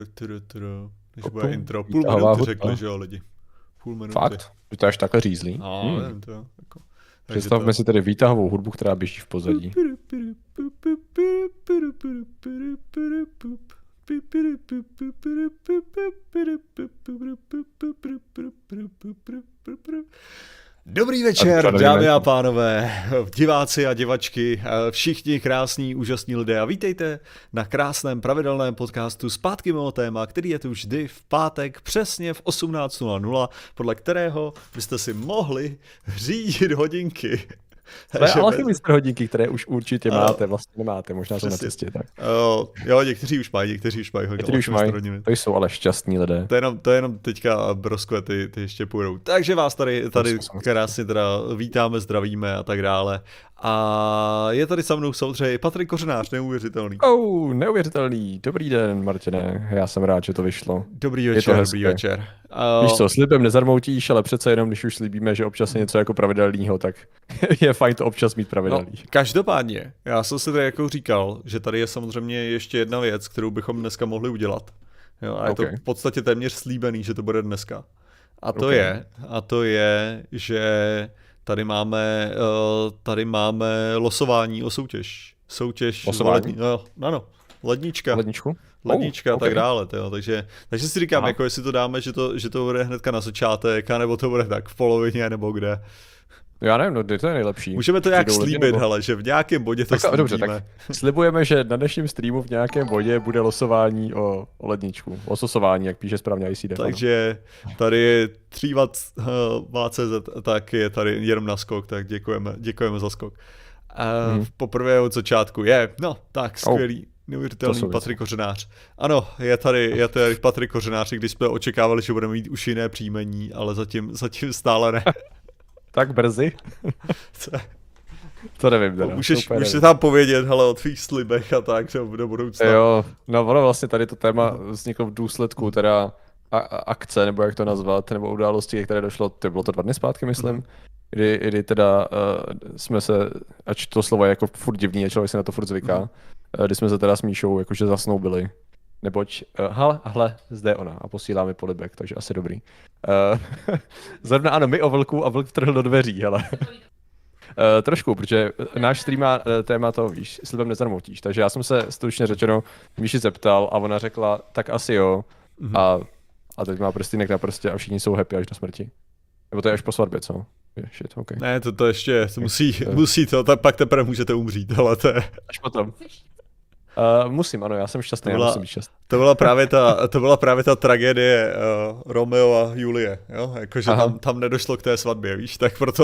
Než bude intro. Půl minuty řekli, že jo, lidi. Půl minuty. Fakt? Že to až takhle řízlí? Nevím to, jako. Představme si tedy výtahovou hudbu, která běží v pozadí. Dobrý večer, dámy a pánové, diváci a divačky, všichni krásní, úžasní lidé a vítejte na krásném pravidelném podcastu Zpátky mimo téma, který je tu vždy v pátek přesně v 18:00, podle kterého byste si mohli řídit hodinky. To je alchymistr hodinky, které už určitě máte, vlastně nemáte, možná to na cestě. Tak. Jo, někteří už mají hodiny. To jsou ale šťastní lidé. To je jenom teďka broskve, ty ještě půjdou. Takže vás tady krásně teda vítáme, zdravíme a tak dále. A je tady se mnou samozřejmě Patrik Kořenář, neuvěřitelný. Neuvěřitelný. Dobrý den, Martine. Já jsem rád, že to vyšlo. Dobrý večer. Víš co, slibem nezarmoutíš, ale přece jenom, když už slíbíme, že občas je něco jako pravidelného, tak je fajn to občas mít pravidelný. No, každopádně, já jsem si tady jako říkal, že tady je samozřejmě ještě jedna věc, kterou bychom dneska mohli udělat. Jo, a je to v podstatě téměř slíbený, že to bude dneska. A to je, že tady máme losování o soutěž. Losování? Lednička. Ledničku? A tak dále. Takže si říkám, jako jestli to dáme, že to bude hnedka na začátek, anebo to bude tak v polovině, nebo kde. Já nevím, no, to je nejlepší. Můžeme to nějak slíbit, hele, že v nějakém bodě to slíbíme. Dobře, tak slibujeme, že na dnešním streamu v nějakém bodě bude losování o ledničku. Lososování, jak píše správně ICD. Takže tady je 3watt.cz, tak je tady jenom na skok, tak děkujeme za skok. Poprvé od začátku skvělý. Neuvěřitelný Patrik Kořenář. Ano, je tady Patrik Kořenář, když jsme očekávali, že budeme mít už jiné příjmení, ale zatím stále ne. Tak brzy? To nevím teda. Můžeš tam povědět, hele, o tvých slibech a tak, do budoucna. Jo, no ono vlastně tady to téma vzniklo v důsledku teda akce, nebo jak to nazvat, nebo události, které došlo, bylo to 2 dny zpátky, myslím, kdy teda jsme se, ač to slovo je jako furt divný, a člověk se na to furt zvyká, kdy jsme se teda s Míšou jakože zasnoubili. Neboť, hle, zde je ona a posílá mi polibek, takže asi dobrý. Zrovna ano, my o vlku a vlk vtrhl do dveří, hele. Trošku, protože náš stream má téma to, víš, slibem nezarmoutíš, takže já jsem se stručně řečeno Míši zeptal a ona řekla, tak asi jo. A teď má prstýnek na prstě a všichni jsou happy až do smrti. Nebo to je až po svatbě, co? Shit, okay. Ne, to ještě, musí to, pak teprve můžete umřít, ale to je... Až potom. Musím, ano, já jsem šťastný, musím být šťastný. To byla právě ta tragédie Romeo a Julie, jo? Jakože tam nedošlo k té svatbě, víš, tak proto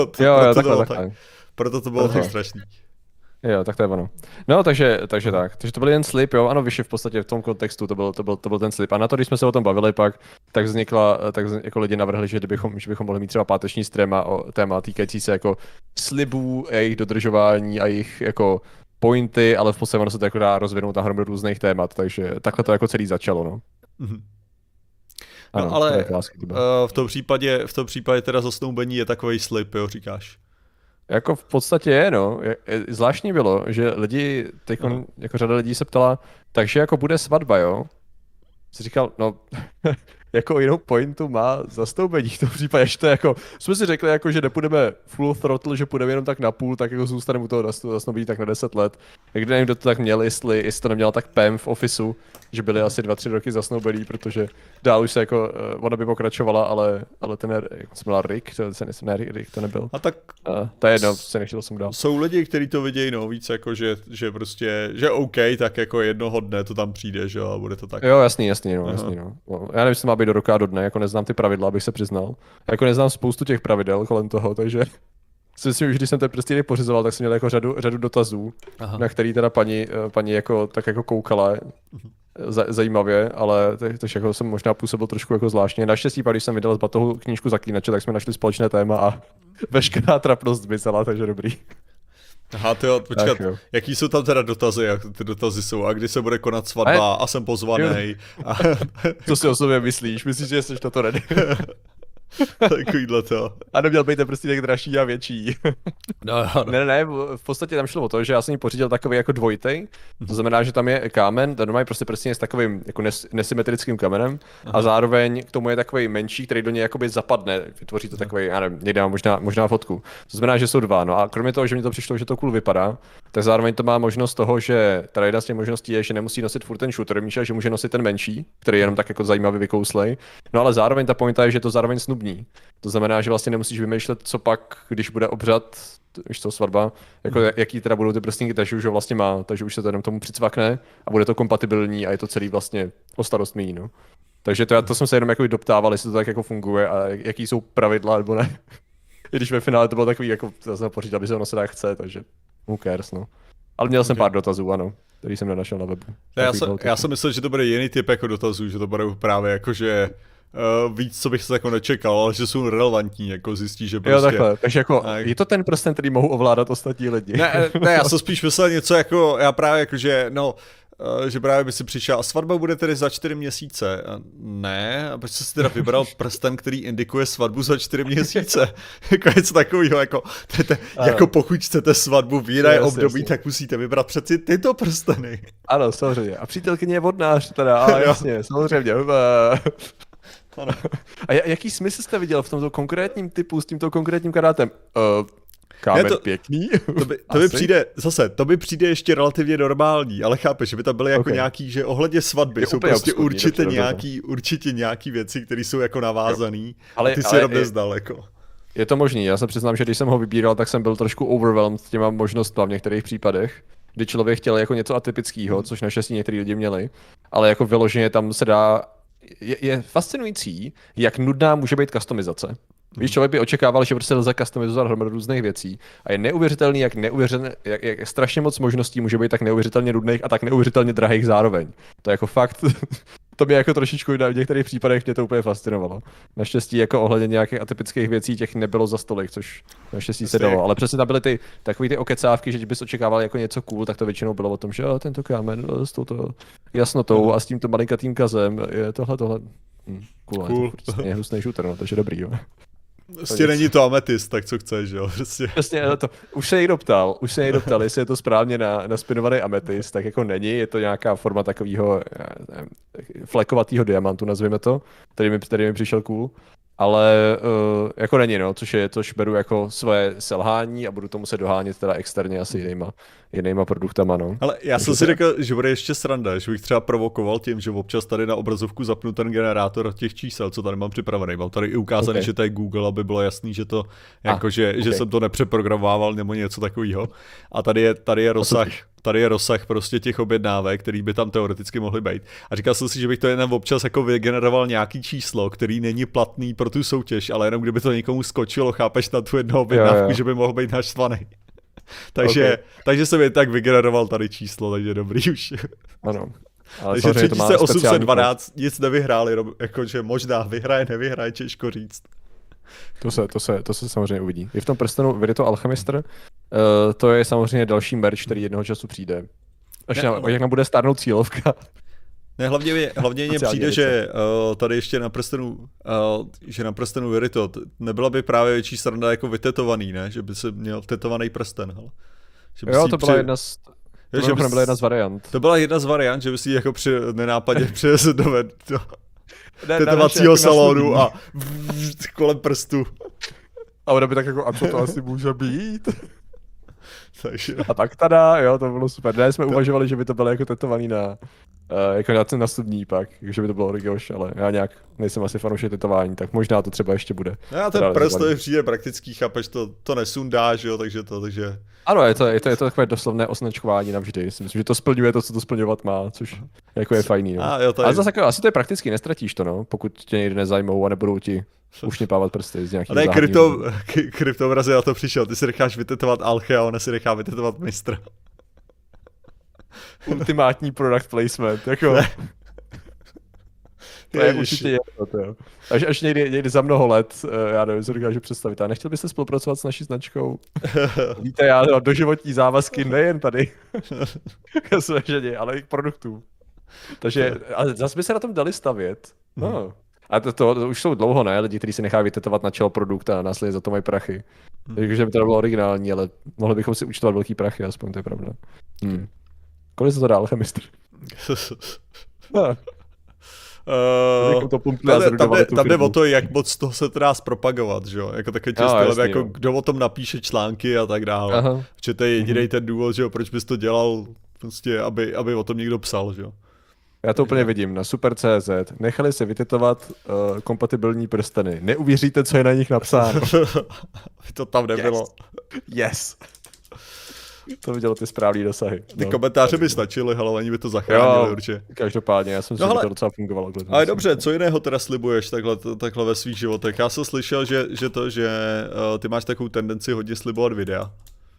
to bylo tak strašný. Jo, tak to je ono. No, takže to byl jen slib, jo, ano, vyšší v podstatě v tom kontextu, to byl ten slib. A na to, když jsme se o tom bavili pak, tak jako lidi navrhli, že bychom mohli mít třeba páteční téma týkající se jako slibů, jejich dodržování a jejich jako pointy, ale v podstatě ono se to jako dá rozvinout na hromadu různých témat, takže takhle to jako celý začalo, no. Ano, no ale v tom případě teda zasnoubení je takovej slib, jo, říkáš? Jako v podstatě je, no. Zvláštní bylo, že lidi, jako řada lidí se ptala, takže jako bude svatba, jo? Jsi říkal, no, jako jinou pointu má zastoupení v tom případě, že to jako, jsme si řekli jako, že nepůjdeme full throttle, že půjdeme jenom tak na půl, tak jako zůstaneme u toho zasnoubení tak na 10 let. Někdy nevím, kdo to tak měl, jestli to neměl tak Pam v Officeu, že byli asi 2-3 roky zasnoubení, protože dál už se jako, ona by pokračovala, ale ten, jak jsem měla Rick, Rick to nebyl. A tak to je jedno, se nechtěl jsem dál. Jsou lidi, kteří to vidějí, no, víc jako, že prostě, že OK, tak jako jednoho dne to tam přijde, že jo, a bude to tak. Jo, jasný, no. Já nevím, jestli má být do roka a do dne, jako neznám ty pravidla, abych se přiznal. Jako neznám spoustu těch pravidel kolem toho, takže si myslím, že když jsem ten prstínek pořizoval, tak jsem měl jako řadu dotazů, na který teda paní jako tak jako koukala zajímavě, ale takže jako jsem možná působil trošku jako zvláštně. Naštěstí, když jsem vydal z batohu knížku Zaklínače, tak jsme našli společné téma a veškerá trapnost zmizela, takže dobrý. Aha, počkat, jaký jsou tam teda dotazy, jak ty dotazy jsou, a kdy se bude konat svatba a jsem pozvaný. Co si o sobě myslíš? Myslíš, že jsi na to ready? Takovýhle to. A neměl být ten prstýnek dražší a větší. No. Ne, v podstatě tam šlo o to, že já jsem ji pořídil takový jako dvojitej, to znamená, že tam je kámen, ten mají prostě prstýnek s takovým jako nesymetrickým kamenem a zároveň k tomu je takový menší, který do něj jakoby zapadne, vytvoří to takový, já nevím, někde mám možná fotku. To znamená, že jsou dva, no a kromě toho, že mi to přišlo, že to cool vypadá, tak zároveň to má možnost toho, že ta jedna z těch možností je, že nemusí nosit furt ten shooter míč, že může nosit ten menší, který je jenom tak jako zajímavý vykouslej. No ale zároveň ta pointa je, že to zároveň snubní. To znamená, že vlastně nemusíš vymýšlet, co pak, když bude obřad, už to svatba, jako jaký teda budou ty prstníky, takže už ho vlastně má, takže už se to jenom tomu přicvakne a bude to kompatibilní a je to celý vlastně o starost míň, no. Takže to jsem se jenom jako doptával, jestli to tak jako funguje a jaký jsou pravidla nebo ne. I když ve finále to bylo takový, jako zase pořídit, aby se ono se tak chce, takže who cares, no. Ale měl jsem pár dotazů, ano, který jsem nenašel na webu. Já jsem myslel, že to bude jiný typ jako dotazů, že to bude právě jako, že víc, co bych se jako nečekal, ale že jsou relevantní, jako zjistí, že prostě... Jo, takhle, takže jako, je to ten prsten, který mohou ovládat ostatní lidi. Ne, já jsem spíš myslel něco jako, já právě jako, že že právě by si přišel a svatba bude tedy za 4 měsíce. Ne, a proč jsi si teda vybral prsten, který indikuje svatbu za 4 měsíce? Jako něco takového, jako pokud chcete svatbu v jiné období, tak musíte vybrat přeci tyto prsteny. Ano, samozřejmě. A přítelkyně je vodnář teda, ale jasně, samozřejmě. Ano. A jaký smysl jste viděl v tomto konkrétním typu s tímto konkrétním karátem? Kámen pěkný. To by přijde ještě relativně normální, ale chápeš, že by tam byly jako nějaký, že ohledně svatby jsou prostě určitě nějaký věci, které jsou jako navázaný, a ty si jenom nezdal, jako. Je to možný, já se přiznám, že když jsem ho vybíral, tak jsem byl trošku overwhelmed těma možnostmi v některých případech, kdy člověk chtěl jako něco atypického, což naštěstí některý lidi měli, ale jako vyloženě tam se dá, je fascinující, jak nudná může být customizace. Víš, člověk by očekával, že prostě lze customizovat hromadu různých věcí a je neuvěřitelný, jak strašně moc možností může být tak neuvěřitelně nudných a tak neuvěřitelně drahých zároveň. To je jako fakt, to mě jako trošičku v některých případech mě to úplně fascinovalo. Naštěstí jako ohledně nějakých atypických věcí těch nebylo za stolik, což naštěstí se dalo, ale přesně tam byly takový ty okecávky, že bys očekával jako něco cool, tak to většinou bylo o tom, že tento kámen s touto jasnotou a s tímto malinkatým kazem je tohle. Cool. Je hnusný shooter, no, takže dobrý, jo. Prostě není to ametist, tak co chceš, jo? Prostě. Přesně, to. Už se někdo ptal, jestli je to správně naspinovaný ametist, tak jako není, je to nějaká forma takového flekovatého diamantu, nazvěme to, který mi přišel cool. Ale jako není, no, což beru jako svoje selhání a budu to muset dohánět teda externě asi jinýma produktama, no. Ale já jsem si řekl, že bude ještě sranda, že bych třeba provokoval tím, že občas tady na obrazovku zapnu ten generátor těch čísel, co tady mám připravený. Mám tady i ukázaný, že to je Google, aby bylo jasný, že to že jsem to nepřeprogramoval nebo něco takového. A tady je rozsah prostě těch objednávek, který by tam teoreticky mohly být. A říkal jsem si, že bych to jenom občas jako vygeneroval nějaký číslo, který není platný pro tu soutěž, ale jenom kdyby to někomu skočilo, chápeš, na tu jednu objednávku, že by mohl být naštvaný. Takže jsem je tak vygeneroval tady číslo, takže dobrý už. Ano. Ale takže 3812 nic nevyhráli, jakože možná nevyhraje, těžko říct. To se samozřejmě uvidí. Je v tom prstenu, vede to Alchemister, to je samozřejmě další merch, který jednoho času přijde. Jak nám bude stárnout cílovka. Ne, hlavně mně přijde, že tady ještě na prstenu Verito, nebyla by právě větší sranda jako vytetovaný, ne? Že by se měl tetovaný prsten, hele. Jo, to byla jedna z... byla jedna z variant. To byla jedna z variant, že by si jako nenápadně přinesl do tetovacího salonu a kolem prstu. A ona by tak jako, a co to asi může být? Takže. A tak tada, jo, to bylo super. Ne, jsme uvažovali, že by to bylo jako tetovaný na studní pak, že by to bylo origoš, ale já nějak nejsem asi fanoušek tetování, tak možná to třeba ještě bude. No, ten prst to přijde praktický, chápeš, to nesundáš, jo, takže. Ano, je to takové doslovné označkování navždy. Myslím, že to splňuje to, co to splňovat má, což jako je fajný, no. Ale zase jako, asi to je prakticky, nestratíš to, no, pokud tě někdy nezajmou a nebudou ti ušněpávat prsty z nějakých záhadných. Kryptomrazy na to přišel, ty si necháš vytetovat Alchy a ona si nechá vytetovat mistra. Ultimátní product placement, jako. To je určitě jedno, to. Až někdy za mnoho let, já nevím, co dokážu představit. A nechtěl byste spolupracovat s naší značkou? Víte, já mám doživotní závazky nejen tady ke své ženě, ale i k produktům. Takže, ale zase by se na tom dali stavět. No. A to už jsou dlouho, ne? Lidi, kteří si nechají vytetovat na čelo produkt a následně za to mají prachy. Takže by to bylo originální, ale mohli bychom si účtovat velký prachy, aspoň to je pravda. Kolik se to dá alchemistr? Tam jde o to, jak moc toho se to dá zpropagovat, že jo? Jako takový stylem, jako kdo o tom napíše články a tak dále. Protože to je jediný ten důvod, že jo, proč bys to dělal, prostě, aby o tom někdo psal, že jo. Já to úplně vidím na Super.cz. Nechali se vytetovat kompatibilní prsteny. Neuvěříte, co je na nich napsáno. To tam nebylo. Yes. To vidělo ty správný dosahy. Ty komentáře by stačily, ale oni by to zachránili určitě. Každopádně, já jsem si, že to docela fungovalo. Ale dobře, co jiného teda slibuješ takhle ve svých životech? Já jsem slyšel, že ty máš takovou tendenci hodně slibovat videa.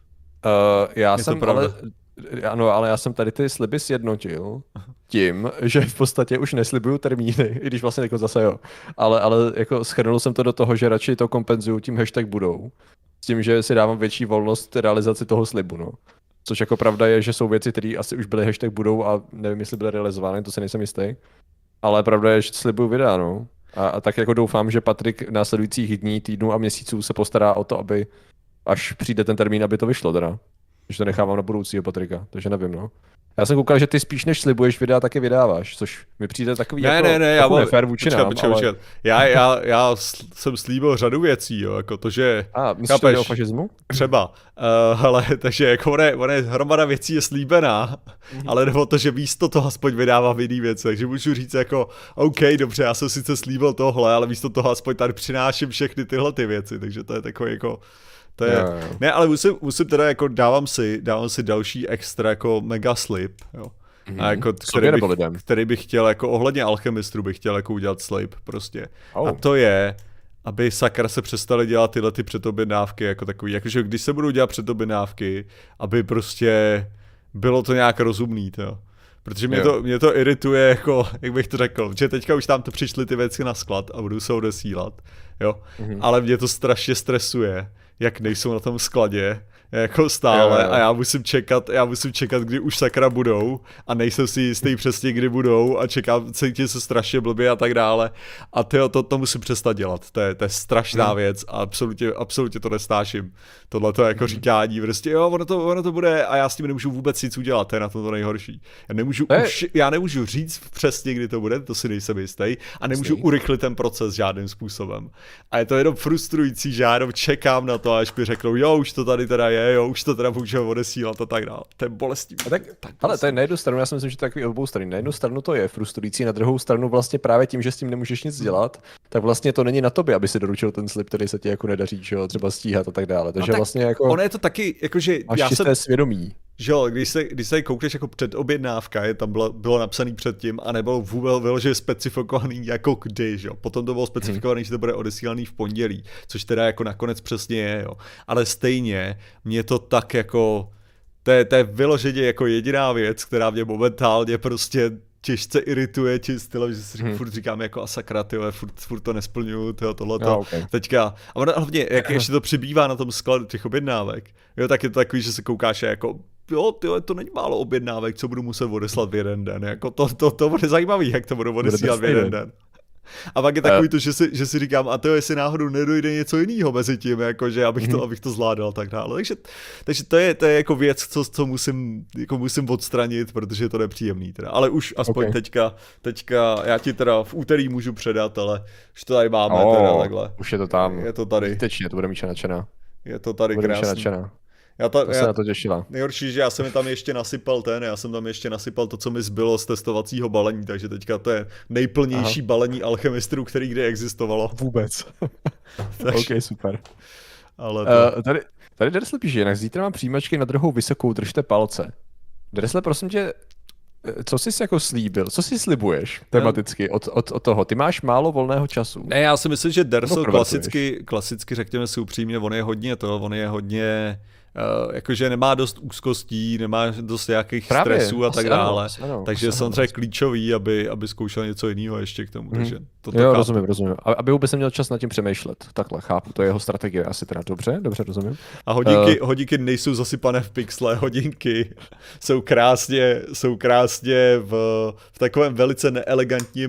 Já jsem ale já jsem tady ty sliby sjednotil tím, že v podstatě už neslibuju termíny, i když vlastně jako zase jo. Ale jako shrnul jsem to do toho, že radši to kompenzuju tím hashtag budou. S tím, že si dávám větší volnost realizaci toho slibu, no. Což jako pravda je, že jsou věci, které asi už byly hashtag budou a nevím, jestli byly realizovány, to si nejsem jistý. Ale pravda je, že slibuju videa, no. A tak jako doufám, že Patrik následujících dní, týdnů a měsíců se postará o to, aby až přijde ten termín, aby to vyšlo teda. Že to nechávám na budoucího Patrika, takže nevím, no. Já jsem koukal, že ty spíš než slibuješ videa, taky vydáváš, což mi přijde takový jako nefér vůči nám, počkat. Já jsem slíbil řadu věcí, jo, jako to, že... myslíš to o fašismu? Třeba, ale takže jako on je hromada věcí je slíbená, ale nebo to, že místo toho aspoň vydávám jiný věci, takže můžu říct jako, OK, dobře, já jsem sice slíbil tohle, ale místo toho aspoň tady přináším všechny tyhle ty věci, takže to je takový jako... To je, ne, ale musím teda jako dávám si další extra jako mega slib, jo. A jako, který bych chtěl jako ohledně alchemistů bych chtěl jako udělat slib prostě. A to je, aby sakra se přestali dělat tyhle ty předobjednávky jako takový, jakože když se budou dělat předobjednávky, aby prostě bylo to nějak rozumný, jo. Protože mě to irituje, jako, jak bych to řekl, že teďka už tam to přišly ty věci na sklad a budou se odesílat, jo. Ale mě to strašně stresuje, jak nejsou na tom skladě, jako stále a já musím čekat, kdy už sakra budou a nejsem si jistý přesně, kdy budou a cítím se strašně blbě a tak dále a to musím přestat dělat, to je strašná věc a absolutně to nestáším, tohleto jako říkání, prostě jo, ono to bude a já s tím nemůžu vůbec nic udělat, to je na to nejhorší. Já nemůžu říct přesně, kdy to bude, to si nejsem jistý a nemůžu urychlit ten proces žádným způsobem. A je to jenom frustrující, že já jenom čekám na to, až mi řeknou, jo, už to tady teda je, jo, už to teda můžeme odesílat a tak dále. To je bolestný. Ale to je na jednu stranu, já si myslím, že to je takový obou strany. Na jednu stranu to je frustrující, na druhou stranu vlastně právě tím, že s tím nemůžeš nic dělat, tak vlastně to není na tobě, aby si doručil ten slib, který se ti jako nedaří, že jo, třeba stíhat a tak dále. Takže vlastně jako ono je to taky jakože já jsem svědomí. Že jo, když se koukneš jako předobjednávka, tam bylo napsaný předtím a nebylo vůbec vyloženě specifikovaný jako kdy, že jo. Potom to bylo specifikovaný, že to bude odesílaný v pondělí, což teda jako nakonec přesně je, jo. Ale stejně mě to tak jako, to je vyloženě jako jediná věc, která mě momentálně prostě těžce irituje tím stylem, že si furt říkám jako a sakra, tyhle, furt to nesplňuju, tohleto. Teďka, a ono hlavně, jak ještě to přibývá na tom skladu těch objednávek, jo, tak je to takový, že se koukáš jako jo, tyhle, to není málo objednávek, co budu muset odeslat v jeden den, jako to bude zajímavý, jak to budu odesílat v jeden den. A pak je takový to, že si říkám, a to jestli náhodou nedojde něco jiného mezi tím, jakože abych to zvládal a tak dále. Takže to je jako věc, co musím odstranit, protože je to nepříjemný teda. Ale už aspoň teďka já ti teda v úterý můžu předat, ale už to tady máme teda takhle. Už je to tam. Je to tady. Tečně, to bude Míša nadšená. Je to tady krásný. Já se na to těšila. Nejhorší, že já jsem tam ještě nasypal to, co mi zbylo z testovacího balení, takže teďka to je nejplnější balení alchemistrů, který kdy existovalo. Vůbec. OK, super. Ale tady Dersle píše, jinak zítra mám přijímačky na druhou vysokou, držte palce. Dersle, prosím tě, co jsi jako slíbil? Co si slibuješ tematicky od toho? Ty máš málo volného času. Ne, já si myslím, že Dersle klasicky řekněme si upřímně, on je hodně jakože nemá dost úzkostí, nemá dost nějakých stresů a tak dále. Takže samozřejmě klíčový, aby zkoušel něco jiného ještě k tomu. Takže jo, rozumím. Aby vůbec neměl čas nad tím přemýšlet. Takhle, chápu, to je jeho strategie asi teda. Dobře, rozumím. A hodinky nejsou zasypané v pixle, hodinky jsou krásně v takovém velice neelegantním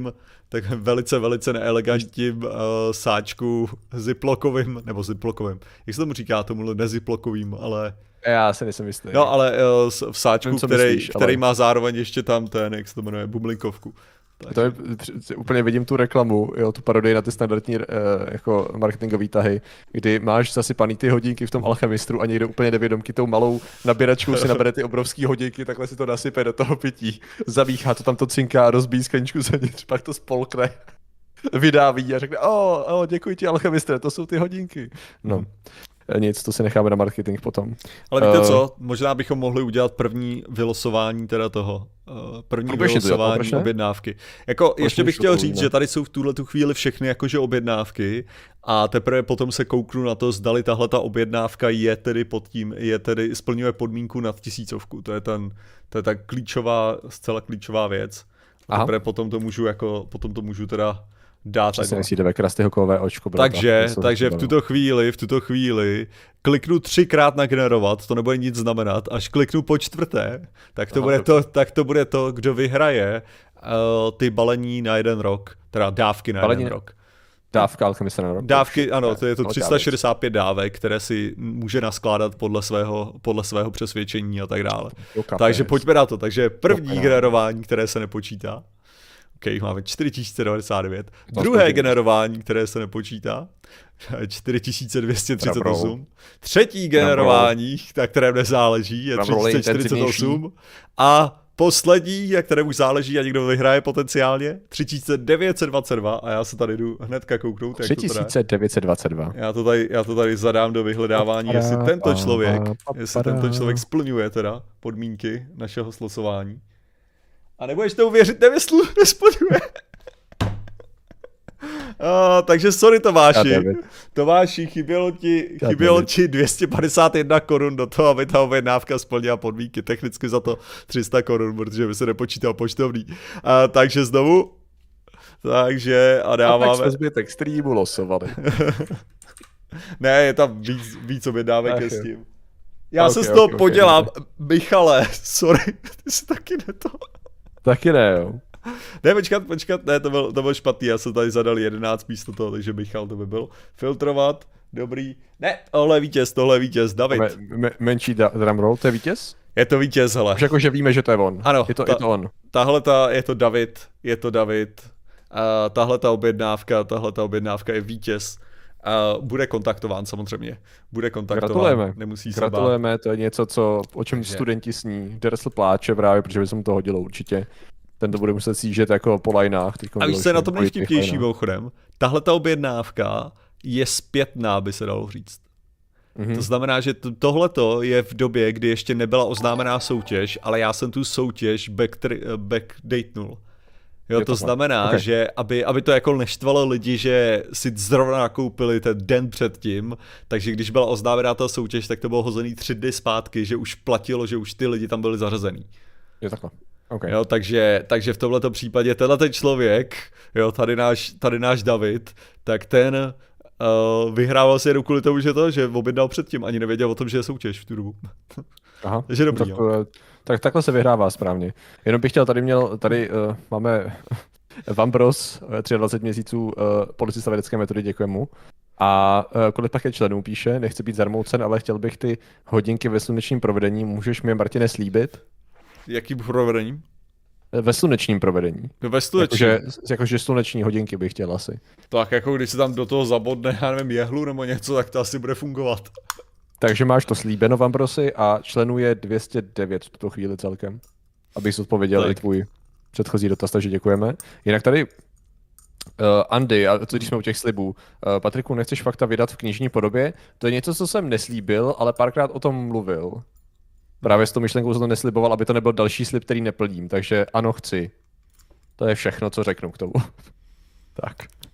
tak velice neelegantním sáčku ziplokovým, nebo ziplokovým, jak se tomu říká, tomu neziplokovým, ale... Já se nejsem jistý. No, ale v sáčku, který má zároveň ještě tam ten, jak se to jmenuje, bublinkovku. To je, úplně vidím tu reklamu, jo, tu parodii na ty standardní jako marketingový tahy, kdy máš zasypaný ty hodinky v tom alchemistru a někdo úplně nevědomky tou malou nabíračkou si nabere ty obrovský hodinky, takhle si to nasype do toho pití, zamíchá to tam to cinká a rozbíjí skleničku zevnitř, pak to spolkne, vydáví a řekne, děkuji ti alchemistre, to jsou ty hodinky. No. Nic, to si necháme na marketing potom. Ale víte co, možná bychom mohli udělat první vylosování teda toho. První vylosování objednávky. Jako ještě bych chtěl říct, že tady jsou v tuhletu chvíli všechny jakože objednávky a teprve potom se kouknu na to, zdali tahle ta objednávka je tedy pod tím, splňuje podmínku nad 1000. To je ta zcela klíčová věc. A teprve potom to můžu teda dát. Přesně myslíte ve Krastyho kovové očko. Takže v tuto chvíli kliknu 3krát na generovat, to nebude nic znamenat, až kliknu po 4, tak to bude to, kdo vyhraje ty balení na 1 rok, teda dávky na 1 rok. Dávka alchemista na rok. Dávky, ano, to je to 365 dávek, které si může naskládat podle svého přesvědčení a tak dále. Takže pojďme na to. Takže první generování, které se nepočítá. OK, máme 4099. Druhé generování, které se nepočítá, 4238. Třetí generování, na kterém nezáleží, je 3048. A poslední, na kterém už záleží a někdo vyhraje potenciálně, 3922. A já se tady jdu hnedka kouknout. 3922. Já to tady zadám do vyhledávání, jestli tento člověk splňuje teda podmínky našeho slosování. A nebudeš to uvěřit, nesplňuje. Takže sorry Tomáši, chybělo ti 251 korun do toho, aby ta objednávka splnila podmínky. Technicky za to 300 korun, protože by se nepočítal poštovný. Takže znovu. A dáváme... A tak jsme zbytek streamu losovali. Ne, je tam víc objednávek s tím. Já se z toho podělám. Michale, sorry, ty jsi taky Taky ne, jo. Ne, počkat, ne, to byl špatný, já jsem tady zadal 11 místo toho, takže Michal to by byl. Filtrovat, dobrý. Ne, tohle je vítěz, David. Menší drumroll, to je vítěz? Je to vítěz, hele. Už jakože víme, že to je on. Ano. Je to on. Je to David. Tahle ta objednávka je vítěz. Bude kontaktován samozřejmě. Gratulujeme. Nemusí se Gratulujeme, to je něco, o čem studenti sní. Dersl pláče právě, protože by se mu to hodilo určitě. Ten to bude muset sjíždět jako po lineách. A víš, co je na tom nejvtipnější mimochodem? Tahle ta objednávka je zpětná, by se dalo říct. Mm-hmm. To znamená, že tohleto je v době, kdy ještě nebyla oznámená soutěž, ale já jsem tu soutěž backdatenul. Jo, to znamená, že aby to jako neštvalo lidi, že si zrovna nakoupili ten den předtím, takže když byla oznámená ta soutěž, tak to bylo hozený 3 dny zpátky, že už platilo, že už ty lidi tam byli zařazený. Je takhle. Okay. Jo, takže v tomhleto případě ten člověk, jo, tady náš David, tak ten vyhrával si jenom kvůli tomu, že objednal předtím, ani nevěděl o tom, že je soutěž v tu dobu. Aha, takže dobrý. Tak takhle se vyhrává správně. Jenom bych chtěl, tady máme Vambros, 23 měsíců policista vědecké metody, děkujeme mu. A kolik pak je členů píše, nechci být zarmoucen, ale chtěl bych ty hodinky ve slunečním provedení, můžeš mi, Martine, slíbit? Jakým provedením? Ve slunečním provedení. Ve slunečním? Jakože sluneční hodinky bych chtěl asi. Tak jako když se tam do toho zabodne, já nevím, jehlu nebo něco, tak to asi bude fungovat. Takže máš to slíbeno, Vambrosi, a členů je 209 v tuto chvíli celkem. Abych zodpověděl i tvůj předchozí dotaz, takže děkujeme. Jinak tady Andy, a co když jsme u těch slibů, Patriku, nechceš fakta vydat v knižní podobě? To je něco, co jsem neslíbil, ale párkrát o tom mluvil. Právě s tou myšlenkou jsem to nesliboval, aby to nebyl další slib, který neplním, takže ano, chci. To je všechno, co řeknu k tomu. Tak.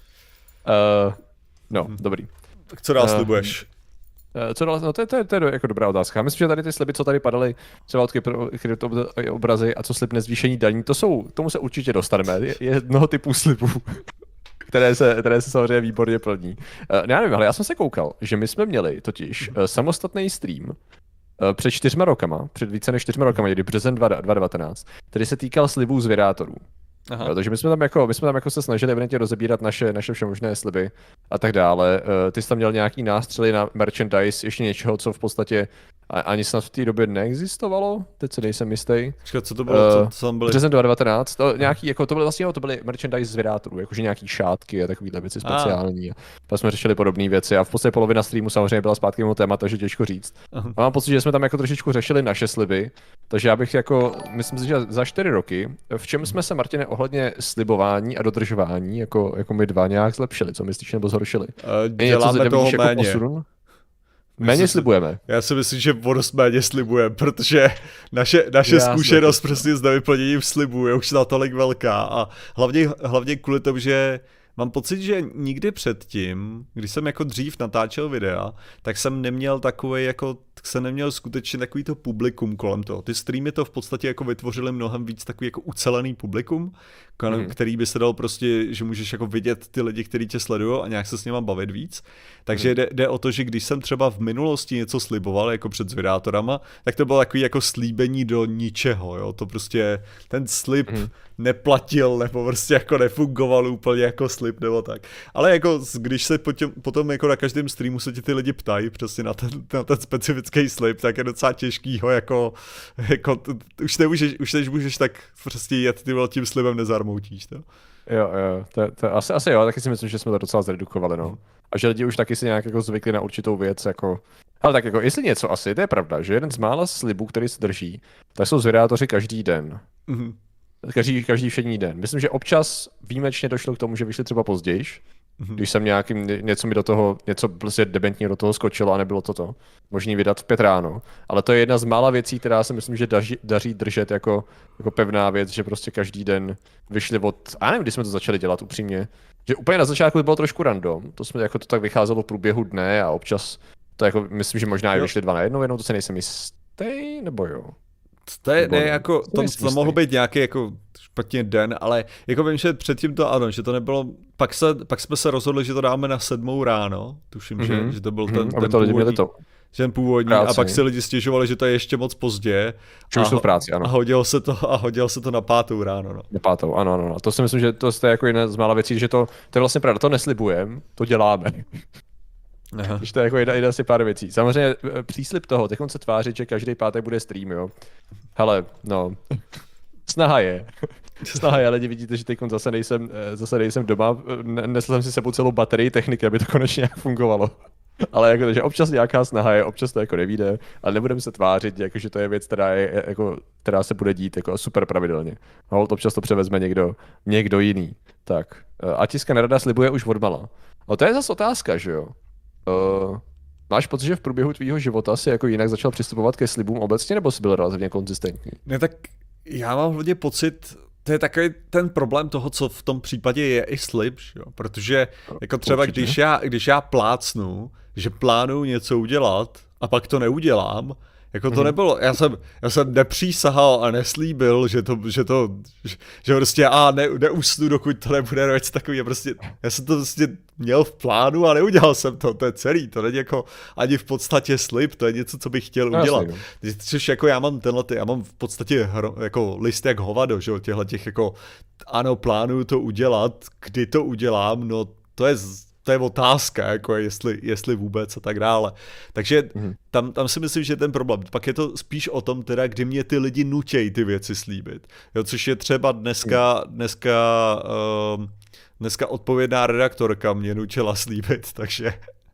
Dobrý. Tak co dál slibuješ? No to je jako dobrá otázka. Já myslím, že tady ty sliby, co tady padaly, třeba od obrazy a co slib nezvýšení daní, tomu se určitě dostaneme. Je mnoho typů slibů, které se samozřejmě výborně plní. Já nevím, ale já jsem se koukal, že my jsme měli totiž samostatný stream před 4 rokama, před více než 4 rokama, kdy březen 2019, který se týkal slibů zvědátorů. Jo, takže my jsme tam jako se snažili evidentně rozebírat naše všemožné sliby a tak dále. Ty jsi tam měl nějaký nástřely na merchandise, ještě něčeho, co v podstatě ani snad v té době neexistovalo, teď se nejsem jistý. Co to bylo, co tam byly? Březen 2019, to byly merchandise z Vydátorů, jakože nějaký šátky a takovýhle věci speciální. A tam jsme řešili podobné věci a v podstatě polovina streamu samozřejmě byla zpátky mimo téma, takže těžko říct. A mám pocit, že jsme tam jako trošičku řešili naše sliby, takže já bych jako, myslím si, že za 4 roky, v čem jsme se, Martine, ohledně slibování a dodržování, jako my dva nějak zlepšili, co myslíš, nebo zhoršili? Děláme toho jako méně. Posun? Méně slibujeme. Já si myslím, že dost méně slibujeme, protože naše zkušenost prostě s nevyplněním slibů je už natolik velká a hlavně kvůli tomu, že mám pocit, že nikdy předtím, když jsem jako dřív natáčel videa, tak jsem neměl skutečně takový to publikum kolem toho. Ty streamy to v podstatě jako vytvořily mnohem víc takový jako ucelený publikum, který by se dal prostě, že můžeš jako vidět ty lidi, kteří tě sledují a nějak se s nima bavit víc. Takže jde o to, že když jsem třeba v minulosti něco sliboval jako před Vydátorama, tak to bylo takový jako slíbení do ničeho, jo. To prostě ten slib neplatil, nebo prostě jako nefungoval úplně jako slib nebo tak. Ale jako když se potom jako na každém streamu se ti ty lidi ptají přesně na ten specifický slib, tak je docela těžký ho jako už nemůžeš tak prostě jet tím slibem nezarmoutíš, to. Jo, to asi jo, taky si myslím, že jsme to docela zredukovali, no. A že lidi už taky si nějak jako zvykli na určitou věc, jako. Ale tak jako, jestli něco asi, to je pravda, že jeden z mála slibů, který se drží, tak jsou Vydátoři každý den. Každý všední den. Myslím, že občas výjimečně došlo k tomu, že vyšli třeba později, když jsem něco prostě debentního do toho skočilo a nebylo toto možný vydat v 5 ráno. Ale to je jedna z mála věcí, která se myslím, že daří držet jako pevná věc, že prostě každý den vyšli já nevím, kdy jsme to začali dělat upřímně. Že úplně na začátku to bylo trošku random, to tak vycházelo v průběhu dne a občas to jako, myslím, že možná i vyšli 2 najednou, to se nejsem jistý, nebo jo. To mohlo být nějaký jako špatně den, ale jako vím, že předtím to ano, že to nebylo, pak jsme se rozhodli, že to dáme na 7 ráno, tuším, že to byl ten původní a pak si lidi stěžovali, že to je ještě moc pozdě v práci, ano. A hodilo se to na 5 ráno. No. Na 5, ano. A to si myslím, že to je jako jedna z mála věcí, že to je vlastně pravda, to neslibujeme, to děláme. Když to je jako jedna z pár věcí. Samozřejmě příslib toho, teď on se tvářit, že každý pátek bude stream, jo. Hele, no, snaha je, ale lidi vidíte, že teď zase nejsem doma, nesl jsem si sebou celou baterii techniky, aby to konečně nějak fungovalo. Ale jako, že občas nějaká snaha je, občas to jako nevíde, ale nebudeme se tvářit, jako, že to je věc, která se bude dít jako super pravidelně. Holt občas to převezme někdo jiný. Tak, a Tiska nerada slibuje už odmala. No to je zase otázka, že jo? Máš pocit, že v průběhu tvýho života si jako jinak začal přistupovat ke slibům obecně, nebo jsi byl relativně konzistentní? Ne, tak já mám hodně pocit, to je takový ten problém toho, co v tom případě je i slib, jo? Protože jako třeba když já plácnu, že plánuju něco udělat a pak to neudělám, jako to nebylo, já jsem nepřísahal a neslíbil, že prostě neusnu, dokud to nebude věc takový, prostě, já jsem to prostě měl v plánu a neudělal jsem to je celý, to není jako ani v podstatě slib, to je něco, co bych chtěl udělat. Což jako já mám v podstatě jako list jak hovado, že jo, těch jako ano, plánuju to udělat, kdy to udělám, no to je otázka, jako jestli vůbec a tak dále. Takže tam si myslím, že je ten problém. Pak je to spíš o tom teda, kdy mě ty lidi nutějí ty věci slíbit. Jo, což je třeba dneska odpovědná redaktorka mě nutila slíbit, takže...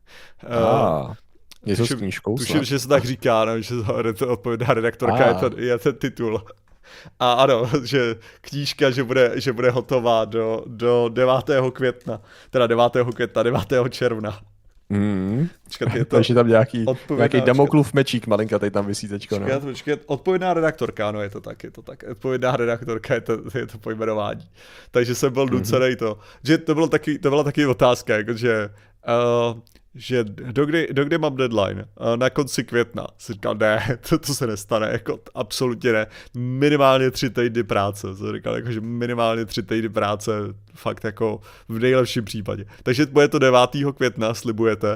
Něco s knížkou? Tuším, že se tak říká, no, že odpovědná redaktorka je ten titul. A ano, že knížka, že bude hotová do 9. května, teda 9. května, 9. června. Počkat, je to takže tam nějaký Damoklův mečík malinka tady tam visí teďko, no. Počkat, odpovědná redaktorka, no je to tak. Odpovědná redaktorka je to pojmenování. Takže jsem byl nucený to. Že to byla taky otázka, jakože že dokdy mám deadline? Na konci května. Jsem říkal, ne, to se nestane, jako absolutně ne. Minimálně 3 týdny práce. Jsem říkal, jako, že minimálně 3 týdny práce, fakt jako v nejlepším případě. Takže bude to 9. května, slibujete?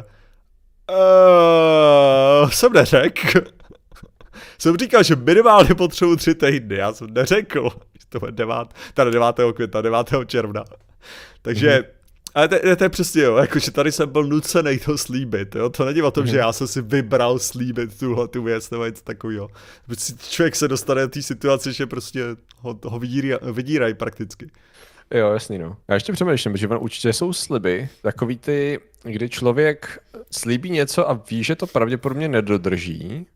Jsem neřekl. Jsem říkal, že minimálně potřebuji 3 týdny, já jsem neřekl. to je 9. května, 9. června. Takže, ale to je přesně, jo, jakože tady jsem byl nucený to slíbit, jo, to není o tom, že já jsem si vybral slíbit tu věc, nebo něco takového. Člověk se dostane do té situace, že prostě ho vydírají prakticky. Jo, jasný, no. Já ještě přemýšlím, že určitě jsou sliby, takový ty, kdy člověk slíbí něco a ví, že to pravděpodobně nedodrží,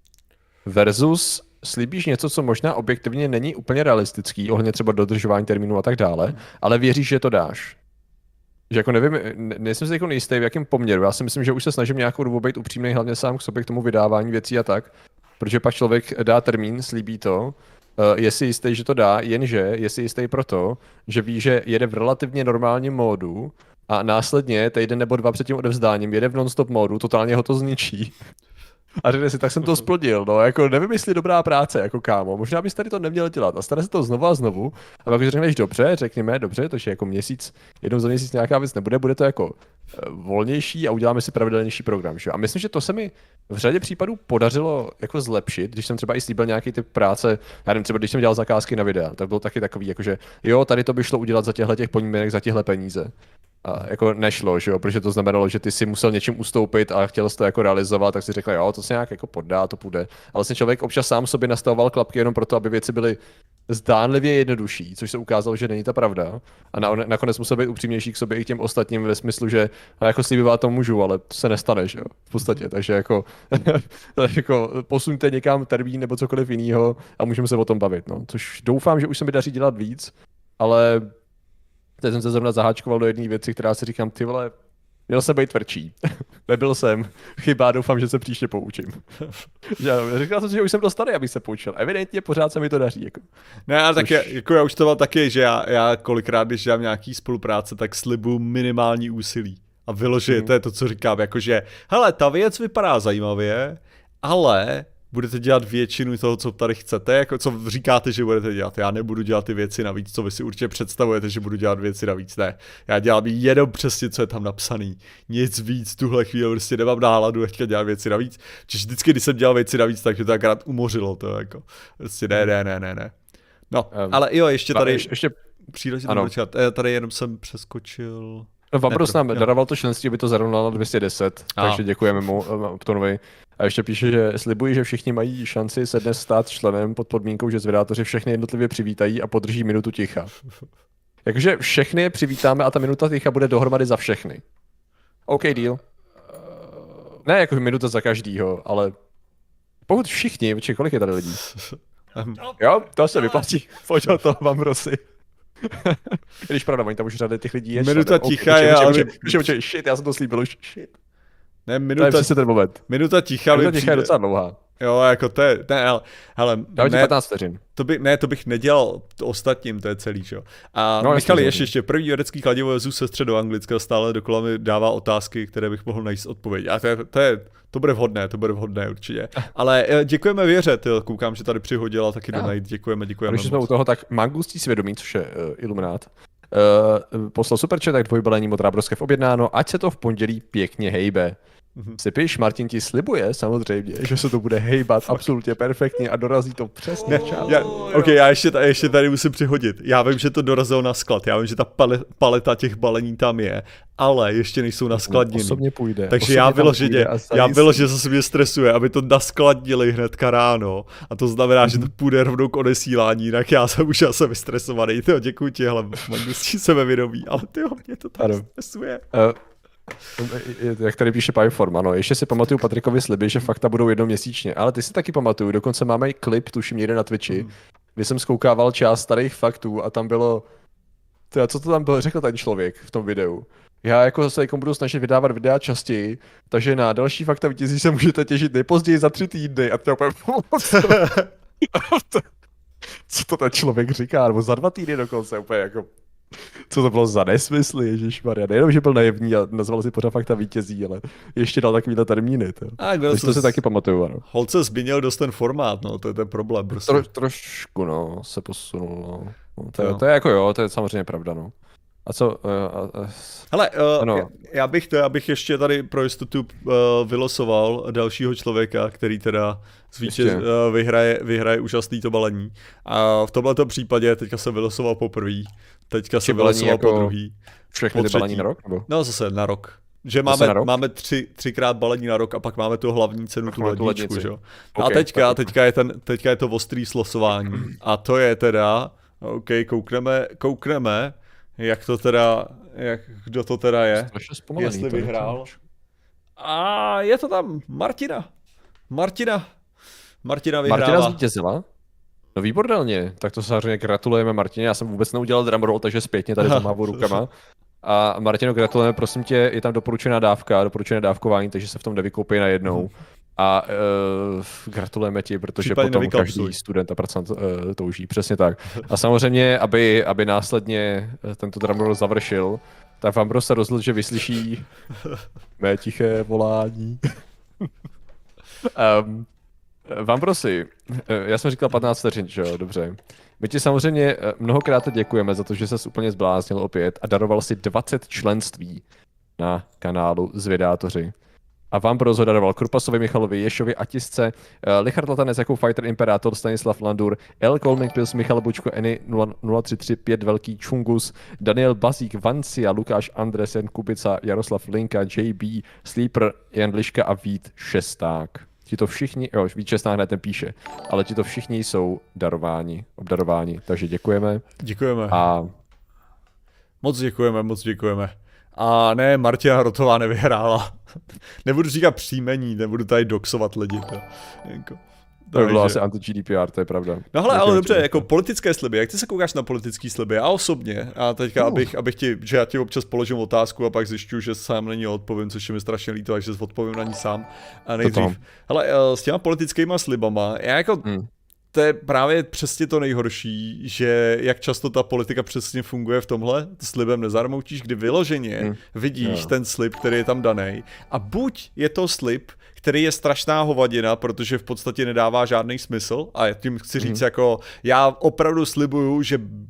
versus slíbíš něco, co možná objektivně není úplně realistický, ohledně třeba dodržování termínů a tak dále, ale věříš, že to dáš. Že jako nevím, nejsem si jako nejistý, v jakém poměru. Já si myslím, že už se snažím nějakou dobu být upřímný hlavně sám k sobě, k tomu vydávání věcí a tak, protože pak člověk dá termín, slíbí to, je si jistý, že to dá, jenže je si jistý proto, že ví, že jede v relativně normálním módu a následně týden nebo 2 před tím odevzdáním jede v non-stop módu, totálně ho to zničí. A řekne si, tak jsem to splnil, no, jako nevím, jestli dobrá práce, jako kámo, možná bys tady to neměl dělat a stane se to znovu a znovu a pak řekneš dobře, takže jako jednou za měsíc nějaká věc nebude, bude to jako volnější a uděláme si pravidelnější program, že? A myslím, že to se mi v řadě případů podařilo jako zlepšit, když jsem třeba i slíbil nějaký typ práce, já nevím, třeba když jsem dělal zakázky na videa, tak bylo taky takový, jakože jo, tady to by šlo udělat za těchto podmínek, za těchto peníze. A jako nešlo, že jo, protože to znamenalo, že ty si musel něčím ustoupit a chtěl jsi to jako realizovat, tak si řekl, jo, to se nějak jako poddá, to půjde. A vlastně člověk občas sám sobě nastavoval klapky jenom proto, aby věci byly zdánlivě jednodušší, což se ukázalo, že není ta pravda. A nakonec musel být upřímnější k sobě i k těm ostatním ve smyslu, že jako slíbovat to můžu, ale to se nestane, že jo, v podstatě. Takže jako, jako posuňte někam termín nebo cokoliv jiného a můžeme se o tom bavit, no. Což doufám, že už se mi daří dělat víc, ale teď jsem se zrovna zaháčkoval do jedné věci, která si říkám, ty vole, měl jsem být tvrdší. Nebyl jsem. Chyba, doufám, že se příště poučím. Říkal jsem si, že už jsem dost tady, abych se poučil. Evidentně pořád se mi to daří. Jako. Ne, ale tak jako já už to mám taky, že já kolikrát, když dělám nějaký spolupráce, tak slibuju minimální úsilí. A vyložit, to je to, co říkám, jakože, hele, ta věc vypadá zajímavě, ale budete dělat většinu toho, co tady chcete, jako co říkáte, že budete dělat. Já nebudu dělat ty věci navíc, co vy si určitě představujete, že budu dělat věci navíc. Ne, já dělám jenom přesně, co je tam napsaný. Nic víc, tuhle chvíli prostě nemám náladu teďka dělat věci navíc. Čiže vždycky, když jsem dělal věci navíc, tak mě to akorát umořilo to, jako. Prostě ne. No, ale jo, ještě tady, příležitost začát. Tady jenom jsem přeskočil. No, Vambrus nám daroval to členství, aby to zarovnal na 210, takže děkujeme mu, Tonovi. A ještě píše, že slibuji, že všichni mají šanci se dnes stát členem pod podmínkou, že zvědátoři všechny jednotlivě přivítají a podrží minutu ticha. Jakože všechny je přivítáme a ta minuta ticha bude dohromady za všechny. OK, deal. Ne jako minuta za každýho, ale pokud všichni, kolik je tady lidí? Jo, to se vyplatí. Pojď o to, Vambrusy. Když pravda, oni tam už řady těch lidí ještě. Minuta ticha je, ale... Shit, já jsem to slíbil už, shit. Ne, to je přesně ten moment. Minuta ticha je docela dlouhá. Jo, jako to je, hele, dám ti 15 vteřin. To bych nedělal to ostatním, to je celý, jo. A no, Michal ještě první vědecký kladivo vezů sestře do Anglicka, stále dokola mi dává otázky, které bych mohl najít odpověď. A to bude vhodné určitě. Ale děkujeme Věře, koukám, že tady přihodila taky do najít, děkujeme. Když jsme u toho, tak Mangustí svědomí, což je Iluminát, poslal superchat, tak dvojbalení modrá broskev objednáno, ať se to v pondělí pěkně hejbe. Sypiš, Martin ti slibuje samozřejmě, že se to bude hejbat absolutně perfektně a dorazí to přesně včas. Já ještě tady musím přihodit. Já vím, že to dorazilo na sklad, já vím, že ta paleta těch balení tam je, ale ještě nejsou naskladněny. Osobně půjde. Takže já vyloženě zase mě stresuje, aby to naskladnili hnedka ráno a to znamená, že to půjde rovnou k odesílání, jinak já jsem už asi vystresovaný. Děkuji ti, hele, Magustí sebevědomí, ale mě to tak stresuje. Jak tady píše Pipeform, ano, ještě si pamatuju Patrikovi sliby, že fakta budou jednoměsíčně, ale ty si taky pamatuju, dokonce máme i klip, tuším někde na Twitchi, kdy jsem zkoukával část starých faktů a tam bylo, co to tam bylo, řekl ten člověk v tom videu. Já jako se budu snažit vydávat videa častěji, takže na další fakta vítězí se můžete těšit nejpozději za 3 týdny a to úplně co to ten člověk říká, nebo za 2 týdny dokonce, úplně jako... Co to bylo za nesmysly, ježišmarja. Nejenom, že byl naivní a nazval si pořád fakta vítězí, ale ještě dal takovýhle termíny. To si taky pamatuju, ano. Holce změnil dost ten formát, no, to je ten problém. Prostě. Trošku, no, se posunul, no. To je jako jo, to je samozřejmě pravda, no. A co? Hele, já bych ještě tady pro jistotu vylosoval dalšího člověka, který teda vyhraje úžasný to balení. A v tomto případě teďka jsem vylosoval poprvé, teďka jsem vylosoval jako po druhý. Všechny ty balení na rok? Nebo? No zase na rok. Že máme třikrát balení na rok a pak máme tu hlavní cenu, tu ledničku, že jo. Okay, a teďka je to ostrý slosování. A to je teda, koukneme, kdo to teda je, jestli vyhrál. A je to tam Martina vyhrává. Martina zvítězila? No výborně, tak to samozřejmě gratulujeme Martině, já jsem vůbec neudělal drumroll, takže zpětně tady zamávu rukama. A Martino, gratulujeme, prosím tě, je tam doporučené dávkování, takže se v tom nevykoupí najednou. A gratulujeme ti, protože případně potom každý student a pracovant touží, přesně tak. A samozřejmě, aby následně tento drumroll završil, tak Vambros se rozhodl, že vyslyší mé tiché volání. Vambrosi, já jsem říkal 15 vteřin, že jo, dobře. My ti samozřejmě mnohokrát děkujeme za to, že ses úplně zbláznil opět a daroval si 20 členství na kanálu Zvědátoři. A Vambros ho daroval Krupasovi, Michalovi, Ješovi, Atisce, Lichard Latanec jako Fighter Imperátor, Stanislav Landur, L. Kolmik Pils, Michal Bučko, Eny 0335, Velký Čungus, Daniel Bazík, Vancia, Lukáš Andresen, Kubica, Jaroslav Linka, JB, Sleeper, Jan Liška a Vít Šesták. Tito všichni, Vít Šesták hned nepíše, ale tito všichni jsou obdarováni, takže děkujeme. Děkujeme. A moc děkujeme. A ne, Martina Rotová nevyhrála. Nebudu říkat příjmení, nebudu tady doxovat lidi. To by bylo asi anti-GDPR, to je pravda. No hele, ale dobře, jako politické sliby, jak ty se koukáš na politické sliby? Já osobně, a teďka že já ti občas položím otázku a pak zjišťuju, že sám na ní odpovím, což je mi strašně líto, takže odpovím na ní sám. A nejdřív, hele, s těma politickýma slibama, já jako... To je právě přesně to nejhorší, že jak často ta politika přesně funguje v tomhle, slibem nezarmoutíš, kdy vyloženě vidíš ten slib, který je tam daný, a buď je to slib, který je strašná hovadina, protože v podstatě nedává žádný smysl, a tím chci říct jako, já opravdu slibuju,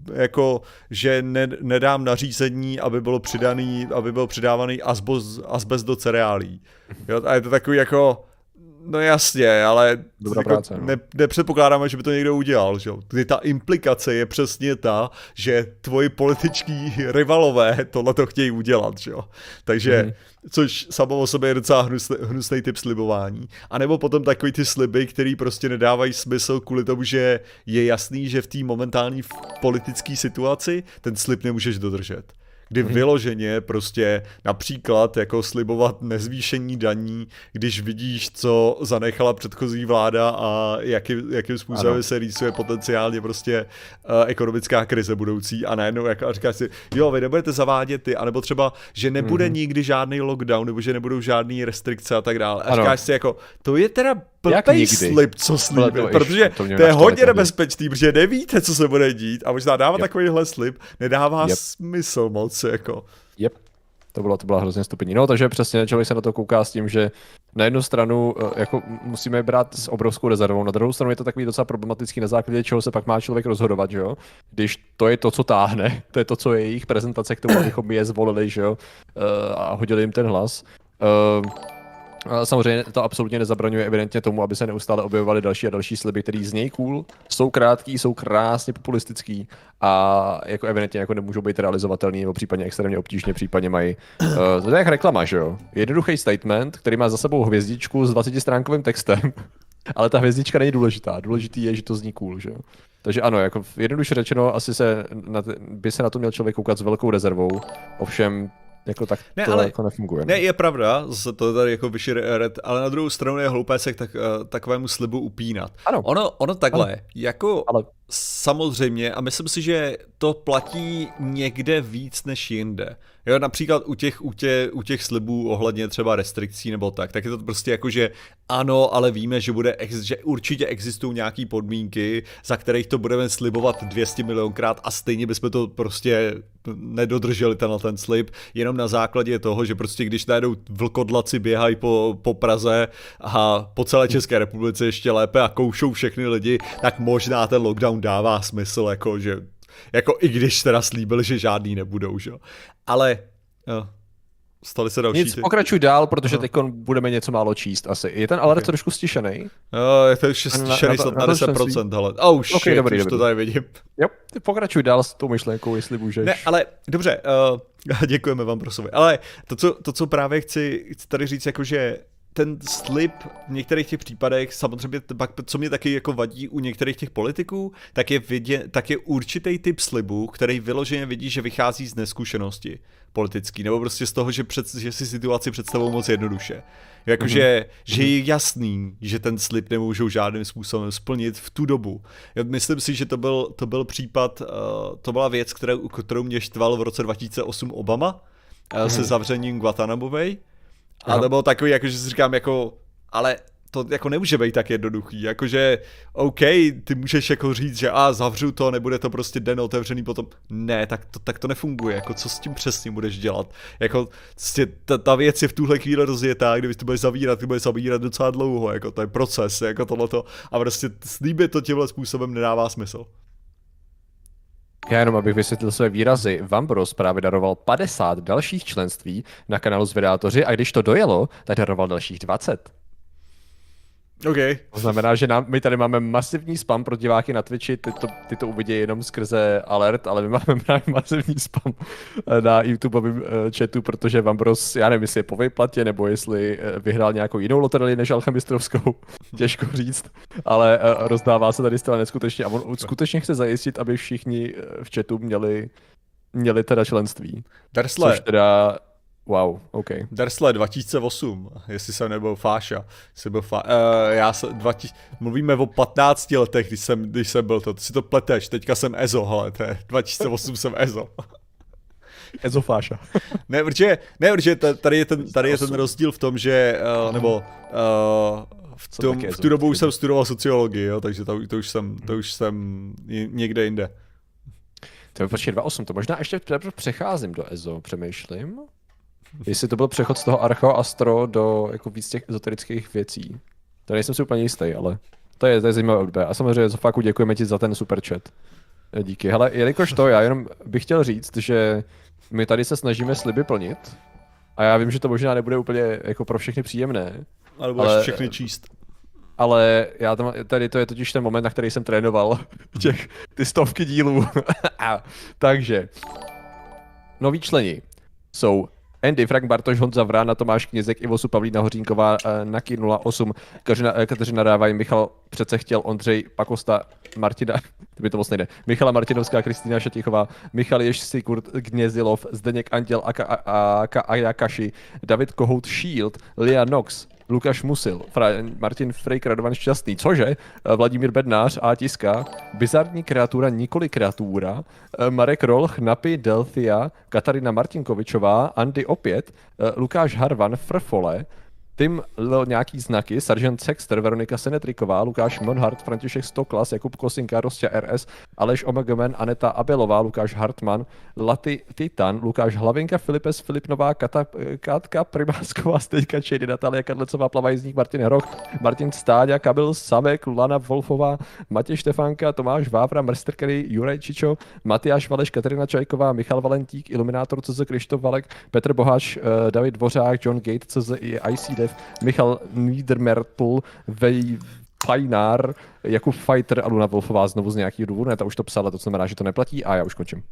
že nedám nařízení, aby byl přidávaný azbest do cereálí. Jo, a je to takový jako... No jasně, ale práce, nepředpokládáme, že by to někdo udělal, že jo. Ta implikace je přesně ta, že tvoji političtí rivalové tohleto chtějí udělat, že jo. Takže, což samo o sobě je docela hnusný typ slibování. A nebo potom takový ty sliby, který prostě nedávají smysl kvůli tomu, že je jasný, že v té momentální politické situaci ten slib nemůžeš dodržet. Kdy vyloženě prostě například jako slibovat nezvýšení daní, když vidíš, co zanechala předchozí vláda a jakým způsobem se rýsuje potenciálně prostě ekonomická krize budoucí, a najednou jako říkáš si, jo, vy nebudete zavádět anebo třeba, že nebude nikdy žádný lockdown, nebo že nebudou žádný restrikce a tak dále. A říkáš si jako, to je teda blbej slib, co slíbil, protože to je hodně nebezpečný, protože nevíte, co se bude dít, a možná dávat takovýhle slib nedává smysl moc, jako. To byla hrozně stupidní. No, takže přesně člověk se na to kouká s tím, že na jednu stranu jako musíme brát s obrovskou rezervou, na druhou stranu je to takový docela problematický, na základě čeho se pak má člověk rozhodovat, že jo? Když to je to, co táhne, to je to, co je jejich prezentace k tomu, abychom je zvolili, že jo? A hodili jim ten hlas. Samozřejmě to absolutně nezabraňuje evidentně tomu, aby se neustále objevovaly další a další sliby, které znějí cool, jsou krátký, jsou krásně populistický a jako evidentně jako nemůžou být realizovatelný, nebo případně extrémně obtížně, případně mají. To je jak reklama, že jo? Jednoduchý statement, který má za sebou hvězdičku s 20stránkovým textem, ale ta hvězdička není důležitá. Důležitý je, že to zní cool, že jo? Takže ano, jako jednoduše řečeno, asi by se na to měl člověk koukat s velkou rezervou, ovšem jako tak to jako nefunguje. Ne, je pravda, to je tady jako vyšší red, ale na druhou stranu je hloupé se takovému slibu upínat. Ano. Ono takhle, jako samozřejmě, a myslím si, že to platí někde víc než jinde. Jo, například u těch slibů ohledně třeba restrikcí nebo tak je to prostě jako, že ano, ale víme, že určitě existují nějaký podmínky, za kterých to budeme slibovat 200 milionkrát a stejně bychom to prostě nedodrželi ten slib, jenom na základě toho, že prostě když najednou vlkodlaci běhají po Praze a po celé České republice ještě lépe a koušou všechny lidi, tak možná ten lockdown dává smysl, jako že Jako i když teda slíbil, že žádný nebudou, že? Ale stali se další. Nic, pokračuj dál, protože teď budeme něco málo číst asi. Je ten alert trošku stišený? Je to ještě stišený snad na 10%, ale shit, dobrý. To tady vidím. Jo, ty pokračuj dál s tou myšlenkou, jestli můžeš. Ne, ale dobře, děkujeme vám prosovi. Ale to, co právě chci tady říct, jakože ten slib v některých těch případech, samozřejmě, co mě taky jako vadí u některých těch politiků, tak je určitý typ slibu, který vyloženě vidí, že vychází z neskušenosti politický, nebo prostě z toho, že si situaci představují moc jednoduše. Jakože že je jasný, že ten slib nemůžou žádným způsobem splnit v tu dobu. Myslím si, že to byl případ, to byla věc, kterou mě štval v roce 2008 Obama se zavřením Guantanamo Bay. A to bylo takový, jakože si říkám, jako, ale to jako nemůže být tak jednoduchý, jakože OK, ty můžeš jako říct, že zavřu to, nebude to prostě den otevřený potom. Ne, tak to nefunguje, jako co s tím přesně budeš dělat. Jako ta věc je v tuhle chvíli rozjetá, kdyby to budeš zavírat docela dlouho, jako to je proces, jako tohleto. A prostě slíbit to tímhle způsobem nedává smysl. Já jenom, abych vysvětlil své výrazy, Vambros právě daroval 50 dalších členství na kanálu Zvědátoři a když to dojelo, tak daroval dalších 20. Okay. To znamená, že my tady máme masivní spam pro diváky na Twitchi, ty to uvidí jenom skrze alert, ale my máme právě masivní spam na YouTubeovém chatu, protože Vambros, já nevím, jestli je po vejplatě, nebo jestli vyhrál nějakou jinou loterii než Alchemistrovskou, těžko říct, ale rozdává se tady zcela neskutečně a on skutečně chce zajistit, aby všichni v chatu měli teda členství. Což teda wow, OK. Dersle 2008, jestli jsem nebyl Fáša. Mluvíme o 15 letech, když jsem byl to. Ty si to pleteš, teďka jsem Ezo, hele, 2008 jsem Ezo. Ezo Fáša. Ne, protože tady je ten rozdíl v tom, že, v tu dobu už jsem studoval sociologii, jo, takže to už jsem někde jinde. To je počkej 2.8, to možná ještě přecházím do Ezo, přemýšlím. Jestli to byl přechod z toho archo-astro do jako víc těch ezoterických věcí. To nejsem si úplně jistý, ale to je zajímavé odběr. A samozřejmě Zofaku děkujeme ti za ten super chat. Díky. Hele, jelikož já jenom bych chtěl říct, že my tady se snažíme sliby plnit a já vím, že to možná nebude úplně jako pro všechny příjemné. Ale budeš všechny číst. Ale tady to je totiž ten moment, na který jsem trénoval ty stovky dílů. Takže noví členi jsou Andy, Frank Bartoš, Honza Vrána, Tomáš Knězek, Ivosu Pavlína Hořínková, Naki 08, Kateřina Dávaj, Michal Přecechtěl, Ondřej Pakosta, Martina, to by to moc nejde, Michala Martinovská, Kristýna Šatichová, Michal Jež Sigurd Gnězilov, Zdeněk Anděl Aka Ajakaši, David Kohout Shield, Lia Nox, Lukáš Musil, Martin Frejk Radovan Šťastný, cože? Vladimír Bednář, A Tiska, Bizarní kreatura, nikoli kreatura, Marek Rolch, Napi, Delthia, Katarina Martinkovičová, Andy opět, Lukáš Harvan, Frfole, Tim nějaký znaky, Sergeant Sexter, Veronika Senetriková, Lukáš Monhart, František Stoklas, Jakub Kosinka, Rostě RS, Aleš Omegaman, Aneta Abelová, Lukáš Hartman, Laty Titan, Lukáš Hlavinka, Filipes, Filip Nová, Katka Primásková, Steďka Čejdy, Natalia Kadlecová, Plavajzník, Martin Hroch, Martin Stáďa, Kabil Samek, Lana Wolfová, Matěj Štefánka, Tomáš Vávra, Mrsterkery, Juraj Čičo, Matyáš Valeš, Katerina Čajková, Michal Valentík, Iluminátor CZ, Krištof Valek, Petr Boháč, David Dvořák, John Gate CZ, ICDev, Michal Niedermertl, Vej Pajnár, Jakub Fighter a Luna Wolfová znovu z nějakých důvodů. Ne, ta už to psala, to znamená, že to neplatí a já už končím.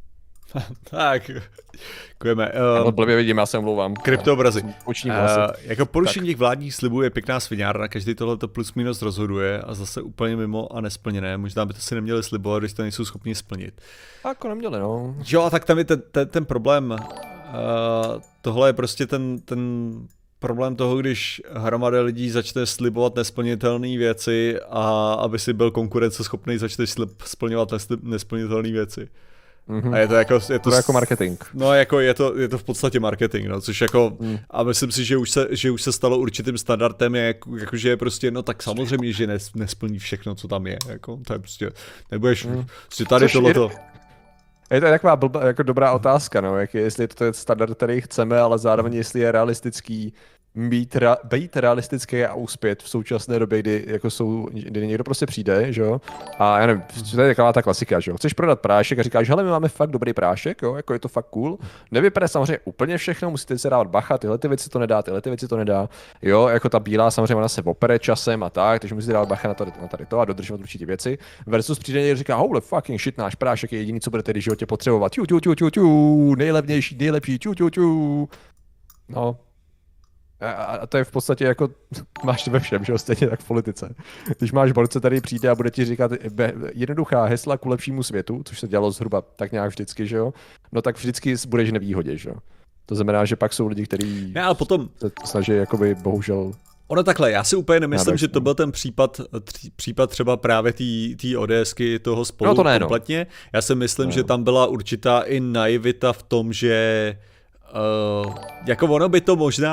Tak, děkujeme. Blbě vidím, já se omlouvám. Kryptoobrazy. Jako porušení těch vládních slibů je pěkná sviňárna, každý tohleto plus minus rozhoduje a zase úplně mimo a nesplněné. Možná by to si neměli slibovat, když to nejsou schopni splnit. Jako neměli, no. Jo, a tak tam je ten problém. Tohle je prostě ten problém toho, když hromada lidí začne slibovat nesplnitelné věci a aby si byl konkurenceschopný, začne splňovat nesplnitelné věci. Mm-hmm. A je to jako marketing. No, jako je to v podstatě marketing, no, což jako, a myslím si, že už se stalo určitým standardem, jakože je prostě, no tak samozřejmě, že nesplní všechno, co tam je, jako, to je prostě, nebudeš, prostě tady tohleto. Je to taková jako dobrá otázka, no, jestli je to ten standard, který chceme, ale zároveň jestli je realistický být realistický a uspět v současné době, kdy někdo prostě přijde, že jo, a já nevím, to je taková ta klasika, že jo, chceš prodat prášek a říkáš, hele, my máme fakt dobrý prášek, jo, jako je to fakt cool, nevypadá samozřejmě úplně všechno, musíte si dávat bacha, tyhle ty věci to nedá, jo, jako ta bílá samozřejmě ona se opere časem a tak, takže musíte dávat bacha na tady to a dodržovat určitě věci, versus přijde někdo říká, holy fucking shit, náš prášek je jediný, co budete v životě potřebovat, nejlevnější, nejlepší, no. A to je v podstatě jako, máš ve všem, že jo, stejně tak v politice. Když máš borce, tady přijde a bude ti říkat jednoduchá hesla ku lepšímu světu, což se dělalo zhruba tak nějak vždycky, že jo, no tak vždycky budeš nevýhodě, že jo. To znamená, že pak jsou lidi, kteří se snaží jakoby bohužel. Ono takhle, já si úplně nemyslím, že to byl ten případ třeba právě té ODSky toho spolu kompletně. Já si myslím, že tam byla určitá i naivita v tom, že jako ono by to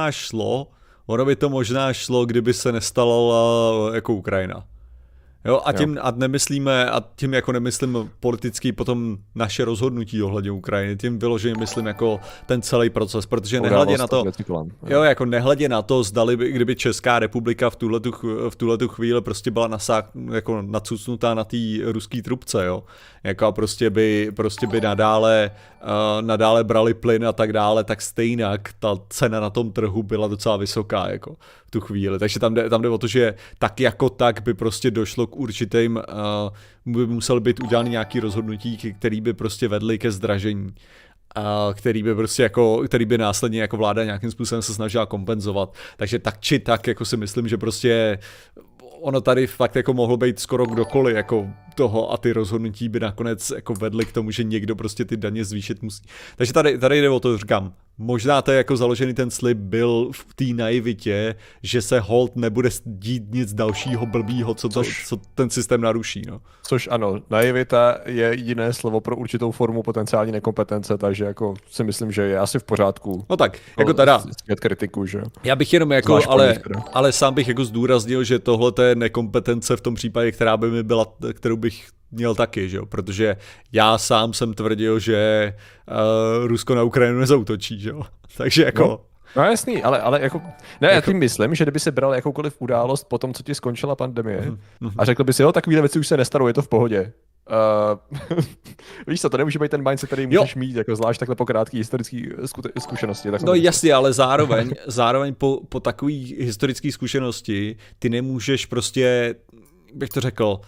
možná šlo, kdyby se nestala jako Ukrajina. Jo, a tím jako nemyslím politicky potom naše rozhodnutí ohledně Ukrajiny, tím vyloženě myslím jako ten celý proces, protože nehledě nehledě na to, zdali by, kdyby Česká republika v tuhletu chvíli prostě byla jako nacucnutá na té ruský trubce, jo, jako a prostě by nadále brali plyn a tak dále, tak stejnak ta cena na tom trhu byla docela vysoká, jako v tu chvíli, takže tam jde o to, že tak jako tak by prostě došlo k určitým, by musel být udělaný nějaký rozhodnutí, který by prostě vedly ke zdražení, který by následně jako vláda nějakým způsobem se snažila kompenzovat. Takže tak či tak, jako si myslím, že prostě ono tady fakt jako mohlo být skoro kdokoliv jako toho a ty rozhodnutí by nakonec jako vedly k tomu, že někdo prostě ty daně zvýšit musí. Takže tady jde o to, říkám, možná to je jako založený ten slib byl v té naivitě, že se hold nebude dít nic dalšího blbýho, co ten systém naruší. No. Což ano, naivita je jiné slovo pro určitou formu potenciální nekompetence, takže jako si myslím, že je asi v pořádku. No tak, jako teda. Kritiku, že? Já bych jenom jako, ale sám bych jako zdůraznil, že tohle je nekompetence v tom případě, kterou bych měl taky, že jo, protože já sám jsem tvrdil, že Rusko na Ukrajinu nezautočí, že jo, takže jako. No jasný, ale jako, ne, já tím myslím, že kdyby se bral jakoukoliv událost po tom, co ti skončila pandemie a řekl by si, jo, takovýhle věci už se nestanou, je to v pohodě. Víš co, to nemůže být ten mindset, který můžeš mít, jako zvlášť takhle po krátké historické zkušenosti. No jasně, ale zároveň po takové historické zkušenosti ty nemůžeš prostě, bych to řekl,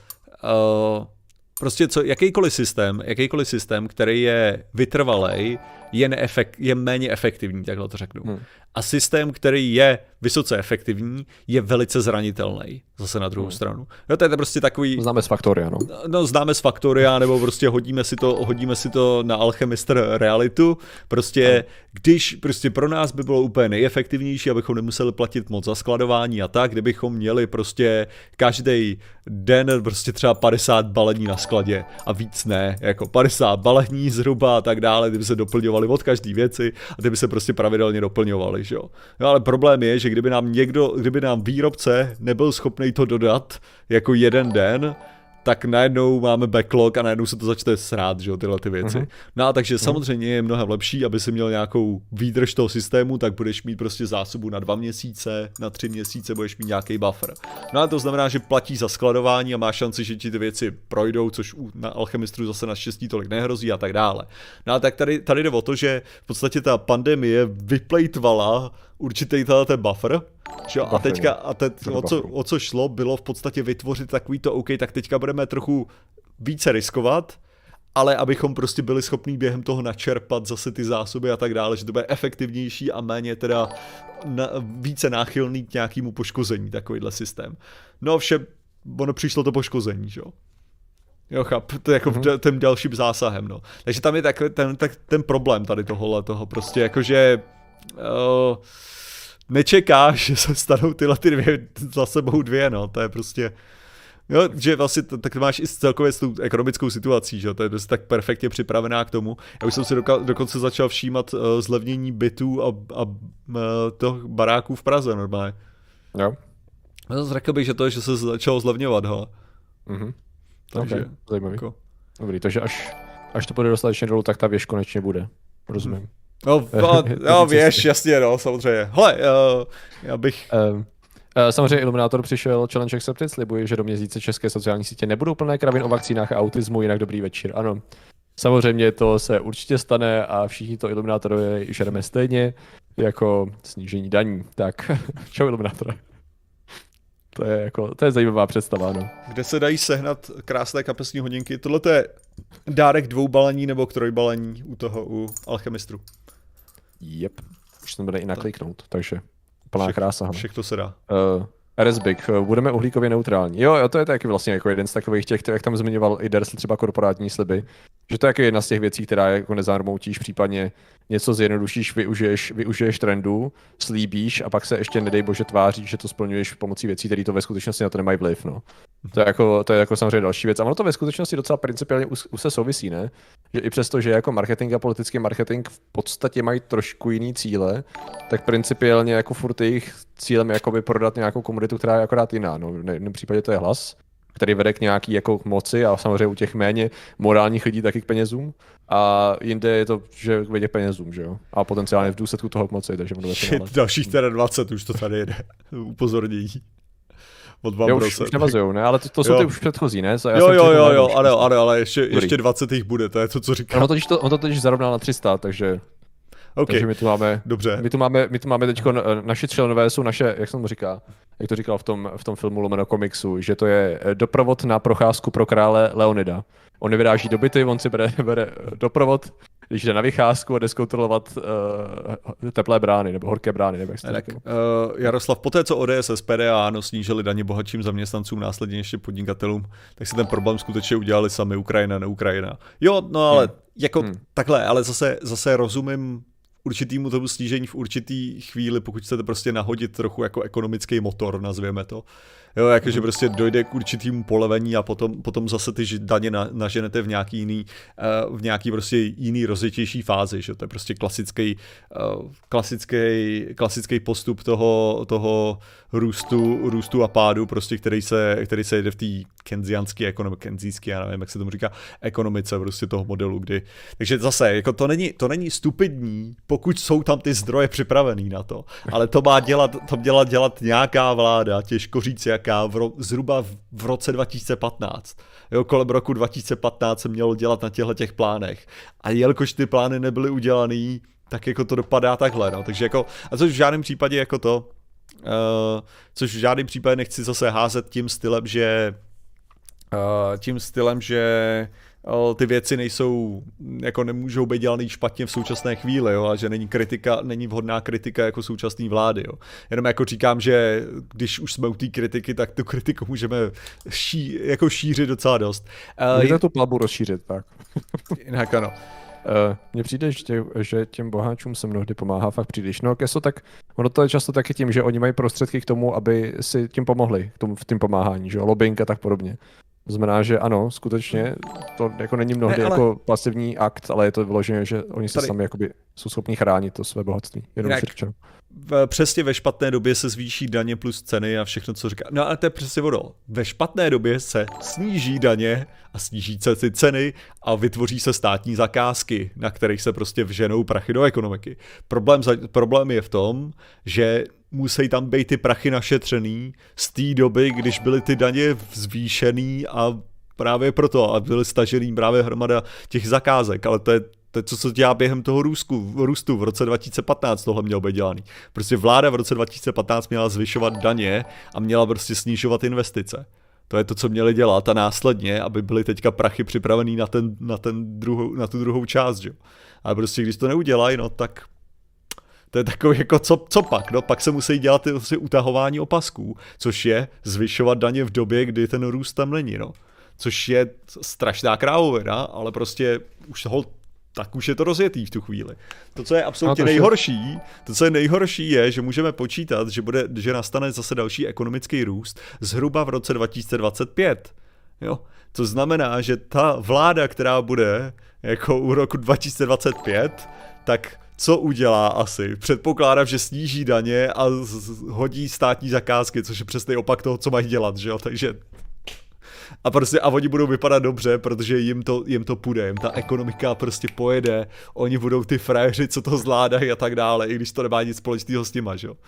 prostě jakýkoliv systém, který je vytrvalej, je méně efektivní, takhle to řeknu. A systém, který je vysoce efektivní, je velice zranitelný, zase na druhou stranu. Jo, to je prostě takový. Známe z Factoria, no. No, známe z Factoria, nebo prostě hodíme si to na Alchemistr realitu. Prostě, když prostě pro nás by bylo úplně nejefektivnější, abychom nemuseli platit moc za skladování a tak, kdybychom měli prostě každý den prostě třeba 50 balení na skladě a víc ne, jako 50 balení zhruba a tak dále, kdyby se doplňovali od každé věci a ty by se prostě pravidelně doplňovali, že jo. No, ale problém je, že kdyby nám výrobce nebyl schopný to dodat jako jeden den, tak najednou máme backlog a najednou se to začne srát, že jo, tyhle ty věci. No a takže samozřejmě je mnohem lepší, aby si měl nějakou výdrž toho systému, tak budeš mít prostě zásobu na 2 měsíce, na 3 měsíce budeš mít nějaký buffer. No a to znamená, že platíš za skladování a máš šanci, že ti ty věci projdou, což na Alchemistru zase naštěstí tolik nehrozí a tak dále. No a tak tady jde o to, že v podstatě ta pandemie vyplejtvala určitý ten buffer, že? A teď o co šlo, bylo v podstatě vytvořit takový to, OK, tak teďka budeme trochu více riskovat, ale abychom prostě byli schopní během toho načerpat zase ty zásoby a tak dále, že to bude efektivnější a méně teda více náchylný k nějakému poškození, takovýhle systém. No vše, ono přišlo to poškození, že jo. Jo, to je jako tím dalším zásahem, no. Takže tam je ten problém tady toho prostě, jakože nečekáš, že se stanou tyhle ty za sebou dvě, no, to je prostě, jo, že vlastně tak máš i celkově s tou ekonomickou situací, že to je tak perfektně připravená k tomu. Já už jsem si dokonce začal všímat zlevnění bytů a toho baráků v Praze normálně. Jo. Já zase řekl bych, že to, že se začalo zlevňovat, ho. Takže, okay, zajímavý. Jako. Dobrý, takže až to půjde dostatečně dolů, tak ta věž konečně bude. Rozumím. No věš, jasně, no, samozřejmě. Hele, já bych... Samozřejmě Iluminátor přišel, Challenge Accepted, slibuje, že do měsíce české sociální sítě nebudou plné kravin o vakcínách a autismu, jinak dobrý večer. Ano, samozřejmě to se určitě stane a všichni to Iluminátorovi žereme stejně jako snížení daní. Tak, čau Iluminátore. To je zajímavá představa, no. Kde se dají sehnat krásné kapesní hodinky? Tohle je dárek 2 balení nebo k 3 balení u alchemistru. Jep, už jsem bude i nakliknout, takže plná krása. Všechno se dá. RSBIG, budeme uhlíkově neutrální. Jo, to je taky vlastně jako jeden z takových těch, jak tam zmiňoval i Dersl, třeba korporátní sliby, že to je jako jedna z těch věcí, která jako nezarmoutíš, případně něco zjednodušíš, využiješ trendu, slíbíš a pak se ještě nedej bože tváříš, že to splňuješ pomocí věcí, které to ve skutečnosti na to nemají vliv, no. To je jako samozřejmě další věc. A ono to ve skutečnosti docela principiálně už se souvisí, ne? Že i přesto, že jako marketing a politický marketing v podstatě mají trošku jiný cíle, tak principiálně jako furt jejich cílem je jakoby prodat nějakou komunitu, která je akorát jiná, no. V jednom případě to je hlas, který vede k nějaký jako moci a samozřejmě u těch méně morálních lidí taky k penězům. A jinde je to, že vede k penězům, že jo? A potenciálně v důsledku toho k moci, takže ono dalších teda 20 už to tady jede. Upozornění. Od už nevazujou, ne? Ale to jsou ty už předchozí, ne? Jo, ano, ale ještě 20 jich bude, to je to, co říkám. On to totiž zarovnal na 300, takže... Okay. Takže my tu máme, dobře. My tu máme teď, naši členové jsou naše, jak jsem to říká, jak to říkal v tom filmu lomeno komiksu, že to je doprovod na procházku pro krále Leonida. On nevyráží do byty, on si bere doprovod, když jde na vycházku a jde zkontrolovat teplé brány, nebo horké brány, nebo jak se to Jaroslav, poté co ODS, SPD a ANO snížili daně bohatším zaměstnancům, následně ještě podnikatelům, tak si ten problém skutečně udělali sami, Ukrajina, ne Ukrajina. Jo, no ale takhle, ale zase rozumím určitýmu tomu snížení v určitý chvíli, pokud chcete prostě nahodit trochu jako ekonomický motor, nazvěme to. Jo, jakože prostě dojde k určitýmu polevení a potom zase ty daně naženete v nějaký prostě jiný rozjetější fázi, že to je prostě klasický postup toho růstu a pádu, prostě který se jede v té keynesiánské, já nevím, jak se tomu říká, ekonomice prostě toho modelu, kdy. Takže zase, jako to není stupidní, pokud jsou tam ty zdroje připravený na to, ale to měla dělat nějaká vláda, těžko říct jaká, zhruba v roce 2015. Jo, kolem roku 2015 se mělo dělat na těch plánech. A jelikož ty plány nebyly udělaný, tak jako to dopadá takhle, no. Takže jako, a což v žádném případě jako to, což v žádném případě nechci zase házet tím stylem, že ty věci nemůžou být dělaný špatně v současné chvíli, jo, a že není vhodná kritika jako současné vlády, jo. Jenom jako říkám, že když už jsme u té kritiky, tak tu kritiku můžeme šířit docela dost. Můžete tu palbu rozšířit, tak. Jinak ano. Mně přijde, že těm boháčům se mnohdy pomáhá fakt příliš. No, tak ono to je často taky tím, že oni mají prostředky k tomu, aby si tím pomohli, v tím pomáhání, že jo, lobbying a tak podobně. To znamená, že ano, skutečně, to jako není mnohdy jako pasivní akt, ale je to vyložené, že oni se sami jakoby jsou schopni chránit to své bohatství. Přesně ve špatné době se zvýší daně plus ceny a všechno, co říká. No ale to je přesně ono. Ve špatné době se sníží daně a sníží se ty ceny a vytvoří se státní zakázky, na kterých se prostě vženou prachy do ekonomiky. Problém je v tom, že musí tam být ty prachy našetřený z té doby, když byly ty daně zvýšený a právě proto a byly stažený právě hromada těch zakázek, ale to je co se dělá během toho růstu. V roce 2015 tohle mělo být dělaný. Prostě vláda v roce 2015 měla zvyšovat daně a měla prostě snižovat investice. To je to, co měli dělat a následně, aby byly teďka prachy připravený na tu druhou část, že? Ale prostě když to neudělají, no tak to je takový jako co pak, no pak se musí dělat ty utahování opasků, což je zvyšovat daně v době, kdy ten růst tam není, no. Což je strašná krávovina, ale prostě už je to rozjetý v tu chvíli. To, co je absolutně nejhorší, je, že můžeme počítat, že nastane zase další ekonomický růst zhruba v roce 2025. Jo? To znamená, že ta vláda, která bude jako u roku 2025, tak co udělá asi? Předpokládám, že sníží daně a hodí státní zakázky, což je přesný opak toho, co mají dělat, že jo? Takže a oni budou vypadat dobře, protože jim to půjde, jim ta ekonomika prostě pojede, oni budou ty frajeři, co to zvládají a tak dále, i když to nemá nic společného s těma, že jo.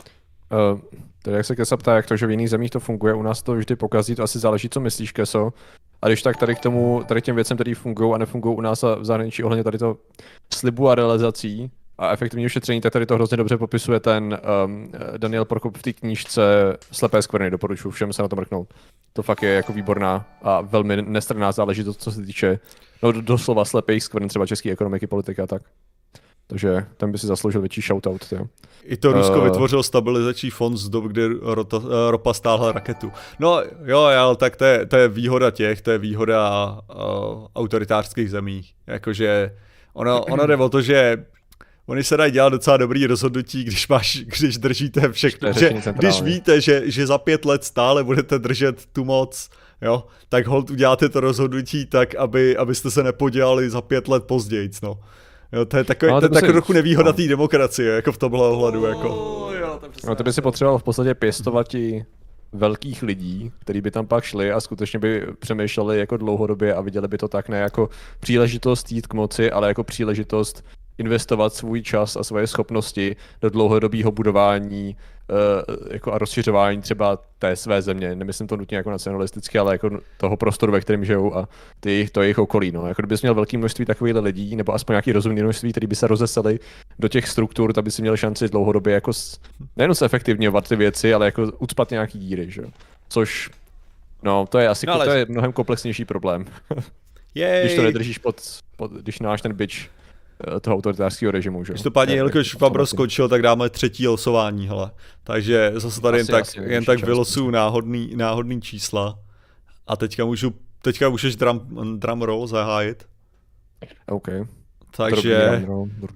Tedy jak se Kesa ptá, jak to, že v jiných zemích to funguje, u nás to vždy pokazí, to asi záleží, co myslíš, Keso. A když tak tady k těm věcem, které fungují a nefungují u nás a v zahraničí ohledně tady to slibu a realizací a efektivního šetření, tak tady to hrozně dobře popisuje ten Daniel Prokop v té knížce Slepé skvrny, doporučuji všem se na to mrknout. To fakt je jako výborná a velmi nestranná záležitost, co se týče doslova slepých skvrn, třeba české ekonomiky, politiky a tak. Takže ten by si zasloužil větší shoutout. Jo. I to Rusko vytvořilo stabilizační fond z doby, kdy ropa stáhla raketu. No jo, ale tak to je výhoda to je výhoda autoritářských zemí. Jakože ono jde o to, že oni se dají dělat docela dobrý rozhodnutí, když držíte všechno. Když víte, že za 5 let stále budete držet tu moc, jo, tak holt uděláte to rozhodnutí tak, abyste se nepodělali za 5 let později, no. Jo, to je takový trochu nevýhoda té demokracie, jako v tomhle ohledu, jako. No to by si potřeboval v podstatě pěstovat i velkých lidí, kteří by tam pak šli a skutečně by přemýšleli jako dlouhodobě a viděli by to tak ne jako příležitost jít k moci, ale jako příležitost investovat svůj čas a svoje schopnosti do dlouhodobého budování jako a rozšiřování třeba té své země. Nemyslím to nutně jako nacionalisticky, ale jako toho prostoru, ve kterém žijou a to jejich okolí. No. Jako kdybys měl velké množství takových lidí, nebo aspoň nějaký rozumný množství, který by se rozeseli do těch struktur, tak by si měl šanci dlouhodobě jako nejen se efektivňovat ty věci, ale jako ucpat nějaký díry, že? Což no, to je asi to je mnohem komplexnější problém. Když to nedržíš když máš ten bič toho autoritářského režimu, že? Každopádně, jelikož Fabro skončil, tak dáme 3. losování, hele. Takže zase tady jen tak vylosuju náhodný čísla. A teďka můžeš drum roll zahájit. OK. Takže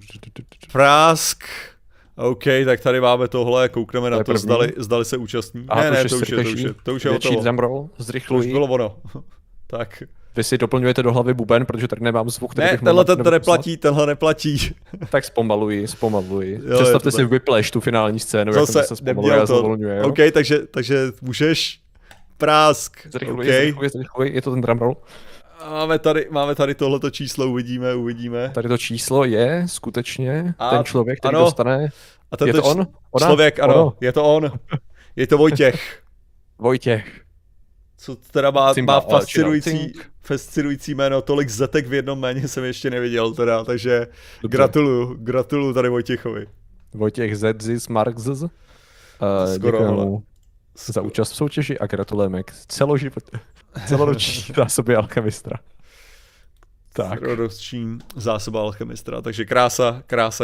Prásk. OK, tak tady máme tohle, koukneme na to, zdali se účastní. Ne, to už je hotovo. Drum roll, zrychluji. To už bylo ono. Tak. Vy si doplňujete do hlavy buben, protože tady nemám zvuk. Ne, tenhle neplatí. Tak zpomaluji. Představte si Whiplash, tu finální scénu, jak se zpomaluje a zvolňuje. OK, takže můžeš Prásk. Zrychluji, je to ten drumroll. Máme tady tohleto číslo, uvidíme. Tady to číslo je skutečně ten člověk, který dostane. A je to on? Člověk, ano, je to on. Je to Vojtěch. Co teda má fascinující jméno, tolik zetek v jednom jméně jsem ještě neviděl teda, takže gratuluju tady Vojtěchovi. Vojtěch Zedzis Marxz. Děkujeme za účast v soutěži a gratulujeme k celoroční zásobě Alchemistra. Tak. Celoroční zásoba Alchemistra, takže krása,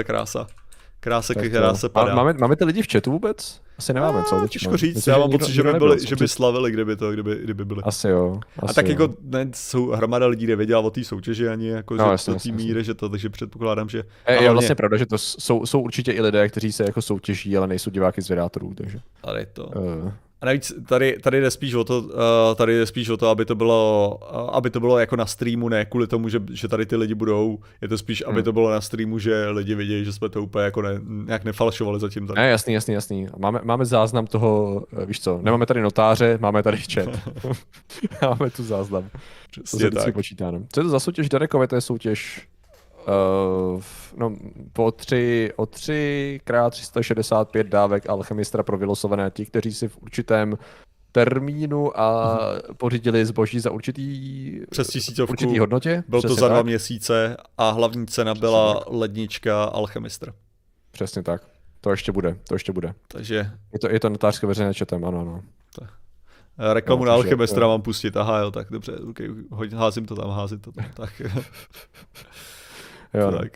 která se padá. Máme ty lidi v chatu vůbec? Asi nemáme, co? Těžko říct, myslím, já mám pocit, že by slavili, kdyby byli. Asi jo. A tak jako jsou hromada lidí, nevěděla o té soutěži ani jako do té míry, že to, takže předpokládám, že... Je vlastně pravda, že to jsou určitě i lidé, kteří se jako soutěží, ale nejsou diváky z Vědátorů, takže... Tady to... A navíc tady jde spíš o to, aby to bylo jako na streamu, ne kvůli tomu, že tady ty lidi budou, je to spíš, aby to bylo na streamu, že lidi vidějí, že jsme to úplně jako nějak nefalšovali zatím tady. Ne, jasný. Máme záznam toho, víš co, nemáme tady notáře, máme tady chat. Máme tu záznam. Přesně tak. Počítáno. Co je to za soutěž, Darekové, to je soutěž o 3x365 dávek Alchemistra pro vylosované ti, kteří si v určitém termínu a pořídili zboží za určitý hodnotě. Byl to za 2 měsíce a hlavní cena byla lednička Alchemistra. Přesně tak. To ještě bude. Takže... Je to notářské veřejné chatem, ano. Reklamu na Alchemistra mám pustit, aha jo, tak dobře, okay, házím to tam, tak. Jo, tak.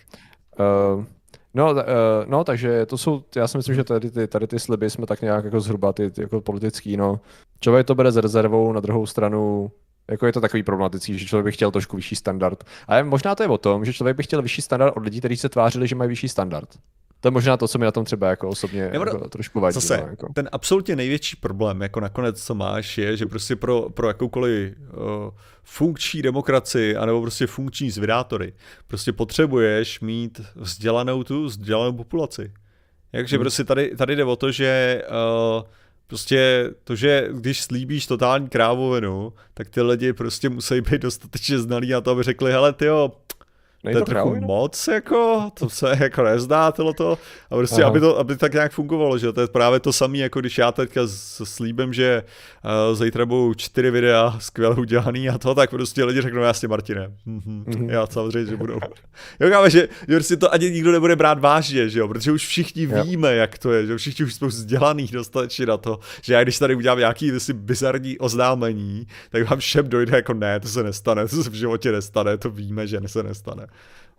Takže to jsou, já si myslím, že tady ty sliby jsme tak nějak jako zhruba ty jako politický, no. Člověk to bere s rezervou, na druhou stranu, jako je to takový problematický, že člověk by chtěl trošku vyšší standard. Ale možná to je o tom, že člověk by chtěl vyšší standard od lidí, kteří se tvářili, že mají vyšší standard. To je možná to, co mi na tom třeba jako osobně jako trošku vadí. Zase, jako. Ten absolutně největší problém, jako nakonec co máš, je, že prostě pro jakoukoliv funkční demokracii, anebo prostě funkční zvědátory, prostě potřebuješ mít vzdělanou populaci. Takže prostě tady jde o to, že prostě to, že když slíbíš totální krávovinu, tak ty lidi prostě musí být dostatečně znalí na to, aby řekli, hele tyjo, to je trochu moc, jako, to se jako nezdá tohleto. A prostě, aby tak nějak fungovalo, že to je právě to samé, jako když já teďka slíbím, že zítra budou 4 videa skvěle udělaný a to, tak prostě lidi řeknou, jasně Martine, já samozřejmě, že budou. Jo, že prostě to ani nikdo nebude brát vážně, že jo, protože už všichni víme, jak to je, že všichni už jsou vzdělaný dostatečně na to, že já když tady udělám nějaký bizarní oznámení, tak vám všem dojde jako ne, to se nestane, to se v životě nestane, to víme, že se nestane.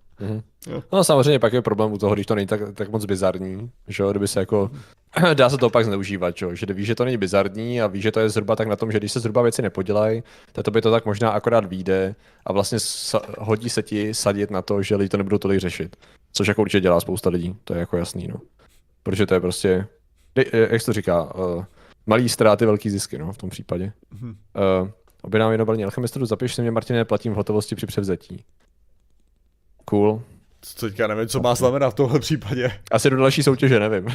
No samozřejmě pak je problém u toho, když to není tak moc bizarní, že jo, kdyby se jako, dá se to pak zneužívat, že víš, že to není bizarní a víš, že to je zhruba tak na tom, že když se zhruba věci nepodělají, tak to by to tak možná akorát vyjde a vlastně hodí se ti sadit na to, že lidi to nebudou tolik řešit, což jako určitě dělá spousta lidí, to je jako jasný, no. Protože to je prostě, jak se to říká, malý ztráty, velký zisky, no, v tom případě. Objednám jedno balení alchemistru, zapiš si mě, Martine, platím v hotovosti při převzetí. Cool. Co teďka nevím, co má znamenat v tomhle případě. Asi do další soutěže, nevím.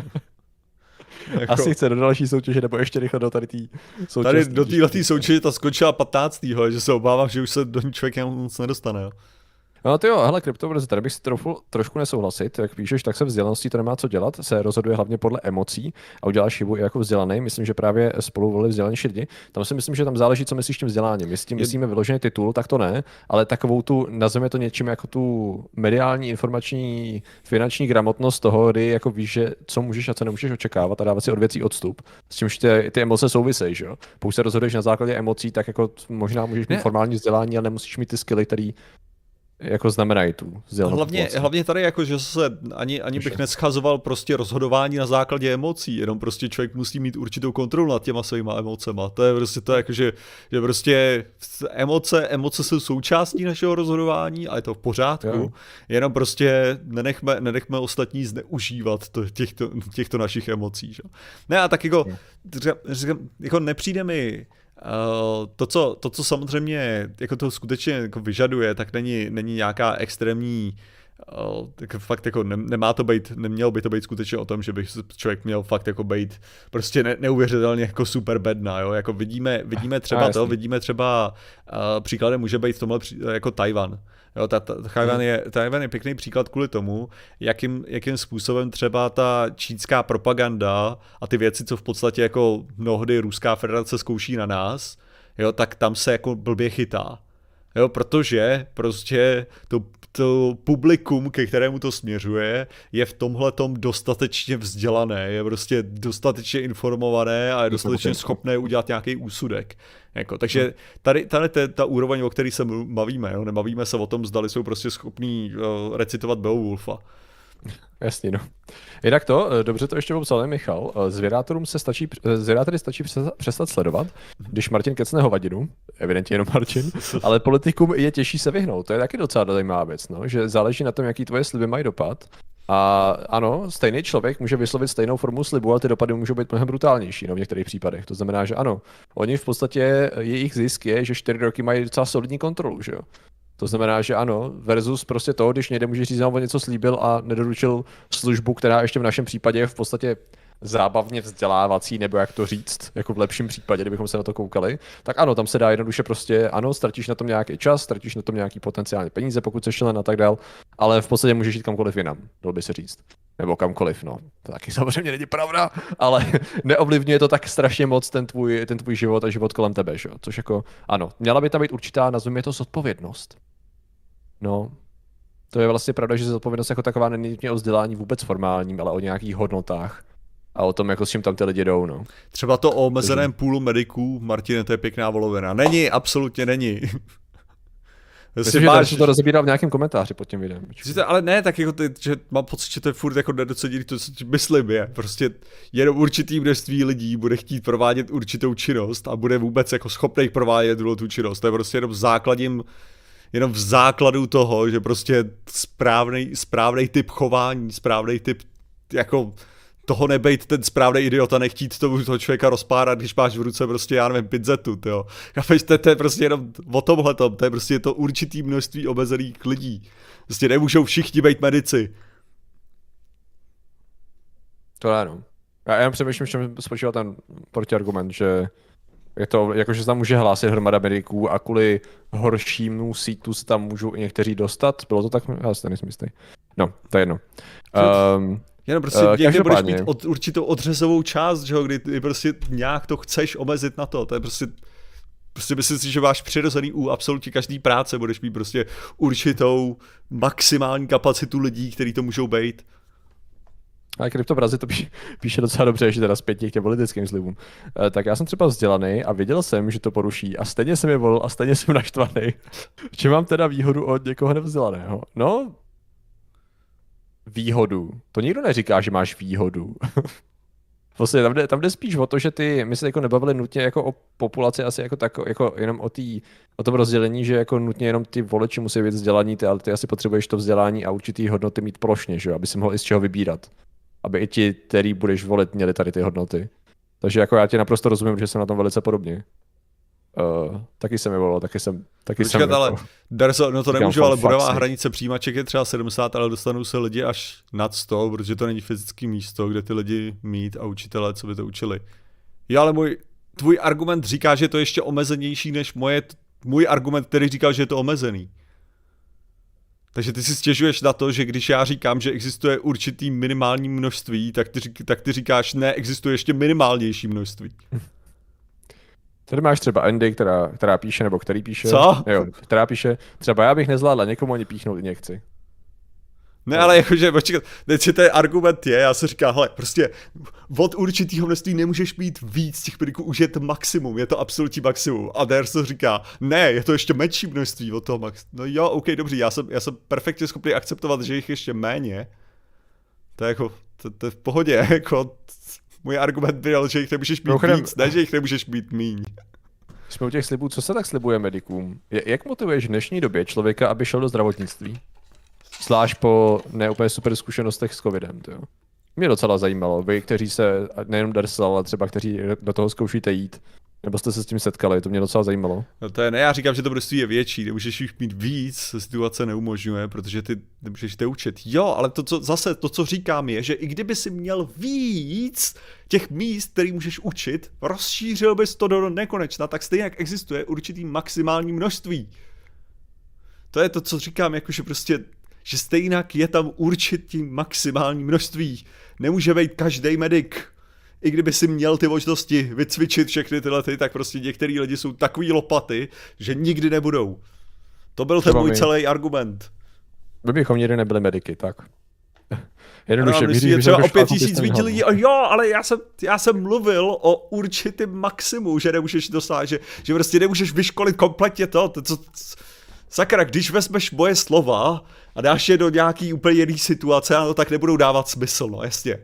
Jako... Asi chce do další soutěže, nebo ještě rychle do tady té soutěže. Tady do této soutěže ta skončila 15. že se obávám, že už se do ní člověk moc nedostane. Jo. No ty jo, hele, kryptoverze, tady bych si trošku nesouhlasit, jak píšeš, tak se vzdělaností to nemá co dělat, se rozhoduje hlavně podle emocí a uděláš chybu i jako vzdělaný. Myslím, že právě spolu volili vzdělanější lidi. Tam si myslím, že tam záleží, co myslíš tím vzděláním. Jestli tím myslíme vyložený titul, tak to ne, ale takovou tu, nazveme to něčím jako tu mediální, informační, finanční gramotnost toho, kdy jako víš, že co můžeš a co nemůžeš očekávat a dávat si od věcí odstup. S čímž ty emoce souvisejí, že jo. Pokud se rozhoduješ na základě emocí, tak jako možná můžeš mít formální vzdělání, ale nemusíš mít ty skilly, který jako znamenají tu vzdělanou. Hlavně tady jako, že se ani bych neschazoval prostě rozhodování na základě emocí, jenom prostě člověk musí mít určitou kontrolu nad těma svýma emocema. To je prostě to jako, že prostě emoce jsou součástí našeho rozhodování a je to v pořádku, jenom prostě nenechme ostatní zneužívat těchto našich emocí. Že? Ne a tak jako nepřijde mi to, co samozřejmě jako to skutečně jako vyžaduje, tak není nějaká extrémní, tak fakt jako nemělo by to být skutečně o tom, že by člověk měl fakt jako být prostě neuvěřitelně jako super bedna, jo, jako vidíme třeba vidíme třeba příkladem může být v tomhle jako Tajvan. Jo, Tajvan je pěkný příklad kvůli tomu, jakým způsobem třeba ta čínská propaganda a ty věci, co v podstatě jako mnohdy Ruská federace zkouší na nás, jo, tak tam se jako blbě chytá. Jo, protože prostě to publikum, ke kterému to směřuje, je v tomhletom dostatečně vzdělané, je prostě dostatečně informované a je dostatečně schopné udělat nějaký úsudek. Jako, takže tady ta úroveň, o které se bavíme, jo? Nebavíme se o tom, zdali jsou prostě schopní recitovat Beowulfa. Jasně, no. Jinak dobře to ještě popsal Michal, zvědátory stačí přestat sledovat, když Martin kecne hovadinu, evidentně jenom Martin, ale politikům je těžší se vyhnout, to je taky docela zajímavá věc, no? Že záleží na tom, jaký tvoje sliby mají dopad. A ano, stejný člověk může vyslovit stejnou formu slibu, ale ty dopady můžou být mnohem brutálnější, no, v některých případech. To znamená, že ano, oni v podstatě, jejich zisk je, že 4 roky mají docela solidní kontrolu, že jo. To znamená, že ano, versus prostě to, když někde může říct, že on něco slíbil a nedoručil službu, která ještě v našem případě je v podstatě zábavně vzdělávací, nebo jak to říct, jako v lepším případě, kdybychom se na to koukali, tak ano, tam se dá jednoduše prostě, ano, ztratíš na tom nějaký čas, ztratíš na tom nějaký potenciální peníze, pokud seš člen a tak dál, ale v podstatě můžeš jít kamkoliv jinam, dalo by se říct. Nebo kamkoliv, no. To taky samozřejmě není pravda, ale neovlivňuje to tak strašně moc ten tvůj život a život kolem tebe, že? Což jako, ano, měla by tam být určitá, nazveme to zodpovědnost. No, to je vlastně pravda, že zodpovědnost jako taková není nutně o vzdělání vůbec formálním, ale o nějakých hodnotách a o tom, jako s čím tam ty lidi jdou, no. Třeba to o omezeném půlu mediků, Martine, to je pěkná volovina. Není, absolutně není. Myslím, že tady se to rozebíral v nějakém komentáři pod tím videem. Ale ne, tak jako že mám pocit, že to je furt jako nedoceněný, to co myslím je. Prostě jenom určitý množství lidí bude chtít provádět určitou činnost a bude vůbec jako schopný provádět tu činnost. To je prostě jenom v základu toho, že prostě správnej typ chování, správnej typ jako toho nebejt ten správný idiot a nechtít toho člověka rozpárat, když máš v ruce prostě, já nevím, pizzetu, jo. To je prostě jenom o tomhletom, to je prostě to určitý množství omezených lidí. Prostě nemůžou všichni být medici. To ano. Já jen přemýšlím, v čem spočívá ten protiargument, že je to, jakože se tam může hlásit hromada mediků a kvůli horšímu sítu se tam můžou i někteří dostat. Bylo to tak? Já si nejsem jistý. No, to je jedno. Jenom prostě někde budeš mít určitou odřezovou část, že ho, kdy ty prostě nějak to chceš omezit na to. To je prostě myslím si, že máš přirozený u absolutně každý práce, budeš mít prostě určitou maximální kapacitu lidí, kteří to můžou být. A Kryptobrazi to píše docela dobře, že teda zpětně k těm politickým slibům. Tak já jsem třeba vzdělaný a věděl jsem, že to poruší a stejně jsem je volil a stejně jsem naštvaný. Že mám teda výhodu od někoho nevzdělaného. No, výhodu. To nikdo neříká, že máš výhodu. Vlastně tam jde spíš o to, že my se jako nebavili nutně jako o populaci asi jako jenom o tom rozdělení, že jako nutně jenom ty voliči musí být vzdělaní, ale ty asi potřebuješ to vzdělání a určitý hodnoty mít plošně, že? Aby si mohl i z čeho vybírat. Aby i ti, který budeš volit, měli tady ty hodnoty. Takže jako já tě naprosto rozumím, že jsem na tom velice podobně. Taky jsem je volil, taky jsem ale Darso, no to nemůžu, ale bodová hranice přijímaček je třeba 70, ale dostanou se lidi až nad 100, protože to není fyzické místo, kde ty lidi mít a učitelé, co by to učili. Jo, ale tvůj argument říká, že je to ještě omezenější než můj argument, který říkal, že je to omezený. Takže ty si stěžuješ na to, že když já říkám, že existuje určitý minimální množství, tak ty říkáš, ne, existuje ještě minimálnější množství. Tady máš třeba Andy, která píše, nebo který píše. Co? Jo, která píše, třeba já bych nezvládla někomu ani píchnout injekci. Ne, ale jakože, počkat, ten argument je, já si říkám, hele, prostě od určitého množství nemůžeš mít víc těch mediků, už je to maximum, je to absolutní maximum. A Darso říká, ne, je to ještě menší množství od toho maximum. No jo, ok, dobře, já jsem perfektně schopný akceptovat, že jich ještě méně. To je jako, to je v pohodě, jako, můj argument byl, že jich nemůžeš mít víc, ne, že jich nemůžeš mít míň. Jsme u těch slibů, co se tak slibuje medikům? Jak motivuješ v dnešní době člověka, aby šel do zdravotnictví? Zvlášť po neúplně super zkušenostech s covidem, jo. Mě docela zajímalo, vy, kteří se, nejenom Darsel, ale třeba kteří do toho zkoušíte jít, nebo jste se s tím setkali, to mě docela zajímalo. No to je, ne, já říkám, že to množství je větší, nemůžeš jich mít víc, situace neumožňuje, protože ty nemůžeš to učit. Jo, ale to, co říkám je, že i kdyby si měl víc těch míst, který můžeš učit, rozšířil bys to do nekonečna, tak stejně jak existuje určitý maximální množství. To je to, co říkám, jakože prostě že stejnak je tam určitý maximální množství. Nemůže být každý medic. I kdyby si měl ty možnosti vycvičit všechny tyhle, tak prostě některý lidi jsou takový lopaty, že nikdy nebudou. To byl ten můj celý argument. My bychom nikdy nebyli mediky, tak. Jednoduše, je třeba o 5000 lidí, jo, ale já jsem mluvil o určitém maximu, že nemůžeš dosáhnout, že prostě nemůžeš vyškolit kompletně to sakra, když vezmeš moje slova a dáš je do nějaký úplně jiný situace, no, tak nebudou dávat smysl, no jasně.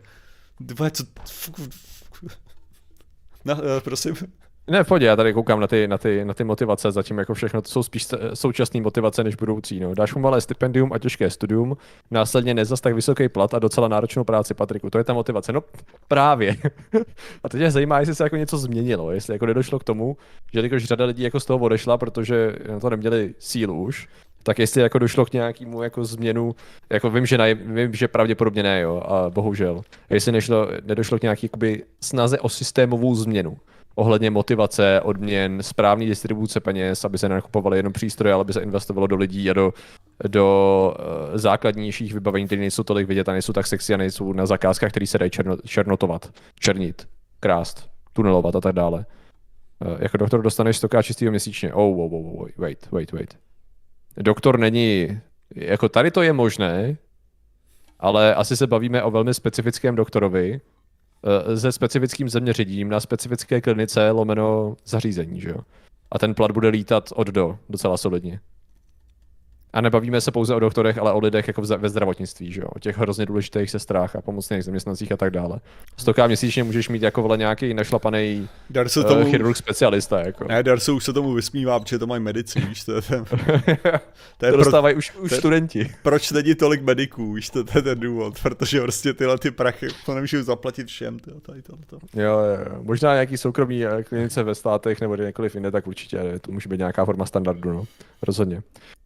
No, prosím. Ne, v pohodě, já tady koukám na ty motivace, zatím jako všechno to jsou spíš současné motivace než budoucí. No. Dáš mu malé stipendium a těžké studium, následně nezas tak vysoký plat a docela náročnou práci, Patriku. To je ta motivace. No právě. A teď mě zajímá, jestli se jako něco změnilo, jestli jako nedošlo k tomu, že jakož řada lidí jako z toho odešla, protože na to neměli sílu už. Tak jestli jako došlo k nějakému jako změnu, jako vím, že pravděpodobně ne, jo, a bohužel. Jestli nedošlo k nějaký jakoby snaze o systémovou změnu ohledně motivace, odměn, správný distribuce peněz, aby se nenakupovaly jenom přístroje, ale aby se investovalo do lidí a do základnějších vybavení, které nejsou tolik vidět a nejsou tak sexy a nejsou na zakázkách, které se dají černotovat, černit, krást, tunelovat a tak dále. Jako doktor dostaneš 100 čistého měsíčně. Wait. Doktor není, jako tady to je možné, ale asi se bavíme o velmi specifickém doktorovi, se specifickým zaměřením na specifické klinice lomeno zařízení, že jo. A ten plat bude lítat od do docela solidně. A nebavíme se pouze o doktorech, ale o lidech jako ve zdravotnictví, že jo. O těch hrozně důležitých sestrách a pomocných zaměstnancích a tak dále. 100 měsíčně můžeš mít jako vole nějaký našlapaný chirurg specialista, jako. Ne, Darso už se tomu vysmívá, protože to mají medici, víš, to to dostávají už studenti. Proč není tolik mediků, víš, to je ten důvod, protože prostě tyhle ty prachy to nemůžou zaplatit všem, tady to. Jo, možná nějaký soukromý klinice ve státech nebo kdekoliv jinde, tak určitě to může být nějaká forma standardu, no. Rozhodně.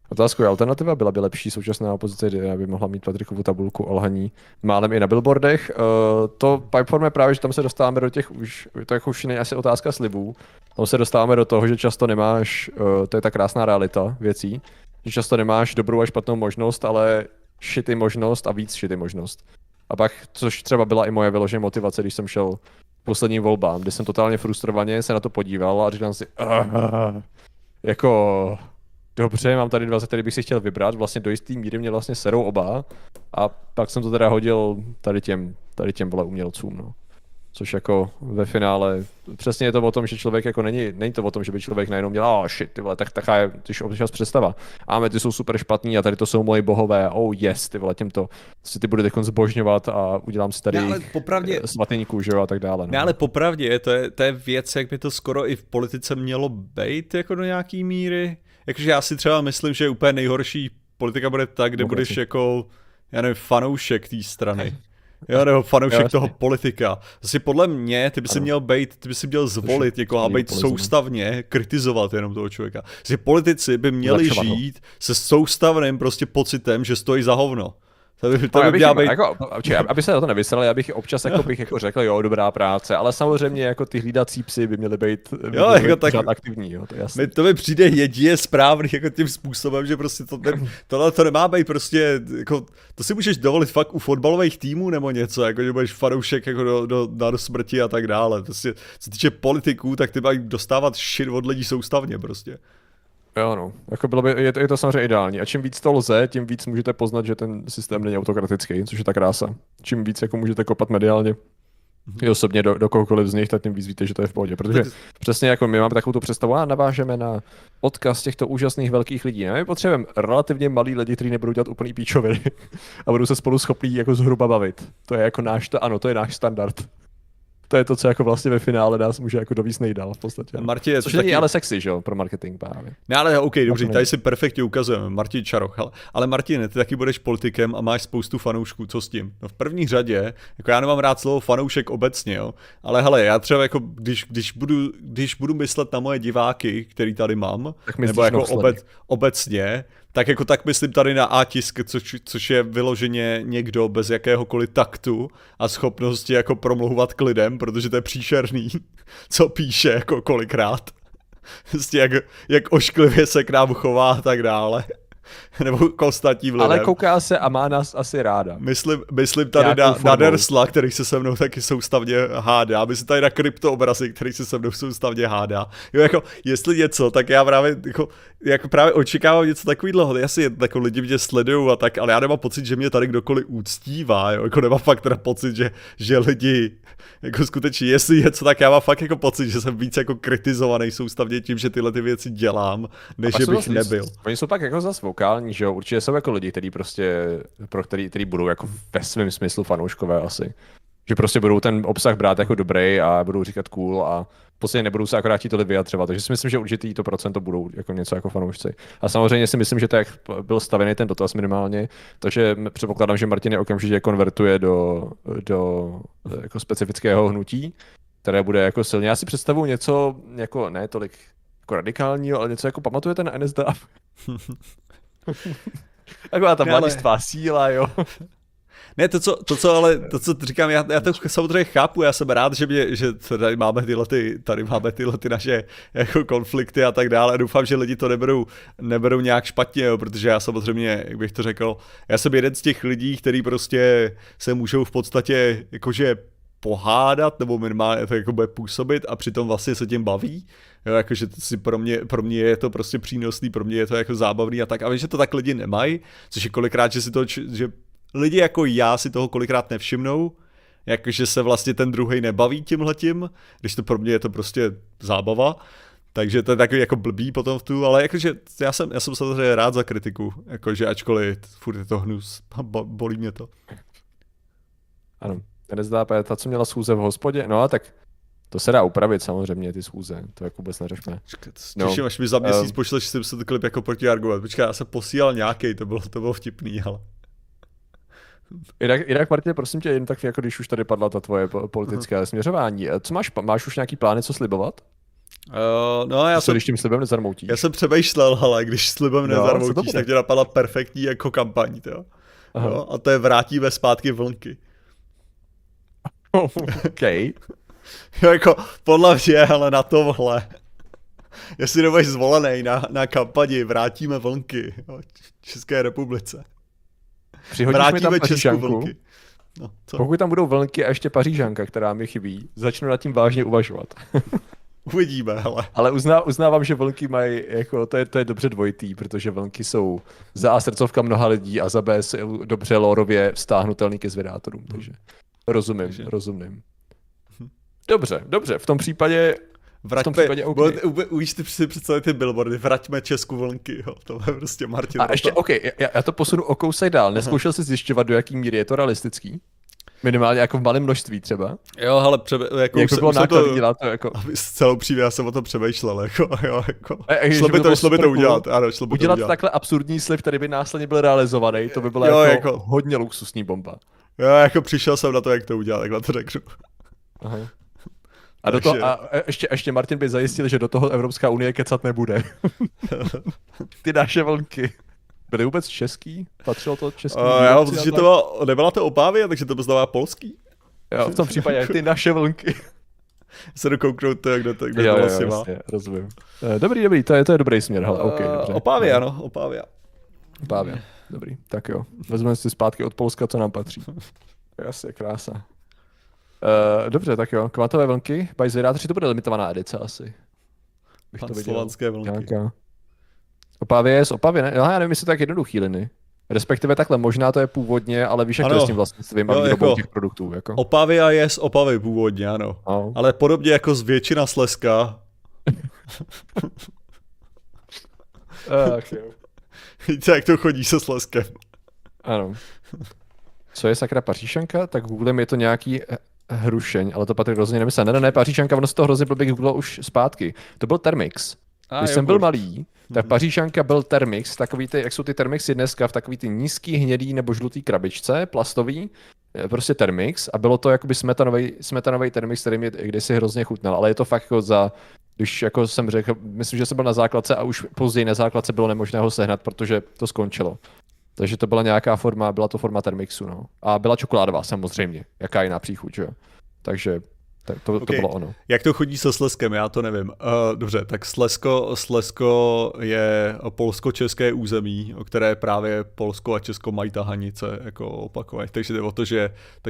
Otázku je alternativa, byla by lepší současná opozice, aby mohla mít Patrikovu tabulku o lhaní málem i na billboardech. To Pipeform je právě, že tam se dostáváme do těch to jako už není asi otázka slibů, tam se dostáváme do toho, že často nemáš, to je ta krásná realita věcí, že často nemáš dobrou a špatnou možnost, ale shitty možnost a víc shitty možnost. A pak, což třeba byla i moje vyloženě motivace, když jsem šel posledním volbám, kde jsem totálně frustrovaně se na to podíval a říkám si, jako dobře, mám tady dva, ze kterých bych si chtěl vybrat, vlastně do jistý míry mě vlastně serou oba a pak jsem to teda hodil tady těm vole umělcům, no. Což jako ve finále, přesně je to o tom, že člověk jako není to o tom, že by člověk najednou měl, shit, ty vole, tak taková je občas představa. Ty jsou super špatný a tady to jsou moji bohové, yes, ty vole, těmto si ty budu teď zbožňovat a udělám si tady svatyníků, že jo, a tak dále. No. Ne, ale popravdě, to je věc, jak by to skoro i v politice mělo být, jako do nějaký míry. Jakože já si třeba myslím, že úplně nejhorší politika bude tak, kde budeš jako, já nevím, fanoušek té strany. Jo, nebo fanoušek toho politika. Zase podle mě, ty by si měl zvolit někoho a být soustavně, kritizovat jenom toho člověka. Zase politici by měli žít se soustavným prostě pocitem, že stojí za hovno. Aby se na to nevysrali, já bych občas jako bych jako řekl, jo, dobrá práce, ale samozřejmě jako ty hlídací psy by měli být aktivní, jo, to je jasný. To mi přijde jedině správný jako tím způsobem, že prostě tohle to nemá být prostě, jako, to si můžeš dovolit fakt u fotbalových týmů nebo něco, jako že budeš fanoušek jako do smrti a tak dále. Prostě, co se týče politiků, tak ty mají dostávat shit od lidí soustavně prostě. Jo, no. Jako je to samozřejmě ideální. A čím víc to lze, tím víc můžete poznat, že ten systém není autokratický, což je ta krása. Čím víc jako můžete kopat mediálně i osobně do kohokoliv z nich, tak tím víc víte, že to je v pohodě. Protože přesně jako my máme takovou tu představu, navážeme na odkaz těchto úžasných velkých lidí. My potřebujeme relativně malý lidi, kteří nebudou dělat úplný píčoviny a budou se spolu schopní jako zhruba bavit. To je jako to je náš standard. To je to, co jako vlastně ve finále nás může jako dovíc nejdál v podstatě. Martin, což není ale sexy, že jo, pro marketing právě. Ne, ale OK, dobře, tady si perfektně ukazujeme, Martin Čaroch, ale Martin, ty taky budeš politikem a máš spoustu fanoušků, co s tím? No v první řadě, jako já nemám rád slovo fanoušek obecně, jo, ale hele, já třeba jako, když budu myslet na moje diváky, který tady mám, nebo jako obecně, tak jako tak myslím tady na A-tisk, což je vyloženě někdo bez jakéhokoliv taktu a schopnosti jako promlouvat k lidem, protože to je příšerný, co píše jako kolikrát. Prostě jak ošklivě se k nám chová a tak dále. Nebo k ostatním lidem. Ale kouká se a má nás asi ráda. Myslím tady na Dersla, který se se mnou taky soustavně hádá. Myslím tady na kryptoobrazy, který se se mnou soustavně hádá. Jo, jako, jestli něco, tak já právě, jako právě očekávám něco takového. Jasně, jako lidi mě sledují a tak, ale já nemám pocit, že mě tady kdokoliv úctívá. Jo? Jako nemám fakt teda pocit, že lidi, jako skutečně, jestli něco, tak já mám fakt jako pocit, že jsem víc jako kritizovaný soustavně tím, že tyhle ty věci dělám, než že bych nebyl. Oni jsou pak jako zase vokální, že jo, určitě jsou jako lidi, kteří prostě, který budou jako ve svém smyslu fanouškové asi. Že prostě budou ten obsah brát jako dobrý a budou říkat cool a v podstatě nebudou se akorát tohle vyjadřovat. Takže si myslím, že určitě to procento budou jako něco jako fanoušci. A samozřejmě si myslím, že tak byl stavěný ten dotaz minimálně, takže předpokládám, že Martin je okamžitě konvertuje do jako specifického hnutí, které bude jako silně. Já si představuji něco jako ne tolik jako radikálního, ale něco jako pamatujete na NSDAP? Taková ta mladistvá síla, jo. Ne, to, co říkám, já to samozřejmě chápu, já jsem rád, že tady máme tyhle naše jako konflikty a tak dále. Doufám, že lidi to neberou nějak špatně, jo, protože já samozřejmě, jak bych to řekl, já jsem jeden z těch lidí, kteří prostě se můžou v podstatě jakože pohádat, nebo minimálně to jako bude působit a přitom vlastně se tím baví. Jo, jakože pro mě je to prostě přínosný, pro mě je to jako zábavný a tak. A vím, že to tak lidi nemají, což je kolikrát, že lidi jako já si toho kolikrát nevšimnou, jakože se vlastně ten druhej nebaví tímhletím, když to pro mě je to prostě zábava. Takže to je takový jako blbý potom v tu, ale jakože já jsem samozřejmě rád za kritiku, jakože ačkoliv furt je to hnus, bolí mě to. Ano. NSDAP je ta, co měla schůze v hospodě, no a tak to se dá upravit samozřejmě, ty schůze, to jako vůbec neřešme. Těším, až mi za měsíc pošleš, že jsem se to klip jako protiargument. Počkej, já jsem posílal nějaký, to bylo vtipný, ale... Jinak Martin, prosím tě, jen tak jako když už tady padla ta tvoje politické směřování, co máš už nějaký plány, co slibovat? No, když tím slibem nezarmoutíš. Já jsem přemýšlel, ale když slibem nezarmoutíš, tak tě napadla perfektní jako kampaň, jo? A to je vrátíme zpátky vlnky. OK. Jako, podle mě, ale na tohle. Jestli nebudeš zvolený na kampani, vrátíme vlnky, jo, České republice. Vrátíme Českou vlnky. No, pokud tam budou vlnky a ještě Pařížanka, která mi chybí, začnu nad tím vážně uvažovat. Uvidíme, hele. Ale uznávám, že vlnky mají, jako, to je dobře dvojitý, protože vlnky jsou za A srdcovka mnoha lidí a za B dobře lórově vztáhnutelný ke zvědátorům, takže rozumím. Dobře, v tom případě... Už ty si představit ty billboardy, vraťme Česku vlnky, jo, to je prostě Martin. A ještě, já to posunu o kousek dál, neskoušel jsi zjišťovat, do jaký míry je to realistický? Minimálně jako v malém množství třeba. Jo, ale jako jak to bylo nákladný dělat to jako. S celou příběh já jsem o tom přemýšlel, jako. Šlo by to udělat, ano, šlo by udělat to udělat. takhle absurdní slib, který by následně byl realizovaný, to by byla jako hodně luxusní bomba. Jo, jako přišel jsem na to, jak to udělat, takhle to řeknu. Aha. A ještě Martin by zajistil, že do toho Evropská unie kecat nebude. Ty naše vlnky. Byly vůbec český? Patřilo to český? Já mám že to nebyla to Opavia, takže to by znamená polský. Jo, v tom případě ty naše vlnky. Se dokouknout to, kde to vlastně má. Rozumím. Dobrý, to je dobrý směr, hele, okay, dobře. Opavia, no, Opavia. Dobrý, tak jo. Vezmeme si zpátky od Polska, co nám patří. Jasně, krása. Dobře, tak jo, kvantové vlnky, by zvědátoři, to bude limitovaná edice asi. Slovanské vlnky. Nějaká. Opavě je z Opavy, ne? Já nevím, jestli to tak jednoduchý liny. Respektive takhle, možná to je původně, ale víš, jak to je s tím vlastnictvím a výrobou těch produktů. Jako. Opavia je z Opavy původně, ano. Ale podobně jako z většina Slezska. Víte, jak to chodí se Slezskem. Ano. Co je sakra Pařížanka? Tak Googlem je to nějaký hrušeň, ale to Patrik rozhodně nemyslel. Ne, Pařížanka, ono se to hrozně blbě Google už zpátky. To byl Thermix. Když jsem byl malý, tak Pařížanka byl Thermix, takový ty, jak jsou ty Thermixy dneska, v takový ty nízký, hnědý nebo žlutý krabičce, plastový, prostě Thermix a bylo to jakoby smetanový Thermix, který mě kdysi hrozně chutnal, ale je to fakt jako když jako jsem řekl, myslím, že jsem byl na základce a už později na základce bylo nemožné ho sehnat, protože to skončilo. Takže to byla nějaká forma, byla to forma Thermixu, no. A byla čokoládová samozřejmě, jaká jiná příchuť, že jo. Takže to bylo ono. Jak to chodí se Slezskem, já to nevím. Dobře, tak Slezsko je polsko-české území, o které právě Polsko a Česko mají tahanice jako opakovaně. Takže jde o to, že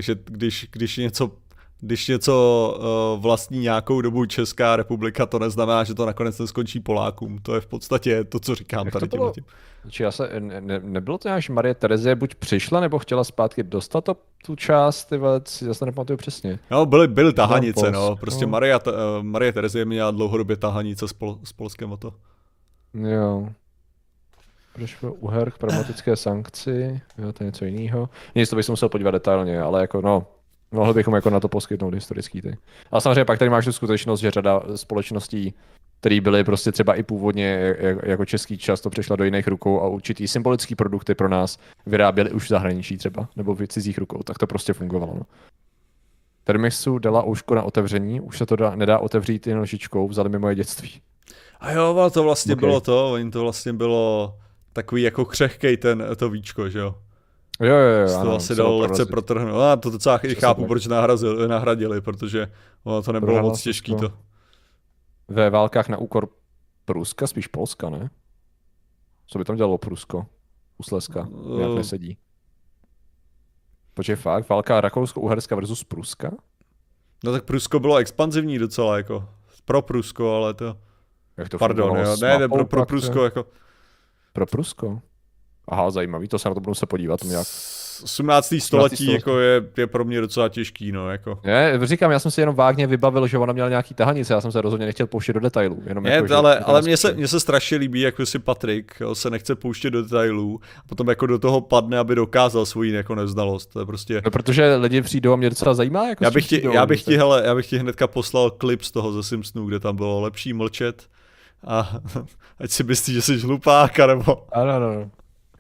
když něco vlastní nějakou dobu Česká republika, to neznamená, že to nakonec neskončí Polákům. To je v podstatě to, co říkám tady tím. Nebylo to nějak, že Marie Terezie buď přišla, nebo chtěla zpátky dostat tu část, já se nepamatuju přesně. No, byly tahanice, no. Prostě Marie Terezie měla dlouhodobě tahanice s Polskem o to. Jo. Proč byl Uher k pragmatické sankci? Jo, to je něco jiného. Nic, to bych se musel podívat detailně, ale jako no, mohli bychom jako na to poskytnout historický ty. Ale samozřejmě pak tady máš tu skutečnost, že řada společností, které byly prostě třeba i původně jako český, často přešla do jiných rukou a určitý symbolický produkty pro nás vyráběli už v zahraničí třeba, nebo v cizích rukou, tak to prostě fungovalo. No. Thermixu dala ouško na otevření, už se to nedá otevřít jen lžičkou, vzali mi moje dětství. A jo, to vlastně bylo to, oni to vlastně bylo takový jako křehkej to víčko, že jo? Jo, to asi dalo lehce protrhnout. A to docela chápu, proč nahradili, protože to nebylo moc těžký to. Ve válkách na úkor Pruska, spíš Polska, ne? Co by tam dělalo Prusko? U Slezska, nějak nesedí. Počkej, fakt? Válka Rakousko-Uherska versus Pruska? No tak Prusko bylo expanzivní docela, jako. Pro Prusko, ale to... Jak to pardon, jo. Ne, pro Prusko, jako... Pro Prusko? Aha, zajímavý, to se na to budu se podívat nějak. 18. století jako je pro mě docela těžký, no, jako. Ne, říkám, já jsem si jenom vágně vybavil, že ona měla nějaký tahanice, já jsem se rozhodně nechtěl pouštět do detailů. Ale mně se strašně líbí, jak si Patrik se nechce pouštět do detailů a potom jako do toho padne, aby dokázal svoji jako neznalost. To je prostě... No, protože lidi přijdou a mě docela zajímá, jako já bych ti hnedka poslal klip z toho ze Simpsonů, kde tam bylo lepší mlčet a ať si myslíš, že jsi hlupák, nebo... Ano.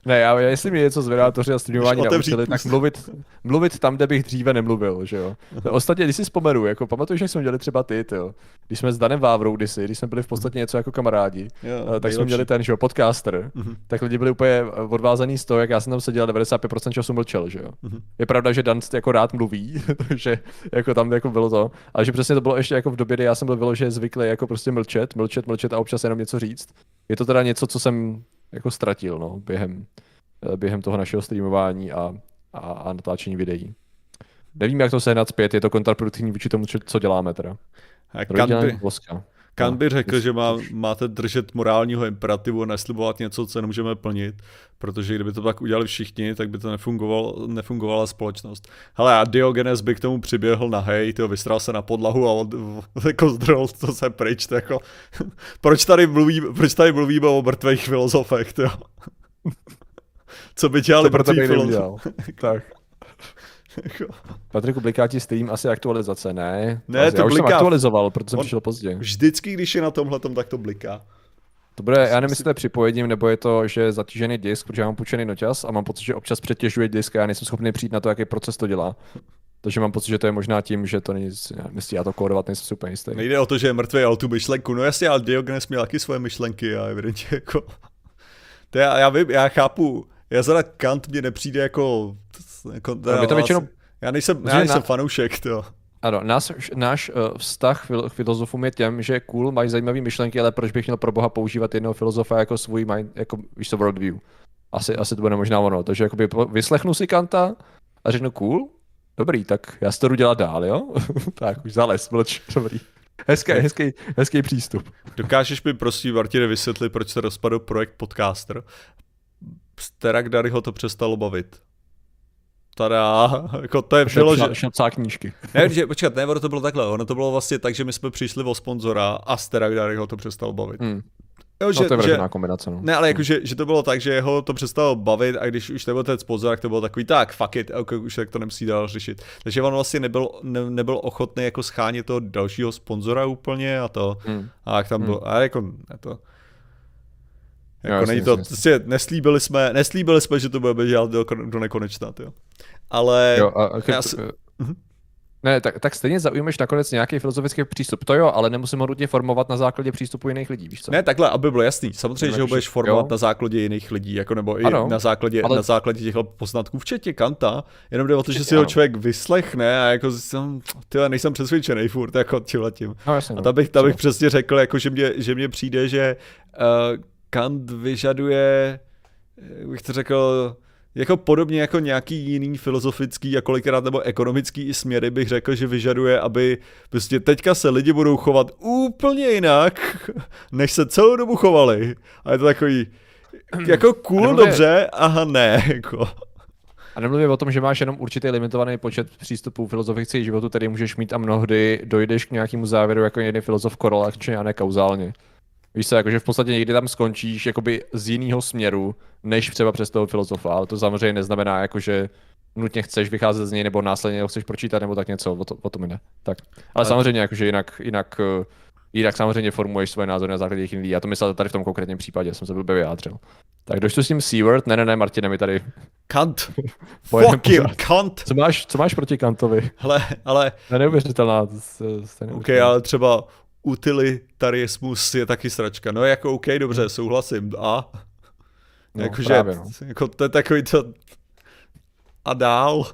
Ne, já jestli mě něco z moderátoři a streamování naučili, tak mluvit tam, kde bych dříve nemluvil, že jo. Ostatně, když si vzpomenu, jako pamatuješ, jak jsme dělali třeba ty, jo. Když jsme s Danem Vávrou když jsme byli v podstatě něco jako kamarádi, tak jsme měli ten, že jo, podcaster, tak lidi byli úplně odvázaný z toho, jak já jsem tam seděl, 95% času mlčel, že jo. Je pravda, že Dan jako rád mluví, že jako tam jako bylo to, ale že přesně to bylo ještě jako v době, kdy já jsem byl vyloženě zvyklý jako prostě mlčet a občas jenom něco říct. Je to teda něco, co jsem jako ztratil, no, během toho našeho streamování a natáčení videí. Nevím, jak to sehnat zpět, je to kontraproduktivní vůči tomu, co děláme teda. Kant by řekl, že máte držet morálního imperativu a neslibovat něco, co nemůžeme plnit, protože kdyby to tak udělali všichni, tak by to nefungovala společnost. Hele, a Diogenes by k tomu přiběhl na hejt, vystral se na podlahu a jako zdrhl to se pryč, jako, proč tady mluvíme o mrtvých filozofech, jo? Co by dělali mrtví filozofy? Tak. Patriku, bliká ti stream asi aktualizace, ne? Ne, to já už bliká. jsem aktualizoval, protože jsem přišel pozdě. Vždycky, když je na tomhletom, tak to bliká. To bude, já nevím, jestli to je připojením, nebo je to, že je zatížený disk, protože já mám půjčený noťaz a mám pocit, že občas přetěžuje disk a já nejsem schopný přijít na to, jaký proces to dělá. Takže mám pocit, že to je možná tím, že to nestíhá to kódovat, nejsem super jistý. Nejde o to, že je mrtvý, ale tu myšlenku. No jasně, ale Diogenes měl taky svoje myšlenky a evidentně jako... To já vím, já chápu. Já zada Kant mě nepřijde jako to většinou... Já nejsem fanoušek, to. Ano, náš vztah k filozofům je těm, že cool, mají zajímavé myšlenky, ale proč bych měl pro boha používat jednoho filozofa jako svůj mind, jako víš co, worldview. Asi to bude možná ono, takže jakoby vyslechnu si Kanta a řeknu cool, dobrý, tak já si to jdu dělat dál, jo? Tak už zales, mlč, dobrý. Hezký přístup. Dokážeš mi prosím, Martine, vysvětlit, proč se rozpadl projekt Podcaster? Sterak Daryho to přestalo bavit. Tada, jako to je bylo, že... Šel knížky. Ne, počkat, ono to bylo takhle, ono to bylo vlastně tak, že my jsme přišli o sponzora a Sterak Daryho to přestalo bavit. Jo, to je vražená kombinace, no. Ne, ale jakože, že to bylo tak, že jeho to přestalo bavit a když už nebyl ten sponzor, tak to bylo takový, tak fuck it, okay, už tak to nemusí dál řešit. Takže on vlastně nebyl ochotný jako schánět toho dalšího sponzora úplně a to. A jak tam bylo, a jako ne to. Jako není to, prostě neslíbili jsme, že to budeme dělat do nekonečna, jo. Ale... Jo, Ne, tak stejně zaujmeš nakonec nějaký filozofický přístup. To jo, ale nemusím ho nutně formovat na základě přístupu jiných lidí, víš co? Ne, takhle, aby bylo jasný. Samozřejmě, že ho budeš formovat na základě jiných lidí, jako nebo i na základě těch poznatků, včetně Kanta, jenom jde o to, že si ho člověk vyslechne a jako nejsem přesvědčený furt jako tímhletím. No, jasně, a tam bych přesně řekl, jako, že mně přijde, že Kant vyžaduje, bych to řekl, jako podobně jako nějaký jiný filozofický a kolikrát nebo ekonomický i směry bych řekl, že vyžaduje, aby prostě teďka se lidi budou chovat úplně jinak, než se celou dobu chovali. A je to takový, jako cool, dobře, aha ne, jako. A nemluvím o tom, že máš jenom určitý limitovaný počet přístupů filozofických životů, který můžeš mít a mnohdy dojdeš k nějakému závěru jako jiný filozof korelačně a ne kauzálně. Víš co, jakože v podstatě někdy tam skončíš jakoby z jiného směru, než třeba přes toho filozofa, ale to samozřejmě neznamená, jakože nutně chceš vycházet z něj, nebo následně ho chceš pročítat, nebo tak něco, o to mi jde. Tak. Ale samozřejmě, jakože jinak samozřejmě formuješ svoje názory na základě jiných lidí. Já to myslel tady v tom konkrétním případě, jsem se blbě vyjádřil. Tak došli s tím C-word? Ne, Martine, mi tady... Kant. Fucking Kant. Co máš proti Kantovi? Hele, ale... Neuvěřitelná. OK, ale třeba utilitarismus je taky sračka. No jako OK, dobře, souhlasím. A? No, jakože, právě, no. Jako to je takový to... A dál?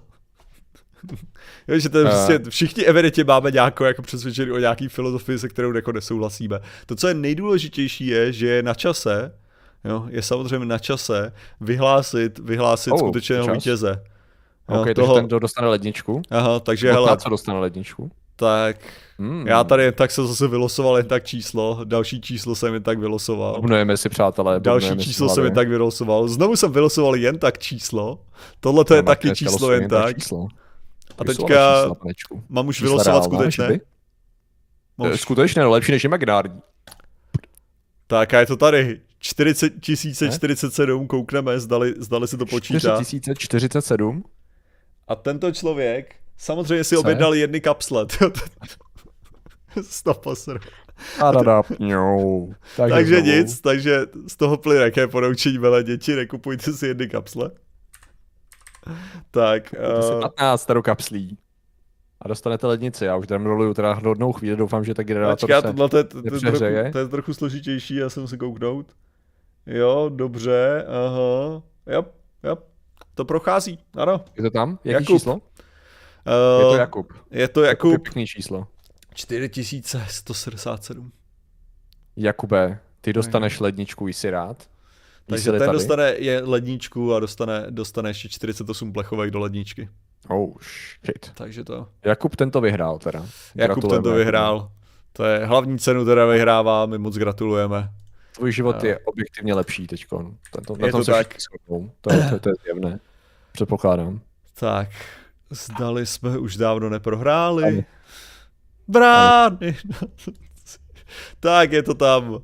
Jo, že to je prostě, všichni evidentně máme nějakou jako přesvědčení o nějaký filozofii, se kterou jako nesouhlasíme. To, co je nejdůležitější je, že je na čase, jo, je samozřejmě na čase vyhlásit skutečného vítěze. Jo, OK, takže ten dostane ledničku. Aha, takže hele. Co dostane ledničku? Tak já tady jen tak se zase vylosoval jen tak číslo, další číslo jsem jen tak vylosoval. Obnujeme si, přátelé. Další číslo jsem jen tak vylosoval. Znovu jsem vylosoval jen tak číslo. Tohle to je taky číslo jen tak. A teďka mám už vylosovat skutečně. Skutečně, lepší než imaginární. Tak a je to tady. 40 047, koukneme, zdali si to počítá. 40 047? A tento člověk samozřejmě si objednal jedny kapsle. 100%. Takže nic, takže z toho plyne jaké ponaučení, milé děti, nekupujte si jedny kapsle. Tak. 15 kapslí. A dostanete lednici, já už tam roluju teda hodnou chvíli, doufám, že ta generátor to je trochu složitější, já jsem si kouknout. Jo, dobře, aha, jo, to prochází, ano. Je to tam? Jaký Jakub. číslo? Je to Jakub. Je to Jakub. Je pěkný číslo. 4177. Jakube, ty dostaneš ledničku, jsi rád? Takže ten dostane ledničku a dostane ještě 48 plechovek do ledničky. Oh shit. Takže to. Jakub tento vyhrál teda. Jakub tento vyhrál. To je hlavní cenu, teda vyhrává, my moc gratulujeme. Tvůj život je objektivně lepší teďko. Je to tak. To je zjevné. Předpokládám. Tak, zdali jsme už dávno neprohráli. Brány. Tak, je to tam.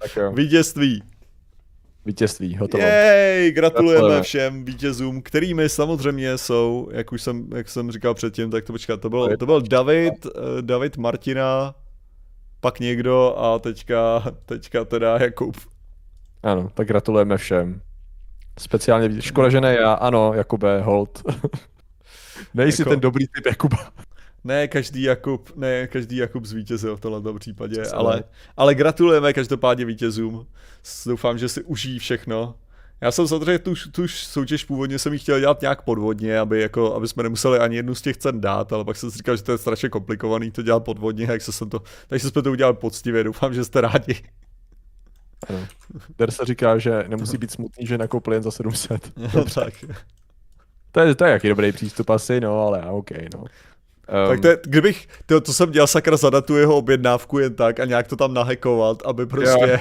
Vítězství, hotovo. Jej, gratulujeme všem vítězům, kterými samozřejmě jsou, jak jsem říkal předtím, tak to počkat, to byl David, Martina, pak někdo a teďka teda Jakub. Ano, tak gratulujeme všem. Speciálně, škoda, že ne já, ano, Jakube, hold. Nejsi ten dobrý typ Jakuba. Ne, každý Jakub zvítězil v tomto případě, ale gratulujeme každopádně vítězům. Doufám, že si užijí všechno. Já jsem samozřejmě tu soutěž původně jsem ji chtěl dělat nějak podvodně, aby jsme nemuseli ani jednu z těch cen dát, ale pak jsem si říkal, že to je strašně komplikovaný to dělat podvodně, takže jsme to udělali poctivě, doufám, že jste rádi. Ano. Dersa říká, že nemusí být smutný, že nakoupil jen za 700. Tak. To je jaký dobrý přístup asi, no, ale OK, no. Tak to jsem dělal sakra zadat tu jeho objednávku jen tak a nějak to tam nahackovat, aby prostě...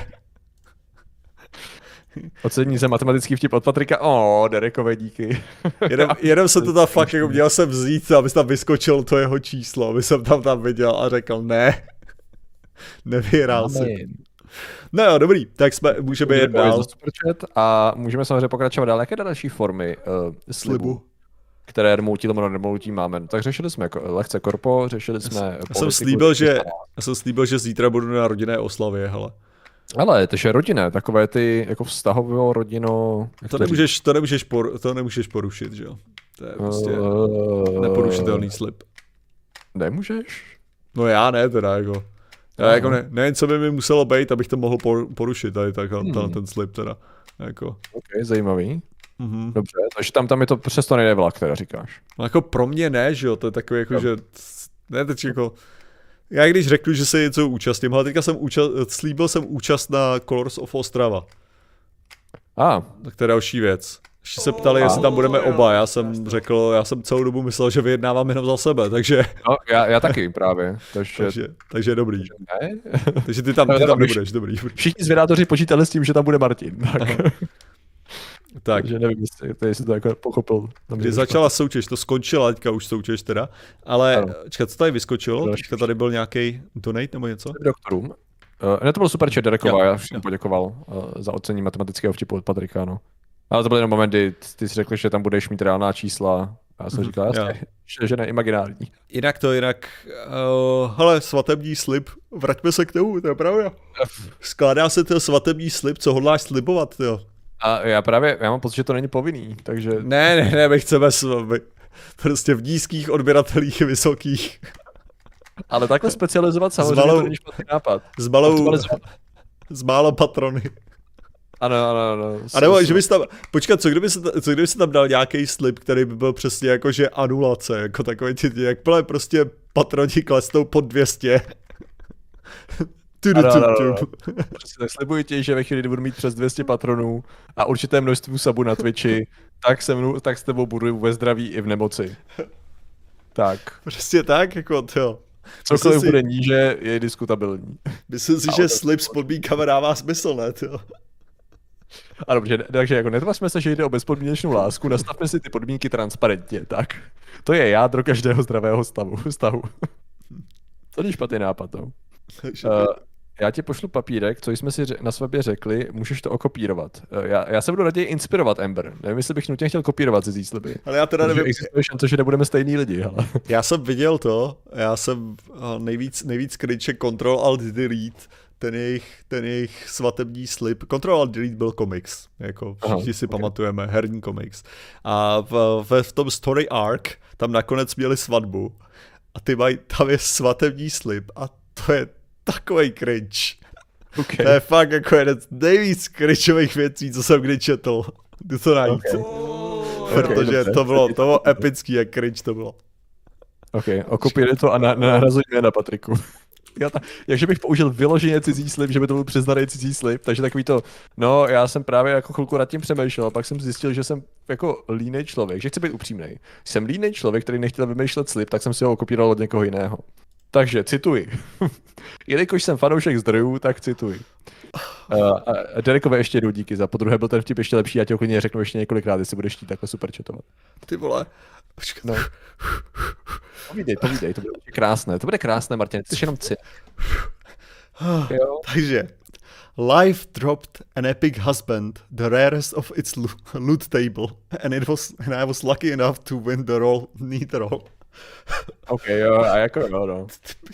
Ocení se matematický vtip od Patrika. Derekové díky. Jenom jsem to tam fakt, jako měl jsem vzít, aby tam vyskočilo to jeho číslo, aby jsem tam viděl a řekl ne. Nevyhrál si. No jo, dobrý, tak můžeme jít dál. A můžeme samozřejmě pokračovat dál. Jaké další formy slibu? Které rmoutí nebo nermoutí máme. Tak řešili jsme lehce korpo, řešili jsme Já jsem slíbil, že zítra budu na rodinné oslavě, hele. Ale to je rodinné, takové ty jako vztahovou rodinu. To nemůžeš porušit, že jo? To je prostě neporušitelný slib. Nemůžeš? No já ne teda, jako. Já jako nejen co by mi muselo být, abych to mohl porušit, tady ten slib teda. Jako. OK, zajímavý. Mm-hmm. Dobře, takže tam je to přesto nejde vlak, teda říkáš. No jako pro mě ne, že jo, to je takový jako, že ne teď jako, já když řeknu, že se něco účastním, ale teďka slíbil jsem účast na Colors of Ostrava. Tak to je další věc. Ještě se ptali, jestli tam budeme oba, já jsem celou dobu myslel, že vyjednávám jenom za sebe, takže... No, já taky právě, takže dobrý. Ne? Takže ty tam nebudeš, dobrý. Všichni zvědátoři počítali s tím, že tam bude Martin, tak... Tak. Takže nevím, jestli to jako pochopil. Když začala soutěž, to skončila teďka už soutěž teda, ale čekat, co tady vyskočilo? Teďka tady byl nějaký donate nebo něco? Doktorům. Ne, to byl super chat Dereková, já jsem poděkoval za ocenění matematického vtipu od Patrika, no. Ale to byl jenom moment, kdy ty si řekl, že tam budeš mít reálná čísla. Já jsem říkal, že ne imaginární. Jinak, hele, svatební slib, vraťme se k tomu, to je pravda. Skládá se ten svatební slib, co hodláš slibovat, jo? A já mám pocit, že to není povinný, takže... Ne, my chceme prostě v nízkých odběratelích vysokých. Ale takhle specializovat samozřejmě to není špatný nápad. S málo patrony. Ano. A nebo, že bys tam, počkat, co kdyby se tam dal nějaký slib, který by byl přesně jako, že anulace, jako takový jakmile prostě patroni klesnou pod 200. Prostě tak slibuji ti, že ve chvíli, kdy budu mít přes 200 patronů a určité množství sabů na Twitchi, tak s tebou budu ve zdraví i v nemoci. Tak. Prostě tak, jako to. Cokoliv bude níže, je diskutabilní. Myslím si, že slib s podmínkami dává smysl, ne, to. A dobře, takže jako netvařme se, že jde o bezpodmínečnou lásku, nastavme si ty podmínky transparentně, tak. To je jádro každého zdravého vztahu. To není špatný nápad, no. já ti pošlu papírek, co jsme si na svatbě řekli, můžeš to okopírovat. Já se budu raději inspirovat, Ember. Nevím, jestli bych nutně chtěl kopírovat cizí sliby. Ale já teda nevím. Existuje šance, že nebudeme stejný lidi, ale. Já jsem viděl to, já jsem nejvíc cringe Ctrl-Alt-Delete, ten jejich svatební slib. Ctrl-Alt-Delete byl komiks, jako všichni si pamatujeme, herní komiks. A v tom story arc tam nakonec měli svatbu a tam je svatební slib a to je takovej cringe. Okay. To je fakt jako jeden z nejvíc cringeových věcí, co jsem kdy četl. Jdu to najít. Protože to bylo epický, jak cringe to bylo. Ok, okopíruj to a nahrazuj jména, Patriku. Jakže bych použil vyloženě cizí slib, že by to byl přiznaný cizí slib, takže takový to, no já jsem právě jako chvilku nad tím přemýšlel a pak jsem zjistil, že jsem jako línej člověk, že chci být upřímnej. Jsem línej člověk, který nechtěl vymýšlet slib, tak jsem si ho okopíroval od někoho jiného. Takže cituji. Jelikož jsem fanoušek zdrojů, tak cituji. Derekovi ještě jednou díky za podruhé, byl ten vtip ještě lepší, já ti okolně řeknu ještě několikrát, jestli budeš chtít takhle super chatovat. Ty vole. No. Povídej, to bude krásné, Martin, ty jsi jenom cit. Takže, Life dropped an epic husband, the rarest of its loot table, and I was lucky enough to win the role. Ok, jo, a jako jo, no.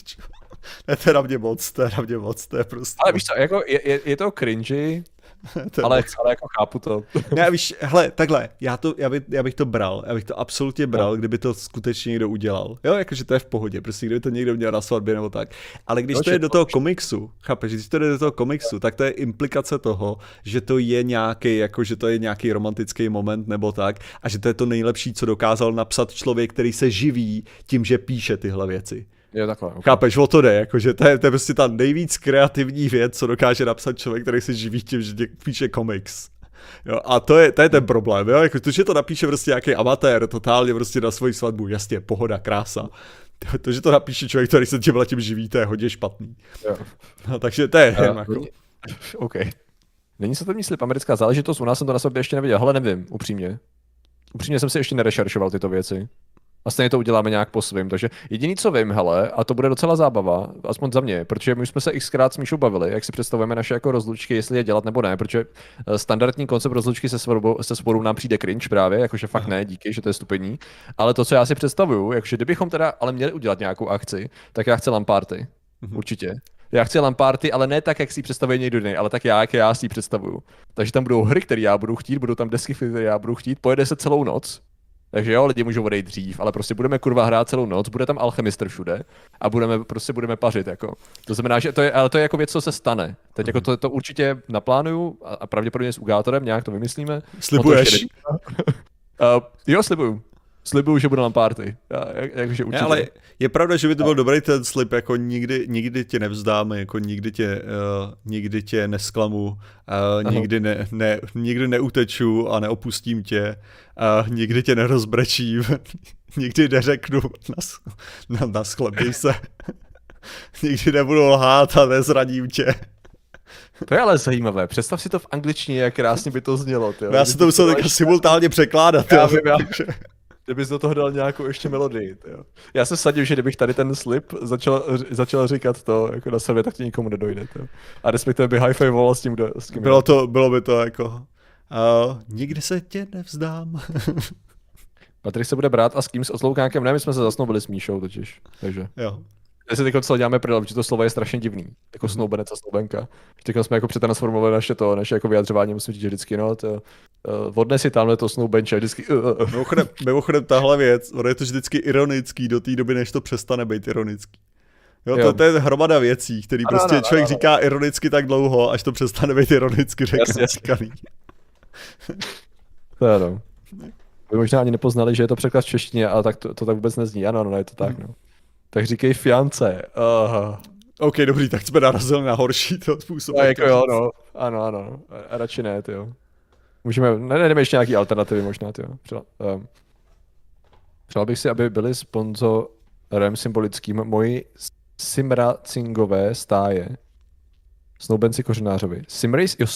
To je na mě moc, to je prostě... Ale víš co, jako je to cringy, ale jako chápu to. Ne, víš, hele, takhle, já bych to bral, já bych to absolutně bral, kdyby to skutečně někdo udělal. Jo, jakože to je v pohodě, prostě kdyby to někdo měl na svatbě nebo tak. Ale když to je do toho komiksu, chápeš, když to jde do toho komiksu, tak to je implikace toho, že to je nějaký, jako že to je nějaký romantický moment nebo tak, a že to je to nejlepší, co dokázal napsat člověk, který se živí tím, že píše tyhle věci. Jo, takhle. Okay. Chápeš, o to jde, jakože to je prostě ta nejvíc kreativní věc, co dokáže napsat člověk, který se živí tím, že píše komiks. Jo, a to je ten problém, jo, jako to, že to napíše prostě nějaký amatér, totálně prostě na svoji svatbu, jasně, pohoda, krása. To, že to napíše člověk, který se tím živí, to je hodně špatný. Jo. No, takže to je jako... OK. Není svatební slib americká záležitost, u nás jsem to na svatbě ještě neviděl, hele nevím, upřímně. Upřímně jsem si ještě nerešeršoval tyto věci. A stejně to uděláme nějak po svým, takže jediný, co vím, hele, a to bude docela zábava, aspoň za mě, protože my už jsme se xkrát s Míšou bavili, jak si představujeme naše jako rozlučky, jestli je dělat nebo ne, protože standardní koncept rozlučky se svatbou nám přijde cringe právě, jakože fakt ne, díky, že to je stupidní, ale to, co já si představuju, jakože kdybychom teda ale měli udělat nějakou akci, tak já chci LAN party, určitě. Já chci LAN party, ale ne tak, jak si ji představuje někdo jiný, ale tak jak já si ji představuju. Takže tam budou hry, které já budu chtít, budou tam desky, které já budu chtít, pojede se celou noc. Takže jo, lidi můžou odejít dřív, ale prostě budeme kurva hrát celou noc, bude tam alchemistr všude a budeme pařit, jako. To znamená, že to je jako věc, co se stane. Teď jako to určitě naplánuju a pravděpodobně s Ugátorem nějak to vymyslíme. Slibuješ? Jo, slibuju. Slibuju, že bude LAN party. Jakože určitě. Ale je pravda, že by to byl dobrý ten slib, jako nikdy tě nevzdáme, jako nikdy tě nesklamu, nikdy neuteču a neopustím tě, nikdy tě nerozbrečím, nikdy neřeknu naschlebí se, nikdy nebudu lhát a nezraním tě. To je ale zajímavé. Představ si to v angličtině, jak krásně by to znělo. Tyjo. Já si to musel teďka simultánně překládat. Kdybys do toho dal nějakou ještě melodii. Tyjo. Já se vsadím, že kdybych tady ten slib začal říkat to jako na sebe, tak ti nikomu nedojde. Tyjo. A respektive by hi-fi volal s tím, s kým. Bylo by to jako nikdy se tě nevzdám. Patrik se bude brát a s kým, s Osloukákem? Ne, my jsme se zasnoubili s Míšou totiž. Takže. Jo. Jestli teď celé děláme prdel, protože to slovo je strašně divný. Jako snoubenec a snoubenka. Teď jsme jako přetransformovali naše jako vyjadřování, musím říct, že vždycky, no, odnes si tamhle to snoubenče, vždycky. Mimochodem tahle věc, ono je to vždycky ironický do té doby, než to přestane být ironický. Jo, to je hromada věcí, který prostě člověk říká ironicky tak dlouho, až to přestane být ironicky říkaný. To je no. Vy možná ani nepoznali, že je to překlad v češtině, ale tak to tak vůbec nezní. Ano, je to tak, no. Tak říkej fiance. OK, dobrý, tak jsme narazili na horší to způsob. Jako jo, no. Ano. A radši ne, tyjo. Můžeme, nejdeme ještě nějaký alternativy možná, tyjo. Přál bych si, aby byli sponzorem symbolickým moji simracingové stáje. Snoubenci kořenářovi.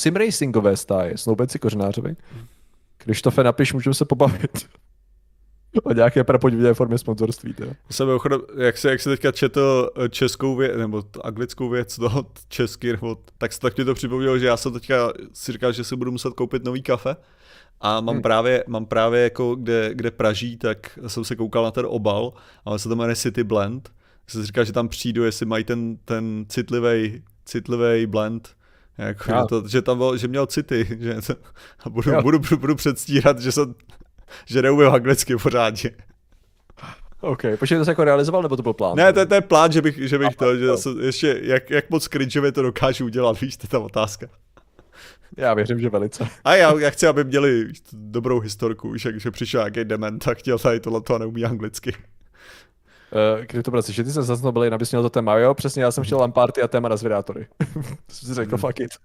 Simracingové stáje. Snoubenci kořenářovi. Krištofe, napiš, můžeme se pobavit. O nějaké prapodivné formě sponzorství. Jak se teďka četl českou věc, nebo anglickou věc, toho česky, nebo, tak mě to připomnělo, že já jsem teďka si říkal, že si budu muset koupit nový kafe. A mám právě jako, kde praží, tak jsem se koukal na ten obal, ale se to jmenuje City Blend. Jsem si říkal, že tam přijdu, jestli mají ten citlivý blend. Jako, že tam byl, že měl city, že a budu předstírat, že neumím anglicky pořádně. OK, počkej, to se jako realizoval, nebo to byl plán? Ne, to je plán, že bych to, že ještě, jak moc cringeově to dokážu udělat, víš, to je ta otázka. Já věřím, že velice. A já chci, aby měli dobrou historku, víš, že přišel nějaký dement, tak chtěl tady tohleto a neumí anglicky. Kdy to bylo slyšet, ty jsi zase byl, abys měl to téma, jo? Přesně, já jsem chtěl Lamparty a téma respirátory. Jsem si řekl, fuck it.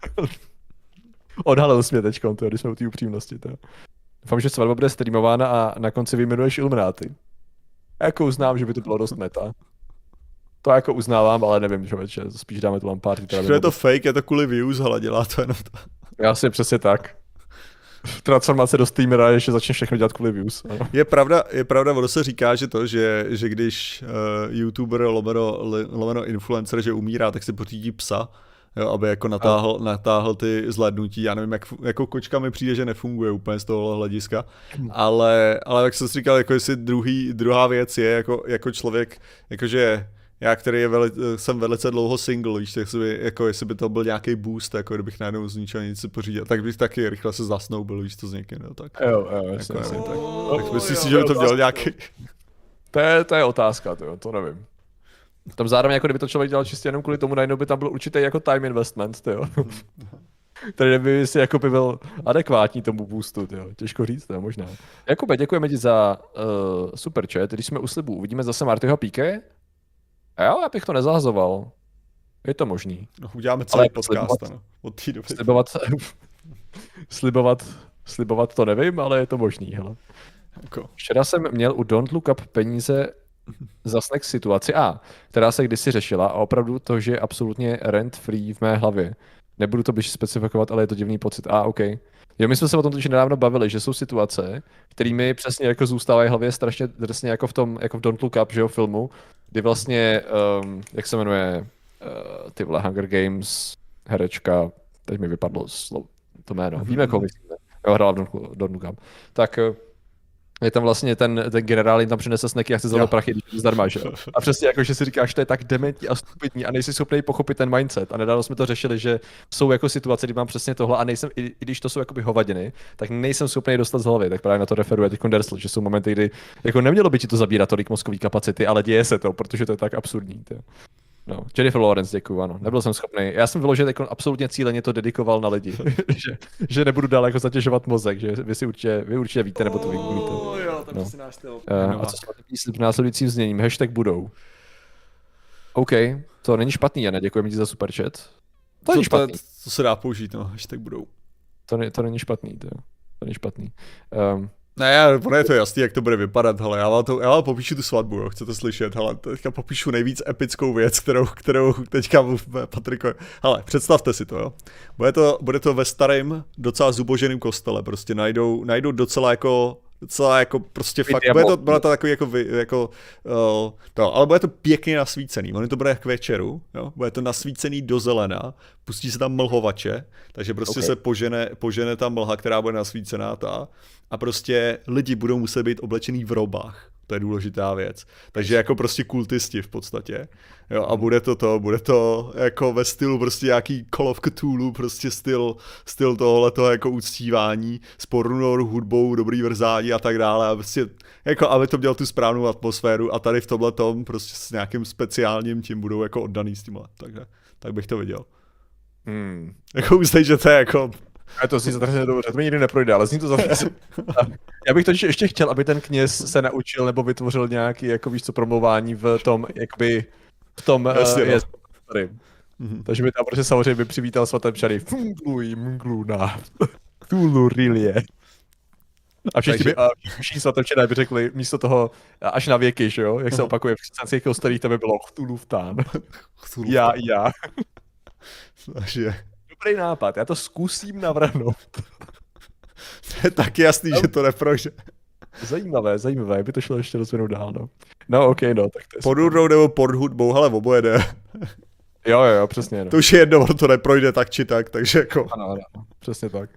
Odhalil jsi mě teďkon, když jsme u té upřímnosti. Doufám, že svatba bude streamována a na konci vyjmenuješ Illuminati. Jako uznám, že by to bylo dost meta. To jako uznávám, ale nevím, člověče, spíš dáme tu Lamparty. Je to fake, je to kvůli views, hele, dělá to jenom to. Já si přesně tak. Transformace do streamera je, že začne všechno dělat kvůli views. Ano. Je pravda, ono se říká, že když youtuber lomeno influencer, že umírá, tak si pořídí psa, jo, aby jako natáhl ty zhlédnutí. Já nevím, jako kočka mi přijde, že nefunguje úplně z tohohle hlediska, ale jak jsem si říkal, jako jestli druhá věc je jako člověk, jakože já, který jsem velice dlouho single, víš, tak jako jestli by to byl nějaký boost, jako kdybych najednou z ničeho nic si pořídil, tak bych taky rychle se zasnoubil, víš, to s někým, no, tak. Jo, jako, tak myslíš si, že by to dělal nějaký... To je otázka, to nevím. Tam zároveň, jako kdyby to člověk dělal čistě jenom kvůli tomu, najednou by tam byl určitý jako time investment, který by si jako by byl adekvátní tomu boostu, těžko říct, možná. Jakube, děkujeme ti za super chat, když jsme u slibu, uvidíme zase Martyho Píke. A jo, já bych to nezahazoval. Je to možný. No, uděláme celý podcast, ano. Od té doby. Slibovat to nevím, ale je to možný, hele. Jako. Včera jsem měl u Don't Look Up peníze za snack situaci která se kdysi řešila a opravdu to, že je absolutně rent free v mé hlavě. Nebudu to blíž specifikovat, ale je to divný pocit. OK. Jo, my jsme se o tom totiž nedávno bavili, že jsou situace, kterými přesně jako zůstávají v hlavě strašně drsně jako v Don't Look Up, že jo, filmu, kdy vlastně, jak se jmenuje, ty vole Hunger Games, herečka, teď mi vypadlo to jméno, víme, koho myslíme, jo, hrála v Don't Look Up, tak je tam vlastně ten generál jim tam přinese snacky a chce za to prachy, když to zdarma, že jo. A přesně jako, že si říkáš, to je tak dementní a stupidní a nejsi schopný pochopit ten mindset. A nedávno jsme to řešili, že jsou jako situace, kdy mám přesně tohle a nejsem, i když to jsou jakoby hovadiny, tak nejsem schopný dostat z hlavy. Tak právě na to referuje teď Dersl, že jsou momenty, kdy jako nemělo by ti to zabírat tolik mozkový kapacity, ale děje se to, protože to je tak absurdní. No, Jennifer Lawrence, děkuju, ano. Nebyl jsem schopný. Já jsem vyložil jako absolutně cíleně to dedikoval na lidi. že nebudu dál jako zatěžovat mozek, že vy určitě víte, nebo to víte. Jo, to je náš styl. A co svatební slib následujícím zněním? Hashtag budou. OK, to není špatný, Jana, děkujeme ti za superchat. To není špatný. To se dá použít, no, hashtag budou. To není špatný, to není špatný. Ne, ono je to jasný, jak to bude vypadat, hele, já vám popíšu tu svatbu, jo, chcete slyšet, hele, teďka popíšu nejvíc epickou věc, kterou teďka Patriko, hele, představte si to, jo, bude to ve starém, docela zuboženém kostele, prostě najdou docela jako prostě fakt, bude to takový ale bude to pěkně nasvícený, ono to bude k večeru, jo? Bude to nasvícený do zelena, pustí se tam mlhovače, takže prostě se požene ta mlha, která bude nasvícená a prostě lidi budou muset být oblečený v robách. To je důležitá věc. Takže jako prostě kultisti v podstatě. Jo, a bude to jako ve stylu prostě nějaký Call of Cthulhu, prostě styl tohohletoho jako uctívání s pornou hudbou, dobrý vrzání a tak dále. A prostě jako aby to mělo tu správnou atmosféru a tady v tomhletom prostě s nějakým speciálním tím budou jako oddaný s tímhle. Takže tak bych to viděl. Jako uznej, že to je jako... A to si strašně dobře, to mi nikdy neprojde, ale zní to zase. Já bych totiž ještě chtěl, aby ten kněz se naučil nebo vytvořil nějaký, jako víš co, promlouvání v tom, jakby v tom Takže by tam prostě samozřejmě by přivítal svatebčany. Fungluj, mgluna. Tulu rilie. A všichni svatebčané by řekli místo toho až na věky, že jo? Jak se opakuje v křesťanských kostelích, to by bylo Cthulhu vtán. Já. Takže... Dobrý nápad, já to zkusím navrhnout. To je tak jasný, že to neprojde. Zajímavé, by to šlo ještě rozvinout dál, no. No, OK, no, tak to je Podhudnou nebo pod hudbou, ale oboje jde. Jo, přesně, no. To už je jedno, to neprojde tak či tak, takže jako... Ano, přesně tak.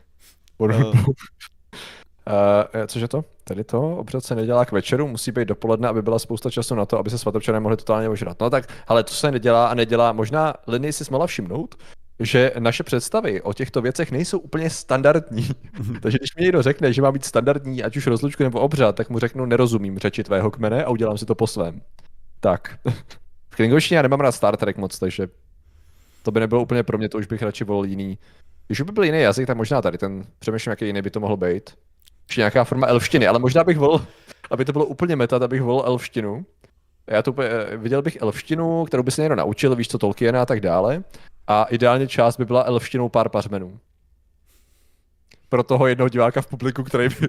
Cože to? Tady to, obřad se nedělá k večeru, musí být dopoledne, aby byla spousta času na to, aby se svatobčané mohli totálně ožrat. No tak, ale to se nedělá a nedělá, možná Liny si mohla všimnout, že naše představy o těchto věcech nejsou úplně standardní. Takže když mi někdo řekne, že má být standardní, ať už rozlučku nebo obřad, tak mu řeknu, nerozumím řeči tvého kmene a udělám si to po svém. Tak. V klingoštině já nemám rád Star Trek moc, takže to by nebylo úplně pro mě, to už bych radši volil jiný. Když by byl jiný jazyk, tak možná tady ten, přemýšlím, jaký jiný by to mohlo být. Ještě nějaká forma elštiny, ale možná bych volil, aby to bylo úplně meta, abych volil elštinu. Já to viděl bych elštinu, kterou by se někdo naučil, víš co, Tolkiena a tak dále. A ideálně část by byla elštinou pár pařmenů. Pro toho jednoho diváka v publiku, který by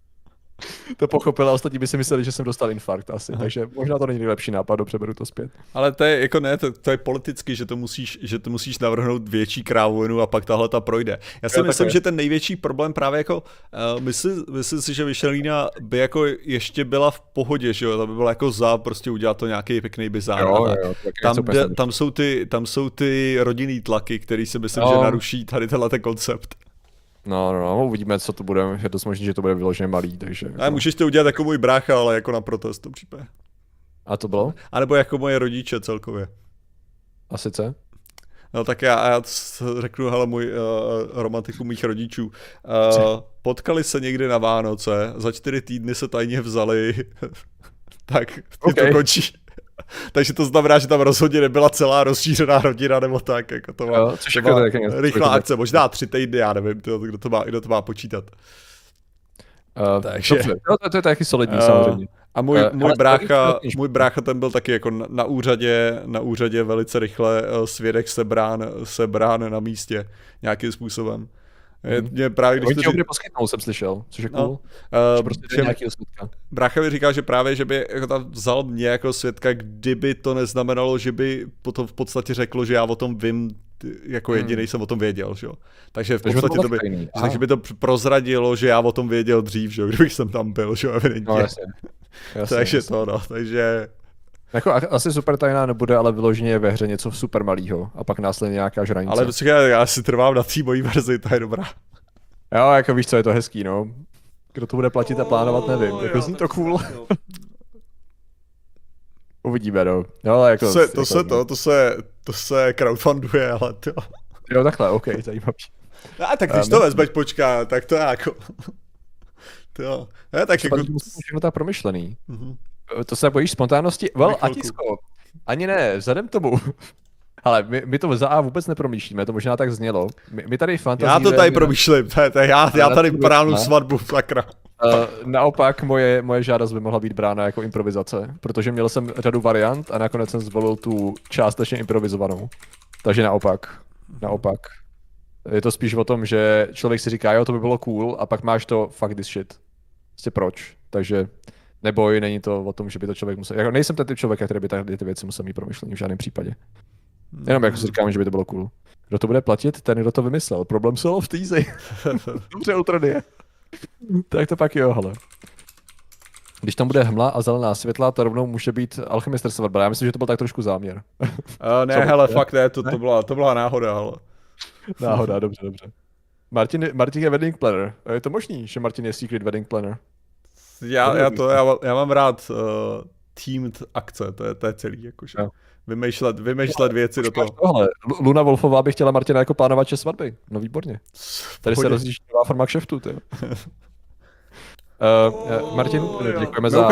to pochopil a ostatní by si mysleli, že jsem dostal infarkt asi. Aha. Takže možná to není nejlepší nápad, dobře, beru to zpět. Ale to je jako ne, to je politicky, že to musíš navrhnout větší krávovinu a pak tahle ta projde. Já si myslím, že ten největší problém právě jako, myslím si, že Michelina by jako ještě byla v pohodě, že jo, to by bylo jako prostě udělat to nějaký pěkný bizár. Jo, tam jsou ty rodinný tlaky, který si myslím, že naruší tady tenhle koncept. No, uvidíme, co to bude, je dost možný, že to bude vyloženě malý, takže... A můžeš to udělat jako můj brácha, ale jako na protest v tom případě. A to bylo? A nebo jako moje rodiče celkově. A sice? No tak já řeknu, hele, romantiku mých rodičů. Potkali se někdy na Vánoce, za 4 týdny se tajně vzali, tak to končí. Takže to znamená, že tam rozhodně nebyla celá rozšířená rodina nebo tak, jako to má rychlá akce, možná 3 týdny, já nevím, kdo to má počítat. Takže to je taky solidní samozřejmě. A můj brácha ten byl taky jako na úřadě velice rychle svědek sebrán na místě nějakým způsobem. Mě právě, když to poskytnou, jsem slyšel, což je cool. Prostě nějakého svědka. Brácha mi říkal, že právě, že by jako tam vzal mě jako svědka, kdyby to neznamenalo, že by potom v podstatě řeklo, že já o tom vím, jako jediný jsem o tom věděl, že jo. Takže v podstatě takže by to prozradilo, že já o tom věděl dřív, že jo, kdybych jsem tam byl, že jo, evidentně. No, jasně. Takže to, no, takže... Jako asi super tajná nebude, ale vyloženě je ve hře něco super malýho a pak následně nějaká žranice. Ale já si trvám na té mojí verzi, ta je dobrá. Jo, jako víš co, je to hezký, no. Kdo to bude platit a plánovat, nevím. Jako zní to cool. Uvidíme, no. No, jako, to se crowdfunduje, ale to... Jo, takhle, OK, zajímavý. A tak když to vezmeš, počká, tak to je jako... To je tak jako... Všechno tak promyšlený. To se bojíš spontánnosti? Atisko, ani ne, vzhledem tomu. Ale my to za A vůbec nepromýšlíme, to možná tak znělo. My tady fantazíme... Já to tady promýšlím, já tady bránu svatbu, sakra. Naopak moje žádost by mohla být brána jako improvizace, protože měl jsem řadu variant a nakonec jsem zvolil tu částečně improvizovanou. Takže naopak. Je to spíš o tom, že člověk si říká, jo, to by bylo cool, a pak máš to fuck this shit. Prostě proč? Takže neboj, není to o tom, že by to člověk musel... Jako nejsem ten typ člověka, který by tady ty věci musel mít promyšlení v žádném případě. Jenom jako si říkám, že by to bylo cool. Kdo to bude platit, ten, kdo to vymyslel. Problém solved easy. Dobře, Ultranie. Tak to pak jo, hele. Když tam bude hmla a zelená světla, to rovnou může být alchemistr svatba. Já myslím, že to byl tak trošku záměr. Ne, hele, fakt ne, to byla náhoda, hele. Náhoda, dobře. Martin je wedding planner. Je to možný, že Martin je secret wedding planner? Já mám rád teamed akce, to je celý, jakože. No. Vymýšlet věci do toho. Tohle. Luna Wolfová by chtěla Martina jako plánovat svatby. No výborně. Tady se rozjíždí nová forma kšeftu, ty. Martin, děkujeme za...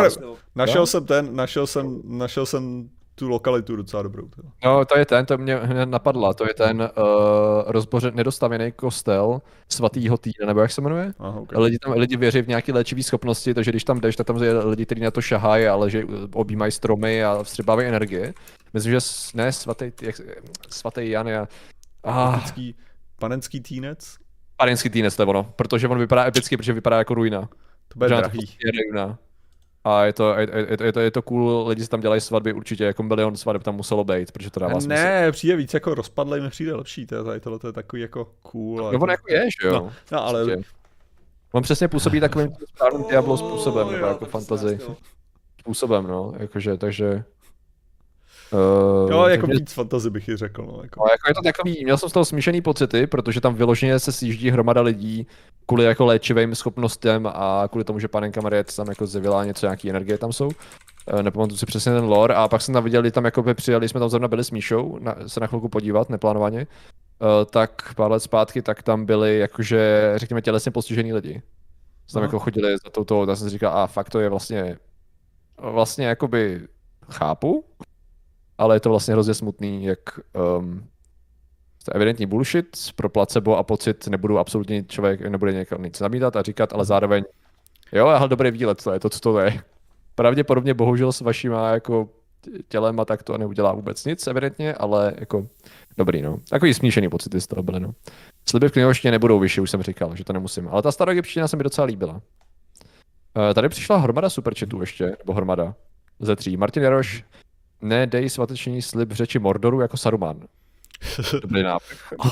Našel jsem tu lokalitu docela dobrou. Teda. No, to mě napadla, to je ten nedostavěný kostel svatýho týdne, nebo jak se jmenuje? Aha, okay. Lidi věří v nějaké léčivé schopnosti, takže když tam jdeš, tak tam je lidi, kteří na to šahají, ale že objímají stromy a vstřebávají energie. Myslím, že ne svatý Jan je... Panenský týnec? Panenský týnec, to je ono, protože on vypadá epicky, protože vypadá jako ruina. To bude drahý. A je to cool, lidi si tam dělají svatby, určitě jako milion svateb tam muselo být, protože to dává smysl. Ne, přijde víc jako rozpadlej, mi přijde lepší, tohle je takový jako cool. No on jako je, že jo? No ale On přesně působí takovým správným Diablo způsobem, nebo jako fantasy způsobem, no, jakože, takže... jo, jako víc fantasy bych ji řekl, no. Jako je to takový, měl jsem z toho smíšený pocity, protože tam vyloženě se sjíždí hromada lidí kvůli jako léčivým schopnostem a kvůli tomu, že panenka Marie tam jako zjevila něco, nějaký energie tam jsou. Nepamatuji si přesně ten lore a pak jsem tam viděl, tam jako přijeli, jsme tam zrovna byli s Míšou se na chvilku podívat, neplánovaně. Tak pár let zpátky, tak tam byli jakože, řekněme, tělesně postižený lidi. Tam jako chodili za touto, tak jsem si říkal, fakt to je vlastně jakoby chápu, ale je to vlastně hrozně smutný, jak to je evidentní bullshit pro placebo a pocit, absolutně člověk nebude někam nic namítat a říkat, ale zároveň jo, ale dobrý výlet, to je to, co to je. Pravděpodobně bohužel s vašima jako tělem a tak to neudělá vůbec nic, evidentně, ale jako dobrý, no. Takový smíšený pocity z toho byly, no. Sliby v knihoštině nebudou vyšší, už jsem říkal, že to nemusím. Ale ta staroegyptština se mi docela líbila. Tady přišla hromada superchatů ještě, nebo hromada ze 3. Martin Jaroš, nedej svateční slib řeči Mordoru jako Saruman. Dobrý nápad.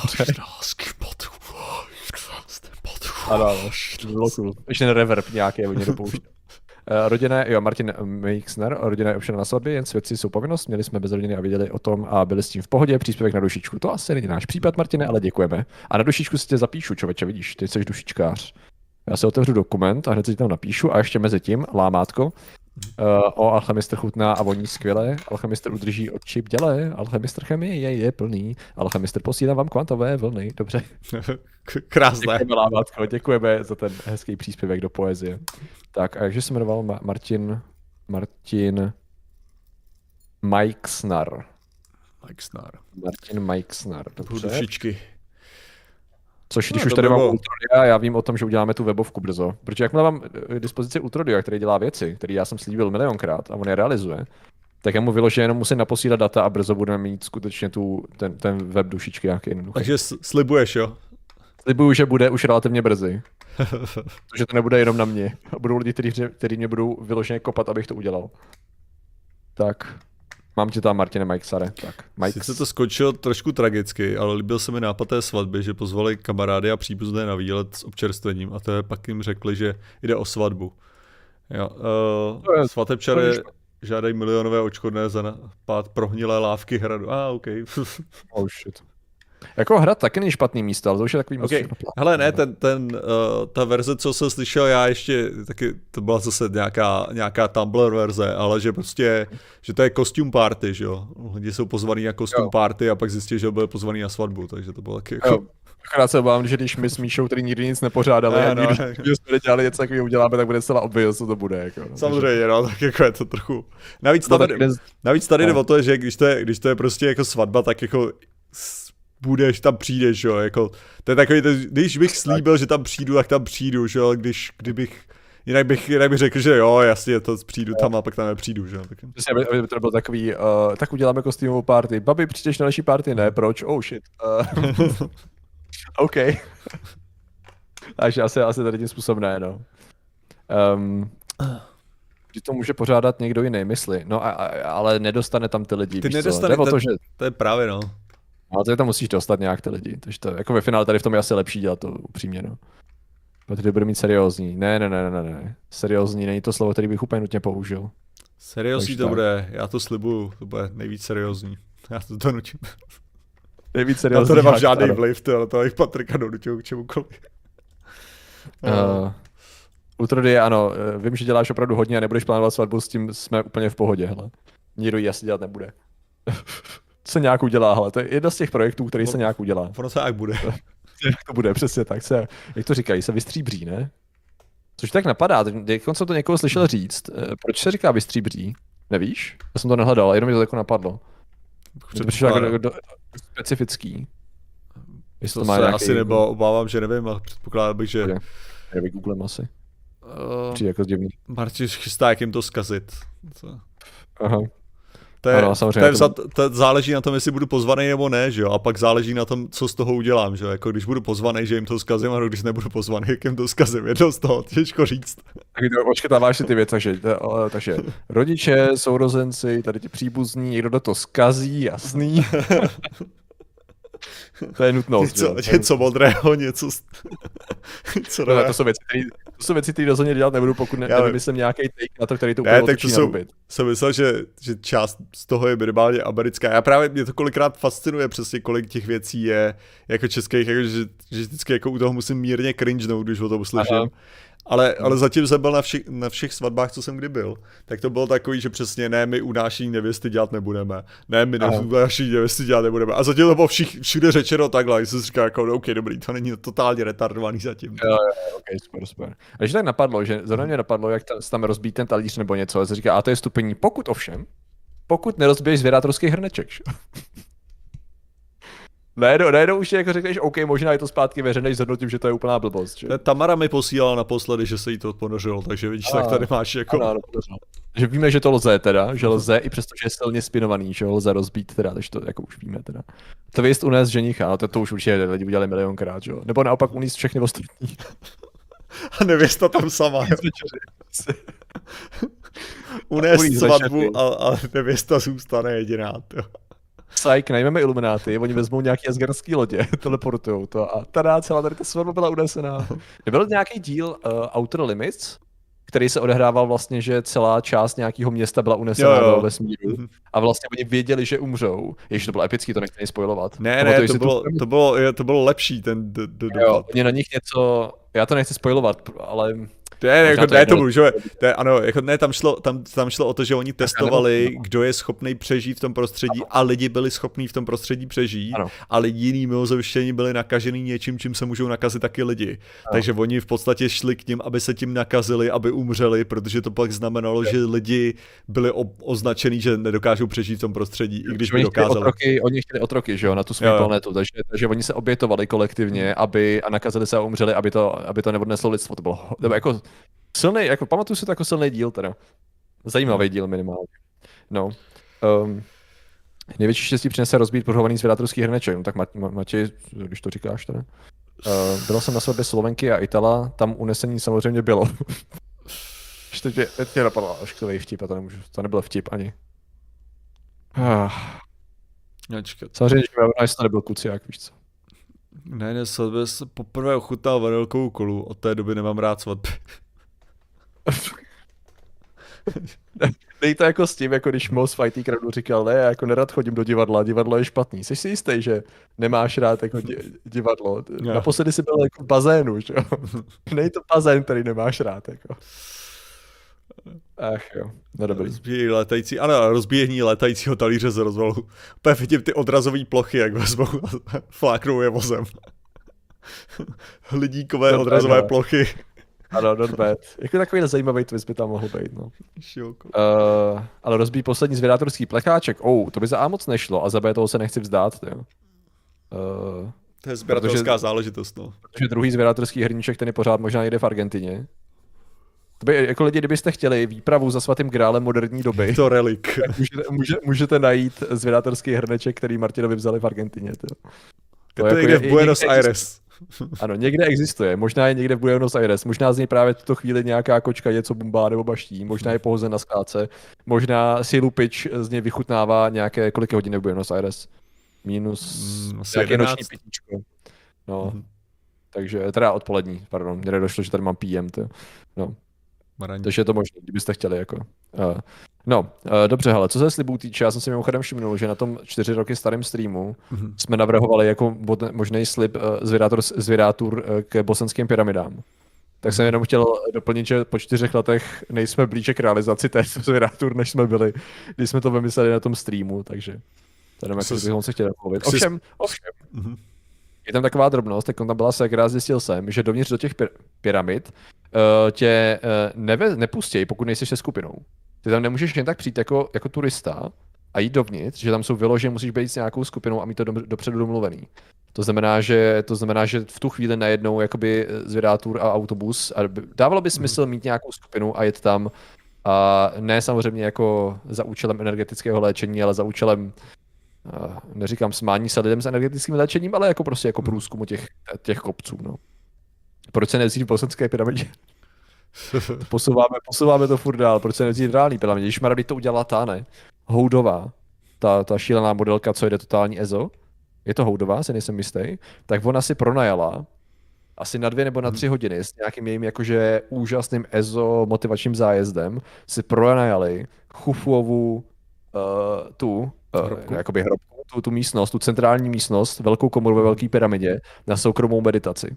Ano, ještě ten reverb nějaký, oni dopouští. Martin Meixner, rodina je občana na svatbě, jen svědci jsou povinnost, měli jsme bez rodiny a viděli o tom a byli s tím v pohodě, příspěvek na dušičku. To asi není náš případ, Martine, ale děkujeme. A na dušičku si tě zapíšu, člověče, vidíš, ty jsi dušičkář. Já si otevřu dokument a hned si tam napíšu a ještě mezi tím, lámátko, o alchemistr chutná a voní skvěle, alchemistr udrží oči bděle, alchemistr chemie je plný, alchemistr posílá vám kvantové vlny, dobře. Krásné. Děkujeme, lámátko, děkujeme za ten hezký příspěvek do poezie. Tak a jakže se jmenoval Martin Meixner. Martin Meixner, dobře. Dušičky. Což když už tady mám Ultrodia, já vím o tom, že uděláme tu webovku brzo. Protože jakmile mám k dispozici Ultrodia, který dělá věci, který já jsem slíbil milionkrát a on je realizuje, tak já mu vyloženě jenom musím naposílat data a brzo budeme mít skutečně ten web dušičky nějaký jednoduchý. Takže slibuješ, jo? Slibuju, že bude už relativně brzy. Protože to nebude jenom na mě. A budou lidi, kteří mě budou vyloženě kopat, abych to udělal. Tak. Mám tě tam, Martine Meixare. Tak, sice to skončilo trošku tragicky, ale líbil se mi nápad té svatby, že pozvali kamarády a příbuzné na výlet s občerstvením a to je pak jim řekli, že jde o svatbu. Svatebčany žádají milionové odškodné za napad prohnilé lávky hradu. OK. Oh shit. Jako hrad taky není špatný místo, ale to už je takový moc. Hele, ne, ta verze, co jsem slyšel já ještě, taky to byla zase nějaká Tumblr verze, ale že prostě, že to je costume party, že jo. Lidi jsou pozvaný na costume party a pak zjistí, že byli pozvaný na svatbu, takže to bylo taky jako... Akorát se obávám, že když my s Míšou, který nikdy nic nepořádali, když jsme dělali něco takového uděláme, tak bude zcela obvious, co to bude. Jako, no. Samozřejmě, no, tak jako je to trochu... Navíc tady jde o to, že když to je prostě jako svatba, tak jako budeš, tam přijdeš, jo, jako, to je takový, když bych slíbil, že tam přijdu, tak tam přijdu, že jo, jinak bych řekl, že jo, jasně, to přijdu tam a pak tam nepřijdu, že jo. Přesně, aby to bylo takový, tak uděláme kostýmovou party, babi, přijdeš na naší party, ne, proč, oh shit. OK. Takže asi tady tím způsobem ne, no. Že to může pořádat někdo jiný, mysli, no ale nedostane tam ty lidi, víš co, to je právě, no. Ale to tam musíš dostat nějak ty lidi, takže to jako ve finále tady v tom je asi lepší dělat to upřímně, no. Protože bude mít seriózní. Ne. Seriózní není to slovo, který bych úplně nutně použil. Seriózní to bude, já to slibuju, to bude nejvíc seriózní. Já to donutím. Nejvíc seriózní. Já to nemám žádný vliv, ale to jich Patrika donutil k čemukoliv. Ultrody, ano, vím, že děláš opravdu hodně a nebudeš plánovat svatbu, s tím jsme úplně v pohodě, hele. Nikdo ji asi dělat nebude. Se nějak udělá, hele, to je jedna z těch projektů, který se nějak udělá. Ono se jak bude. Jak to bude, přesně tak, jak to říkají, se vystříbří, ne? Což tak napadá, teď jsem to někoho slyšel říct, proč se říká vystříbří, nevíš? Já jsem to nehledal, jenom mi to jako napadlo. To přišlo jako specifický. To se asi nebo obávám, že nevím, ale předpokládal bych, že... Já vygooglem asi. Přijde jako divný. Martin chystá, jak jim to zkazit. Aha. To záleží na tom, jestli budu pozvaný nebo ne, že jo, a pak záleží na tom, co z toho udělám, že jo, jako když budu pozvaný, že jim to zkazím, a když nebudu pozvaný, jak jim to zkazím, je to z toho těžko říct. Tak to očkrtáváš si ty věci, takže rodiče, sourozenci, tady ti příbuzní, někdo do toho zkazí, jasný. To je nutnost. Něco modrého, něco... Co no, to jsou věci, které rozhodně dělat nebudu, pokud nevymyslím nějaký take na to, který to úplně otočí na rubit. Jsem myslel, že část z toho je minimálně americká. Já právě, mě to kolikrát fascinuje přesně, kolik těch věcí je jako českých, jako, že vždycky jako u toho musím mírně cringenout, když o tom slyším. Ale zatím jsem byl na všech svatbách, co jsem kdy byl, tak to bylo takový, že přesně ne, my unášení nevěsty dělat nebudeme. Ne, my unášení nevěsty dělat nebudeme. A zatím to bylo všude řečeno takhle, jsem si říkal jako, OK, dobrý, to není totálně retardovaný zatím. Jo, OK, super. A když tak napadlo, že zrovna mě napadlo, jak tam rozbít ten talíř nebo něco, a se říká, a to je stupení, pokud nerozbiješ zvědátorský hrneček. Najednou už jako řekneš, OK, možná je to zpátky veřejnej zhodnotím, že to je úplná blbost. Že? Tamara mi posílala naposledy, že se jí to ponořilo, takže vidíš, tak tady máš jako... Ano, že víme, že to lze teda, že lze i přesto, že je silně spinovaný, že ho lze rozbít teda, takže to jako už víme teda. To věst unést ženicha, ale to už určitě lidi udělali milionkrát, že jo? Nebo naopak unést všechny ostatní. A nevěsta tam sama, jo? Unést svatbu a nevěsta zůstane jediná, jo. Psych, najmeme Illumináty, oni vezmou nějaký asgardský lodě, teleportujou to a tada, celá tady ta svatba byla unesená. Byl nějaký díl Outer Limits, který se odehrával vlastně, že celá část nějakého města byla unesena do vesmíru a vlastně oni věděli, že umřou. Ježiš, to bylo epický, to nechci ani spoilovat. Ne, to bylo lepší ten dopad. Oni na nich něco, já to nechci spoilovat, ale... Tam šlo o to, že oni testovali, kdo je schopný přežít v tom prostředí a lidi byli schopní v tom prostředí přežít, ale jiní mimozemštění byli nakažený něčím, čím se můžou nakazit taky lidi. Takže oni v podstatě šli k ním, aby se tím nakazili, aby umřeli, protože to pak znamenalo, že lidi byli označený, že nedokážou přežít v tom prostředí, i když by dokázali. Oni chtěli otroky, že jo, na tu svou planetu, takže oni se obětovali kolektivně, a nakazili se a umřeli, aby to neodneslo lidstvo. To bylo jako silný, jako pamatuju si to jako silný díl teda. Zajímavý díl minimálně. No. Největší štěstí přinese rozbít pořhovaný zvědátorský hrneček. No tak Matěj, když to říkáš teda. Byl jsem na svatbě Slovenky a Itala, tam unesení samozřejmě bylo. Teď mě napadla ošklivý vtip a to nebyl vtip ani. Samozřejmě, že to nebyl kuciák, víš co. Ne, svatbě jsem poprvé ochutnal vanilkovou kolu, od té doby nemám rád svatby. Dej to jako s tím, jako když Moss Fighty Crowdu říkal, ne, já jako nerad chodím do divadlo je špatný. Jsi si jistý, že nemáš rád jako divadlo? Naposledy jsi byl jako v bazénu, že jo? Nej to bazén, který nemáš rád, jako. Ach jo, no dobrý. Rozbíjení létajícího talíře z rozvalu. Úplně vidím ty odrazové plochy, jak vezmou a fláknou je vozem. Hliníkové odrazové plochy. Ano, not bad. Jako takový zajímavý twist by tam mohl být, no. Ale rozbíjí poslední zvědátorský plecháček. To by za A moc nešlo a za B toho se nechci vzdát, jo. To je sběratelská záležitost, no. Protože druhý zvědátorský hrníček, ten je pořád možná někde v Argentině. To by, jako lidi, kdybyste chtěli výpravu za svatým grálem moderní doby, to relik. Můžete najít zvědátorský hrneček, který Martinovi vzali v Argentině. To je někde v Buenos Aires. Ano, někde existuje, možná je někde v Buenos Aires, možná z něj právě v tuto chvíli nějaká kočka něco bumbá nebo baští, možná je pohozen na skládce, možná si lupič z něj vychutnává nějaké, kolik hodin v Buenos Aires? Minus nějaké noční pitíčko. No, takže teda odpolední, pardon, mě nedošlo, že tady mám PM, no. Takže je to možné, kdybyste chtěli, jako. Dobře, hele, co se slibů týče, já jsem si mimochodem všimnul, že na tom 4 roky starém streamu jsme navrhovali jako možný slib zvědátur k bosenským pyramidám. Tak jsem jenom chtěl doplnit, že po 4 letech nejsme blíže k realizaci této zvědátur, než jsme byli, když jsme to vymysleli na tom streamu, takže to nevím, jak bychom se chtěli mluvit. Ovšem. Je tam taková drobnost, tak tam byla sekra, zjistil jsem, že dovnitř do těch pyramid tě nepustějí, pokud nejsi se skupinou. Ty tam nemůžeš jen tak přijít jako turista a jít dovnitř, že tam jsou vyložené, musíš být s nějakou skupinou a mít to dopředu domluvený. To znamená, že v tu chvíli najednou jakoby zvědátur a autobus a dávalo by smysl mít nějakou skupinu a jet tam a ne samozřejmě jako za účelem energetického léčení, ale za účelem neříkám smání se lidem s energetickým léčením, ale jako prostě jako průzkumu těch kopců, no. Proč se nevzít v bosenské pyramidě? Posouváme to furt dál, proč se nevzít v reální pyramidě? Když Marady to udělala ne? Houdová, ta šílená modelka, co jde totální EZO, je to Houdová, se nejsem jistý, tak ona si pronajala asi na 2 nebo na 3 hodiny s nějakým jejím jakože úžasným EZO motivačním zájezdem si pronajali Chufuovu jakoby hrobku, tu místnost, tu centrální místnost, velkou komoru ve Velké pyramidě na soukromou meditaci.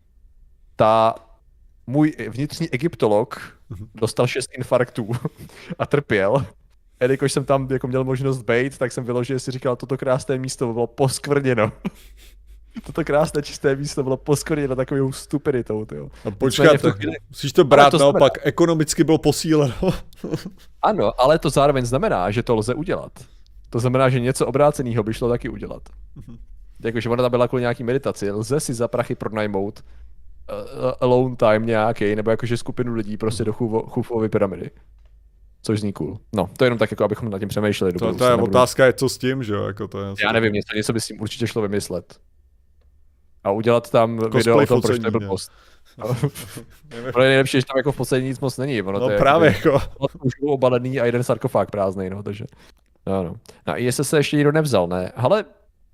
Můj vnitřní egyptolog dostal 6 infarktů a trpěl. Jelikož jsem tam jako měl možnost bejt, tak jsem vyloženě si říkal, toto krásné místo bylo poskvrněno. Toto krásné čisté místo bylo poskvrněno takovou stupiditou. No počkáte, musíš to brát naopak, ekonomicky bylo posíleno. Ano, ale to zároveň znamená, že to lze udělat. To znamená, že něco obráceného by šlo taky udělat. Jakože ona tam byla kvůli nějaký meditaci, lze si za prachy pronajmout alone time nějaký, nebo jakože skupinu lidí prostě do Chufuovy pyramidy. Což zní cool. No, to je jenom tak, jako abychom nad tím přemýšleli. To je otázka, je co s tím, že jo? Jako to je já nevím, něco by s tím určitě šlo vymyslet. A udělat tam video o tom, proč to byl post. Pro nejlepší, že tam jako v poslední nic moc není. Ono no to je právě jako. Obalený a jeden sarkofág prázdnej, no, takže. No. Na ISS se ještě nikdo nevzal, ne? Ale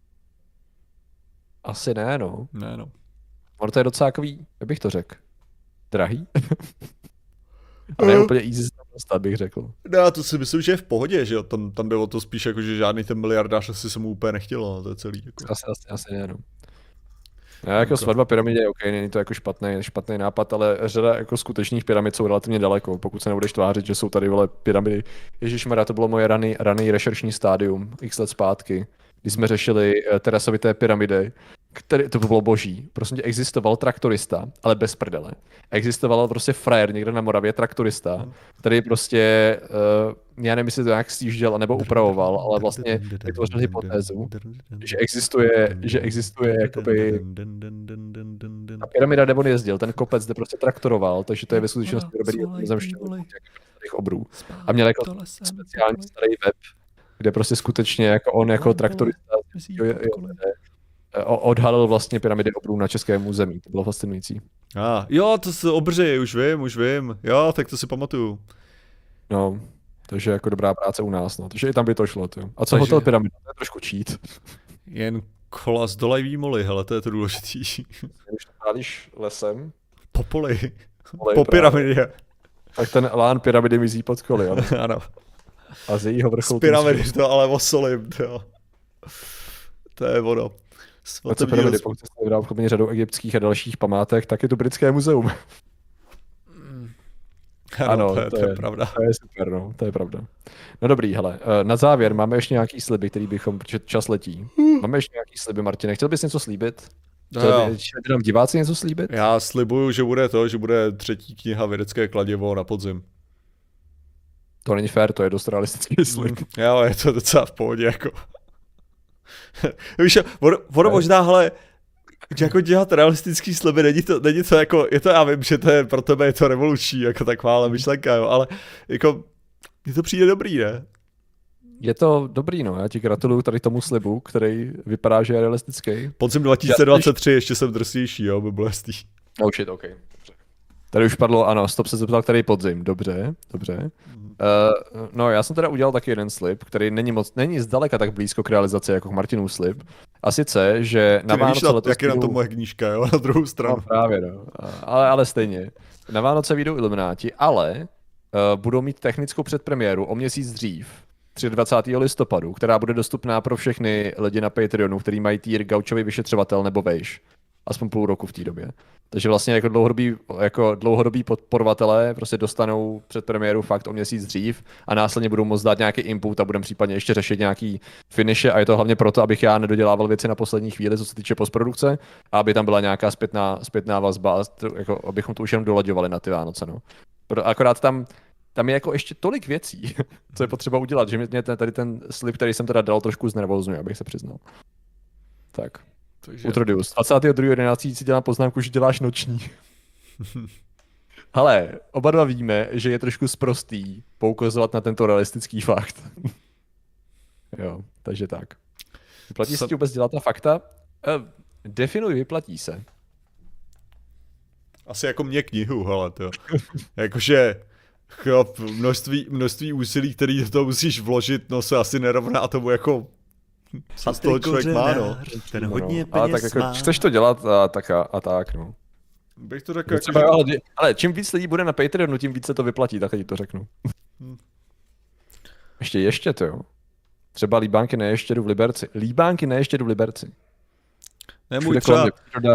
asi ne, no. Ne, no. Ono to je docela takový, jak bych to řekl, drahý. A ne úplně easy se tam dostat, bych řekl. No, to si myslím, že je v pohodě, že jo. Tam bylo to spíš jako, že žádný ten miliardář asi se mu úplně nechtělo, no, to je celý. Jako. Asi ne, no. Jako svatba pyramidě je OK, není to jako špatný nápad, ale řada jako skutečných pyramid jsou relativně daleko, pokud se nebudeš tvářit, že jsou tady pyramidy. Ježišmarja, to bylo moje raný rešeršní stádium, x let zpátky, když jsme řešili terasovité pyramidy, to bylo boží. Prostě existoval traktorista, ale bez prdele. Existoval prostě frajer někde na Moravě, traktorista, který prostě, já nevím, jestli to nějak stížděl nebo upravoval, ale vlastně vytvořil hypotézu, že existuje jakoby ta pyramida, kde on jezdil, ten kopec, kde prostě traktoroval, takže to je ve skutečnosti dobrý zemštěných obrů. A měl jako speciální starý web, kde prostě skutečně jako on jako traktorista odhalil vlastně pyramidy obrů na českém území. To bylo fascinující. Jo, to se obři, už vím. Jo, tak to si pamatuju. No, takže jako dobrá práce u nás, no. Takže i tam by to šlo, jo. A co takže hotel pyramida? To je trošku cheat. Jen kola z dolej výmoly, hele, to je to důležitý. Když to prálíš lesem. Po poli. Po pyramidě. Tak ten lán pyramidy mizí pod koly, jo. Ano. A z jejího vrcholu... Z pyramidy to ale osolím, jo. To je ono. A co pyramidy, pokud jste vydal obchodně řadou egyptských a dalších památek, tak je to Britské muzeum. Ano, to je pravda. To je super, no, to je pravda. No dobrý, hele, na závěr máme ještě nějaký sliby, který bychom, protože čas letí. Máme ještě nějaký sliby, Martine, chtěl bys něco slíbit? Chtěl by nám diváci něco slíbit? Já slibuju, že bude 3. kniha Vědecké kladivo na podzim. To není fér, to je dost realistický slib. Jo, je to docela v pohodě, jako. Víš, ono možná, hele, jako dělat realistický sliby, není to jako, já vím, že to je, pro tebe je to revoluční, jako taková myšlenka, jo, ale jako, mně to přijde dobrý, ne? Je to dobrý, no, já ti gratuluju tady tomu slibu, který vypadá, že je realistický. Podzim 2023, ještě jsem drsnější, jo, by bylo jasný. Oh shit, okay. Tady už padlo, ano, Stop se zeptal, který podzim, dobře. No, já jsem teda udělal taky jeden slib, který není zdaleka tak blízko k realizaci jako Martinův slib. A sice, že na Vánoce letos... Jak je na to moje knížka, jo, na druhou stranu. No právě, no. Ale stejně. Na Vánoce vyjdou Ilumináti, ale budou mít technickou předpremiéru o měsíc dřív, 23. listopadu, která bude dostupná pro všechny lidi na Patreonu, který mají tier Gaučový vyšetřovatel nebo vejš. Aspoň půl roku v té době. Takže vlastně jako dlouhodobí podporovatelé prostě dostanou předpremiéru fakt o měsíc dřív a následně budou moct dát nějaký input a budeme případně ještě řešit nějaký finishe a je to hlavně proto, abych já nedodělával věci na poslední chvíli, co se týče postprodukce, a aby tam byla nějaká zpětná vazba, jako abychom to už jenom dolaďovali na ty Vánoce. No. Akorát tam je jako ještě tolik věcí, co je potřeba udělat, že mě tady ten slib, který jsem teda dal, trošku znervózňuje, abych se přiznal. Tak. Utrodius. 22.11. si dělám poznámku, že děláš noční. Hele, oba dva víme, že je trošku sprostý poukazovat na tento realistický fakt. Jo, takže tak. Vyplatí se ti vůbec dělat ta fakta? Definuj, vyplatí se. Asi jako mě knihu, hele, to. Jakože množství úsilí, který do toho musíš vložit, no se asi nerovná tomu jako co z toho člověk má, no. Ten hodně ale tak jako, chceš to dělat a tak, no. Bych to řekl, třeba, ale čím víc lidí bude na Patreonu, tím víc se to vyplatí, tak ti to řeknu. Ještě to jo. Třeba líbánky na ještědu v Liberci. Nemůj třeba,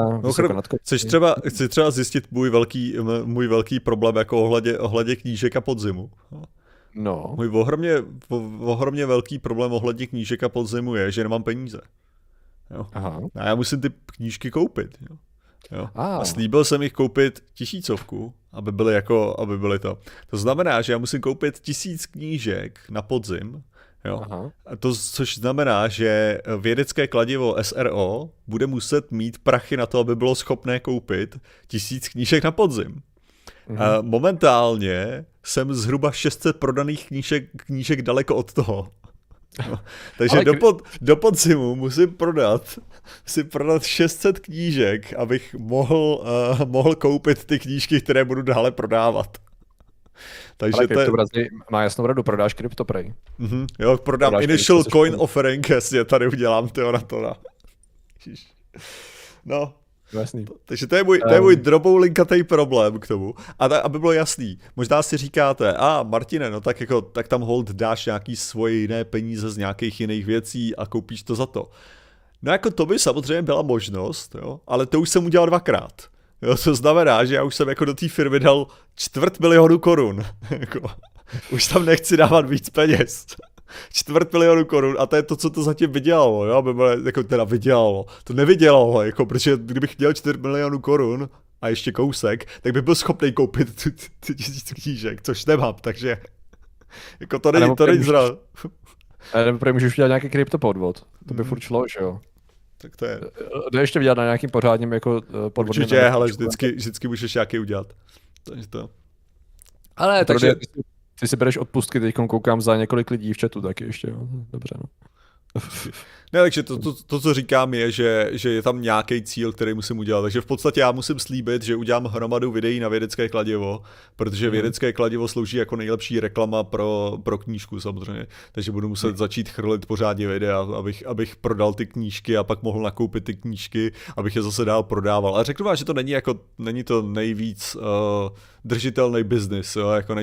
chci třeba zjistit můj velký problém jako ohledně knížek a podzimu. No. Můj ohromně velký problém ohledně knížek a podzimu je, že nemám peníze. Jo. Aha. A já musím ty knížky koupit. Jo. A slíbil jsem jich koupit 1000, aby byly to. To znamená, že já musím koupit 1000 knížek na podzim. Jo. A to, což znamená, že vědecké kladivo SRO bude muset mít prachy na to, aby bylo schopné koupit 1000 knížek na podzim. A momentálně jsem zhruba 600 prodaných knížek daleko od toho. No. Takže do podzimu musím prodat 600 knížek, abych mohl koupit ty knížky, které budu dále prodávat. Takže ale Kryptobrazí má jasnou radu, prodáš CryptoPray. Jo, prodám Initial Coin Offering, jasně, tady udělám na to. No. Jasný. Takže to je můj droboulinkatej problém k tomu. A aby bylo jasný, možná si říkáte, Martine, no tak tam hold dáš nějaký svoje jiné peníze z nějakých jiných věcí a koupíš to za to. No jako to by samozřejmě byla možnost, jo, ale to už jsem udělal 2krát. Jo, to znamená, že já už jsem jako do té firmy dal 250 000 korun. Jako, už tam nechci dávat víc peněz. 250 000 korun a to je to, co to zatím vydělalo, jo, vydělalo. To nevydělalo, jako, protože kdybych měl 4 milionů korun a ještě kousek, tak bych byl schopný koupit ty 1000 knížek, což nemám, takže jako to není zrovna. Nebo můžeš udělat nějaký kryptopodvod, to by furt šlo, že jo. Tak to je. Jde ještě vydělat na nějakým pořádním jako podvodným. Určitě, ale vždycky můžeš nějaký udělat. Takže to. Ale takže ty si bereš odpustky, teď koukám za několik lidí v chatu taky ještě, jo. Dobře, no. Ne, takže to, co říkám, je, že je tam nějaký cíl, který musím udělat. Takže v podstatě já musím slíbit, že udělám hromadu videí na vědecké kladivo, protože vědecké kladivo slouží jako nejlepší reklama pro knížku samozřejmě. Takže budu muset začít chrlit pořádně videa, abych prodal ty knížky a pak mohl nakoupit ty knížky, abych je zase dál prodával. A řeknu vám, že to není to nejvíc držitelný biznis, jo, jako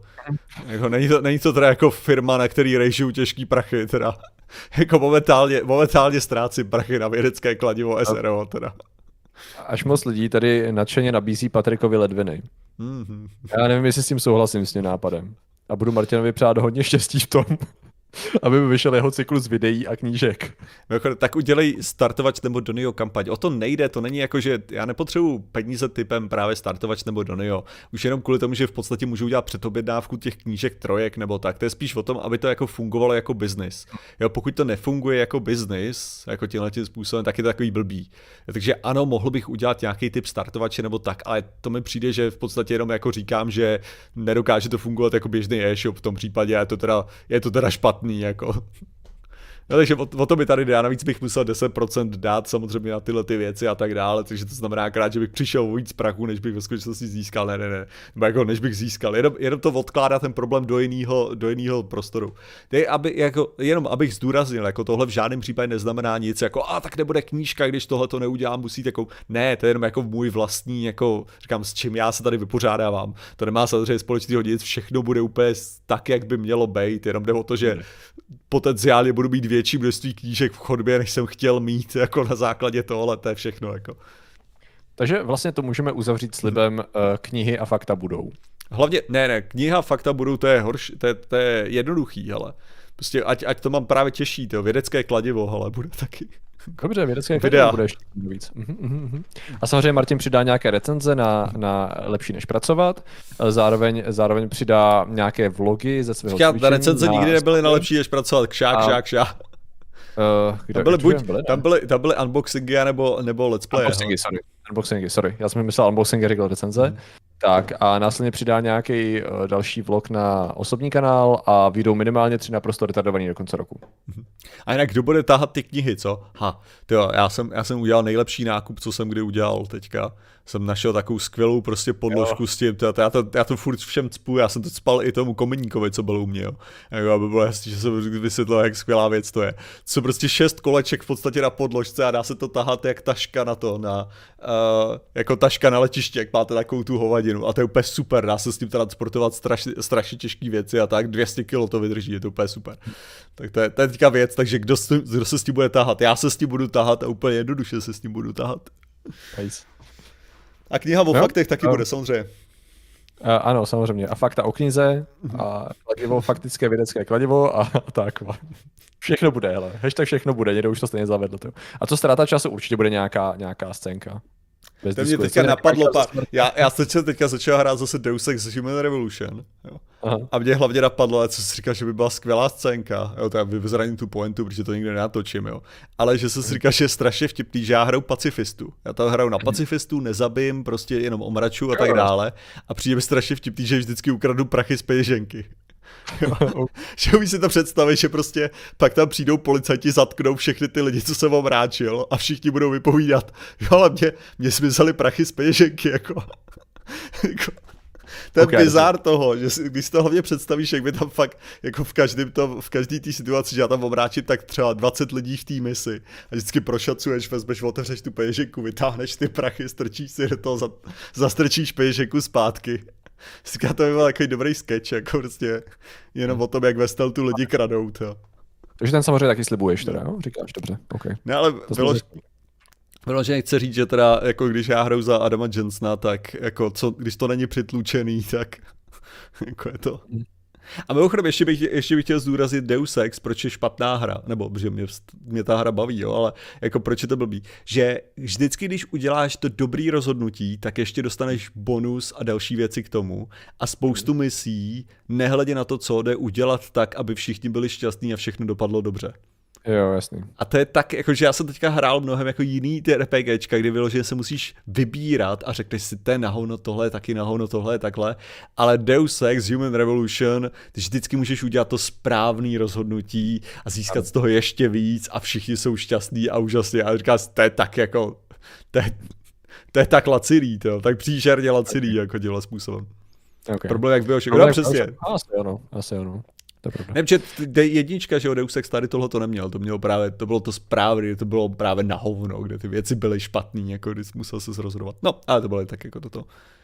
není to teda jako firma, na který rejžou těžký prachy, teda. Jako momentálně ztrácím prachy na vědecké kladivo SRO teda. Až moc lidí tady nadšeně nabízí Patrikovi ledviny. Já nevím, jestli s tím souhlasím s tím nápadem. A budu Martinovi přát hodně štěstí v tom, aby mi vyšel jeho cyklus videí a knížek. Tak udělej startovač nebo Donio kampaň. O to nejde, to není jako, že já nepotřebuji peníze typem právě startovač nebo Donio. Už jenom kvůli tomu, že v podstatě můžu udělat předobjednávku těch knížek trojek nebo tak. To je spíš o tom, aby to jako fungovalo jako biznis. Jo, pokud to nefunguje jako biznis, jako tímhletím způsobem, tak je to takový blbý. Takže ano, mohl bych udělat nějaký typ startovače nebo tak, ale to mi přijde, že v podstatě jenom jako říkám, že nedokáže to fungovat jako běžný e-shop v tom případě, je to teda špatný. Jako. No, takže o to by tady jde, a navíc bych musel 10% dát samozřejmě na tyhle ty věci a tak dále, takže to znamená krát, že bych přišel o víc prachu, než bych ve skutečnosti získal, ne, nebo jako než bych získal, jenom to odkládá ten problém do jiného prostoru. Jenom abych zdůraznil, jako tohle v žádném případě neznamená nic, jako tak nebude knížka, když tohle to neudělám, musíte ne, to je jenom jako můj vlastní, jako říkám, s čím já se tady vypořádávám. To nemá samozřejmě společného nic, všechno bude úplně tak, jak by mělo být, jenom jde o to, že potenciálně budu mít větší množství knížek v chodbě, než jsem chtěl mít, jako na základě tohle, to je všechno. Jako. Takže vlastně to můžeme uzavřít slibem knihy a fakta budou. Hlavně, ne, kniha a fakta budou, to je horší, to je jednoduchý, hele. Prostě ať to mám právě těžší, to vědecké kladivo, hele, bude taky. Dobře, vědecké kladivo bude ještě víc. A samozřejmě Martin přidá nějaké recenze na lepší než pracovat, zároveň přidá nějaké vlogy ze svého cvičení. Recenze nikdy nebyly na lepší než pracovat, kšák. Tam byly unboxingy nebo let's play. Unboxingy, sorry. Já jsem myslel unboxingy, řekl recenze. Tak a následně přidá nějaký další vlog na osobní kanál a vyjdou minimálně 3 naprosto retardovaný do konce roku. A jinak kdo bude tahat ty knihy, co? Já jsem udělal nejlepší nákup, co jsem kdy udělal teďka. Jsem našel takovou skvělou prostě podložku s tím, já to furt všem cpu, já jsem to cpal i tomu Komeníkovi, co byl u mě, jo. Jako, aby bylo jasný, že jsem vysvětlil, jak skvělá věc to je. Co prostě 6 koleček v podstatě na podložce a dá se to tahat jak taška jako taška na letiště, jak máte takovou tu hovadinu a to je úplně super, dá se s tím transportovat strašně těžké věci a tak 200 kg to vydrží, je to úplně super. Tak to je teďka věc, takže kdo se s tím bude tahat? Já se s tím budu tahat a úplně jednoduše se s tím budu tahat. Nice. A kniha o faktech taky bude, samozřejmě. Ano, samozřejmě. A fakta o knize a kladivo, faktické vědecké kladivo a tak. Všechno bude, hele. Hashtag všechno bude, někdo už to stejně zavedl. To. A co ztráta času, určitě bude nějaká scénka. To mě teďka napadlo, já jsem teďka začal hrát zase Deus Ex Human Revolution. Jo. A mě hlavně napadlo, co si říkal, že by byla skvělá scénka, jo, tak vyzraním tu pointu, protože to nikdy nenatočím, jo. Ale že jsem si říkal, že je strašně vtipný, že já hraju pacifistu. Já tam hraju na pacifistu, nezabijím, prostě jenom omraču a tak dále. A přijde mi strašně vtipný, že vždycky ukradu prachy z peněženky. Že umí si to představit, že prostě pak tam přijdou policajti, zatknou všechny ty lidi, co jsem omráčil a všichni budou vypovídat, jo, ale mě zmizely prachy z peněženky, jako ten bizár toho, že když si to hlavně představíš, jak by tam fakt, jako v každý té situaci, že já tam omráčím tak třeba 20 lidí v té misi a vždycky prošacuješ, vezmeš, otevřeš tu peněženku, vytáhneš ty prachy, strčíš si do toho, zastrčíš peněženku zpátky. Říká, to by byl takový dobrý sketch, jako prostě jenom o tom, jak ve stealthu lidi kradou, to. Takže ten samozřejmě taky slibuješ teda, jo? Říkáš, dobře, OK. Ne, ale bylo, že nechci říct, že teda, jako když já hraju za Adama Jensena, tak jako když to není přitlučený, tak jako je to. A mimochodem, ještě bych chtěl zdůraznit Deus Ex, proč je špatná hra, nebo že mě ta hra baví, jo, ale jako proč je to blbý, že vždycky, když uděláš to dobrý rozhodnutí, tak ještě dostaneš bonus a další věci k tomu a spoustu misí, nehledě na to, co jde udělat tak, aby všichni byli šťastní a všechno dopadlo dobře. Jo, jasný. A to je tak, jakože já jsem teďka hrál mnohem jako jiný ty RPGčka, kdy vyloženě se musíš vybírat a řekneš si, to je na hovno, tohle je taky na hovno, tohle je takhle, ale Deus Ex Human Revolution, ty vždycky můžeš udělat to správný rozhodnutí a získat z toho ještě víc a všichni jsou šťastní a úžasní a říkáš, to je tak jako, to je tak laciný, tak příšerně laciný jako tímhle způsobem. Okay. Problém jak bylo všechno, přesně. Asi ono. Ne, protože jednička, že Deus Ex tady tohle to neměl, to bylo to správný, to bylo právě na hovno, kde ty věci byly špatný, jako když musel se rozhodovat. No, ale to bylo tak jako toto.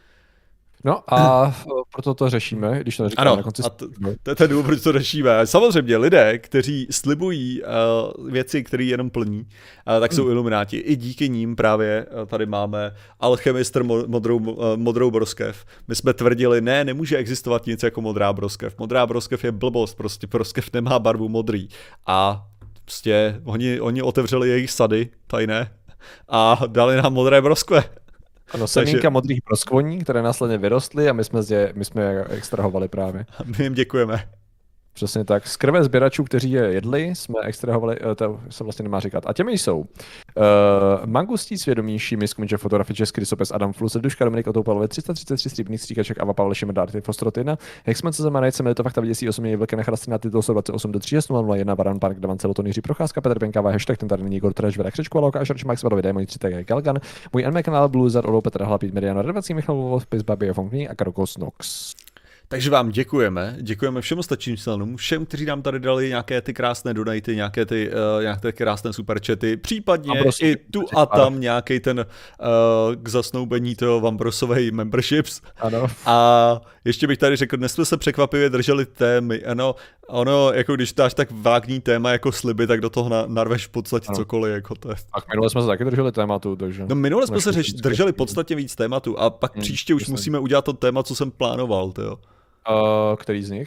No a proto to řešíme, když to říkáme na konci. To je ten důvod, proč to řešíme. Samozřejmě lidé, kteří slibují věci, které jenom plní, tak jsou ilumináti. I díky ním právě tady máme alchemistr modrou broskev. My jsme tvrdili, nemůže existovat nic jako modrá broskev. Modrá broskev je blbost, prostě broskev nemá barvu modrý. A prostě oni otevřeli jejich sady tajné a dali nám modré broskve. Ano, semínka modrých broskvoní, které následně vyrostly a my jsme je extrahovali právě. My jim děkujeme. Přesně tak. Z krve sběračů, kteří je jedli, jsme extrahovali, to se vlastně nemá říkat. A těmi jsou Mangustí svědomí, Šímis, Kmiče, Fotografie, Český rysopis, Adam Flus, Duška, Dominik Otoupalovi, 333 stříbrných stříkaček, Ava Pavle, Šimedárty, Fostrot 1, Hexman, co Zamanajce, Melito, Fakta, Viděsí, 8, Vlky, Nechrastina, Titul 128 do 3001, Varan, Park, Davan, Celoton, Jiří Procházka, Petr Pěnkává, hashtag, ten tady není Igor Trash, Vedek Křečku, Aloka, Ašarč, Max, Vadovi, Démoni, 3 tak Galgan, můj NM kanál, Bluzar, Olo, Petr Hlapít, Mediano, Redací, Michal Vovos, Pis, Babie, Fonkní a Karokos Nox. Takže vám děkujeme všem ostatním členům, všem, kteří nám tady dali nějaké ty krásné donaty, nějaké ty krásné superchaty, případně i tu a tam nějaký ten k zasnoubení toho Vambrosovej memberships. Ano. A ještě bych tady řekl, dnes jsme se překvapivě drželi témy. Ono, jako když dáš tak vágní téma jako sliby, tak do toho narveš v podstatě cokoliv. Jako to je. Tak minule jsme se taky drželi tématu, takže... No minule jsme se drželi podstatně víc tématu a pak příště už musíme udělat to téma, co jsem plánoval, jo. Který z nich?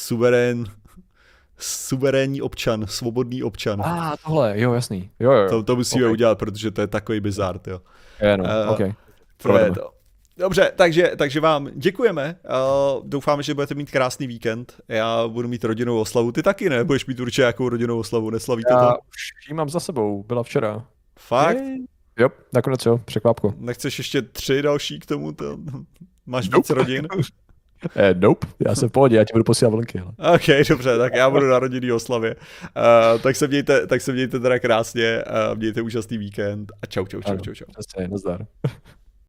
Suverénní občan, svobodný občan. Tohle, jo, jasný. Jo. To musíme udělat, protože to je takový bizár, jo. Okay. Dobře, takže vám děkujeme. Doufáme, že budete mít krásný víkend. Já budu mít rodinnou oslavu. Ty taky ne? Budeš mít určitě jakou rodinnou oslavu? Neslavíte to? Já už ji mám za sebou. Byla včera. Fakt? Jo, nakonec jo. Překvapko. Nechceš ještě 3 další k tomu? Máš víc rodin? Nope, já jsem v pohodě, já ti budu posílat vlnky. Ok, dobře, tak já budu na rodinný oslavě. Tak se mějte teda krásně, mějte úžasný víkend a čau. Nazdar.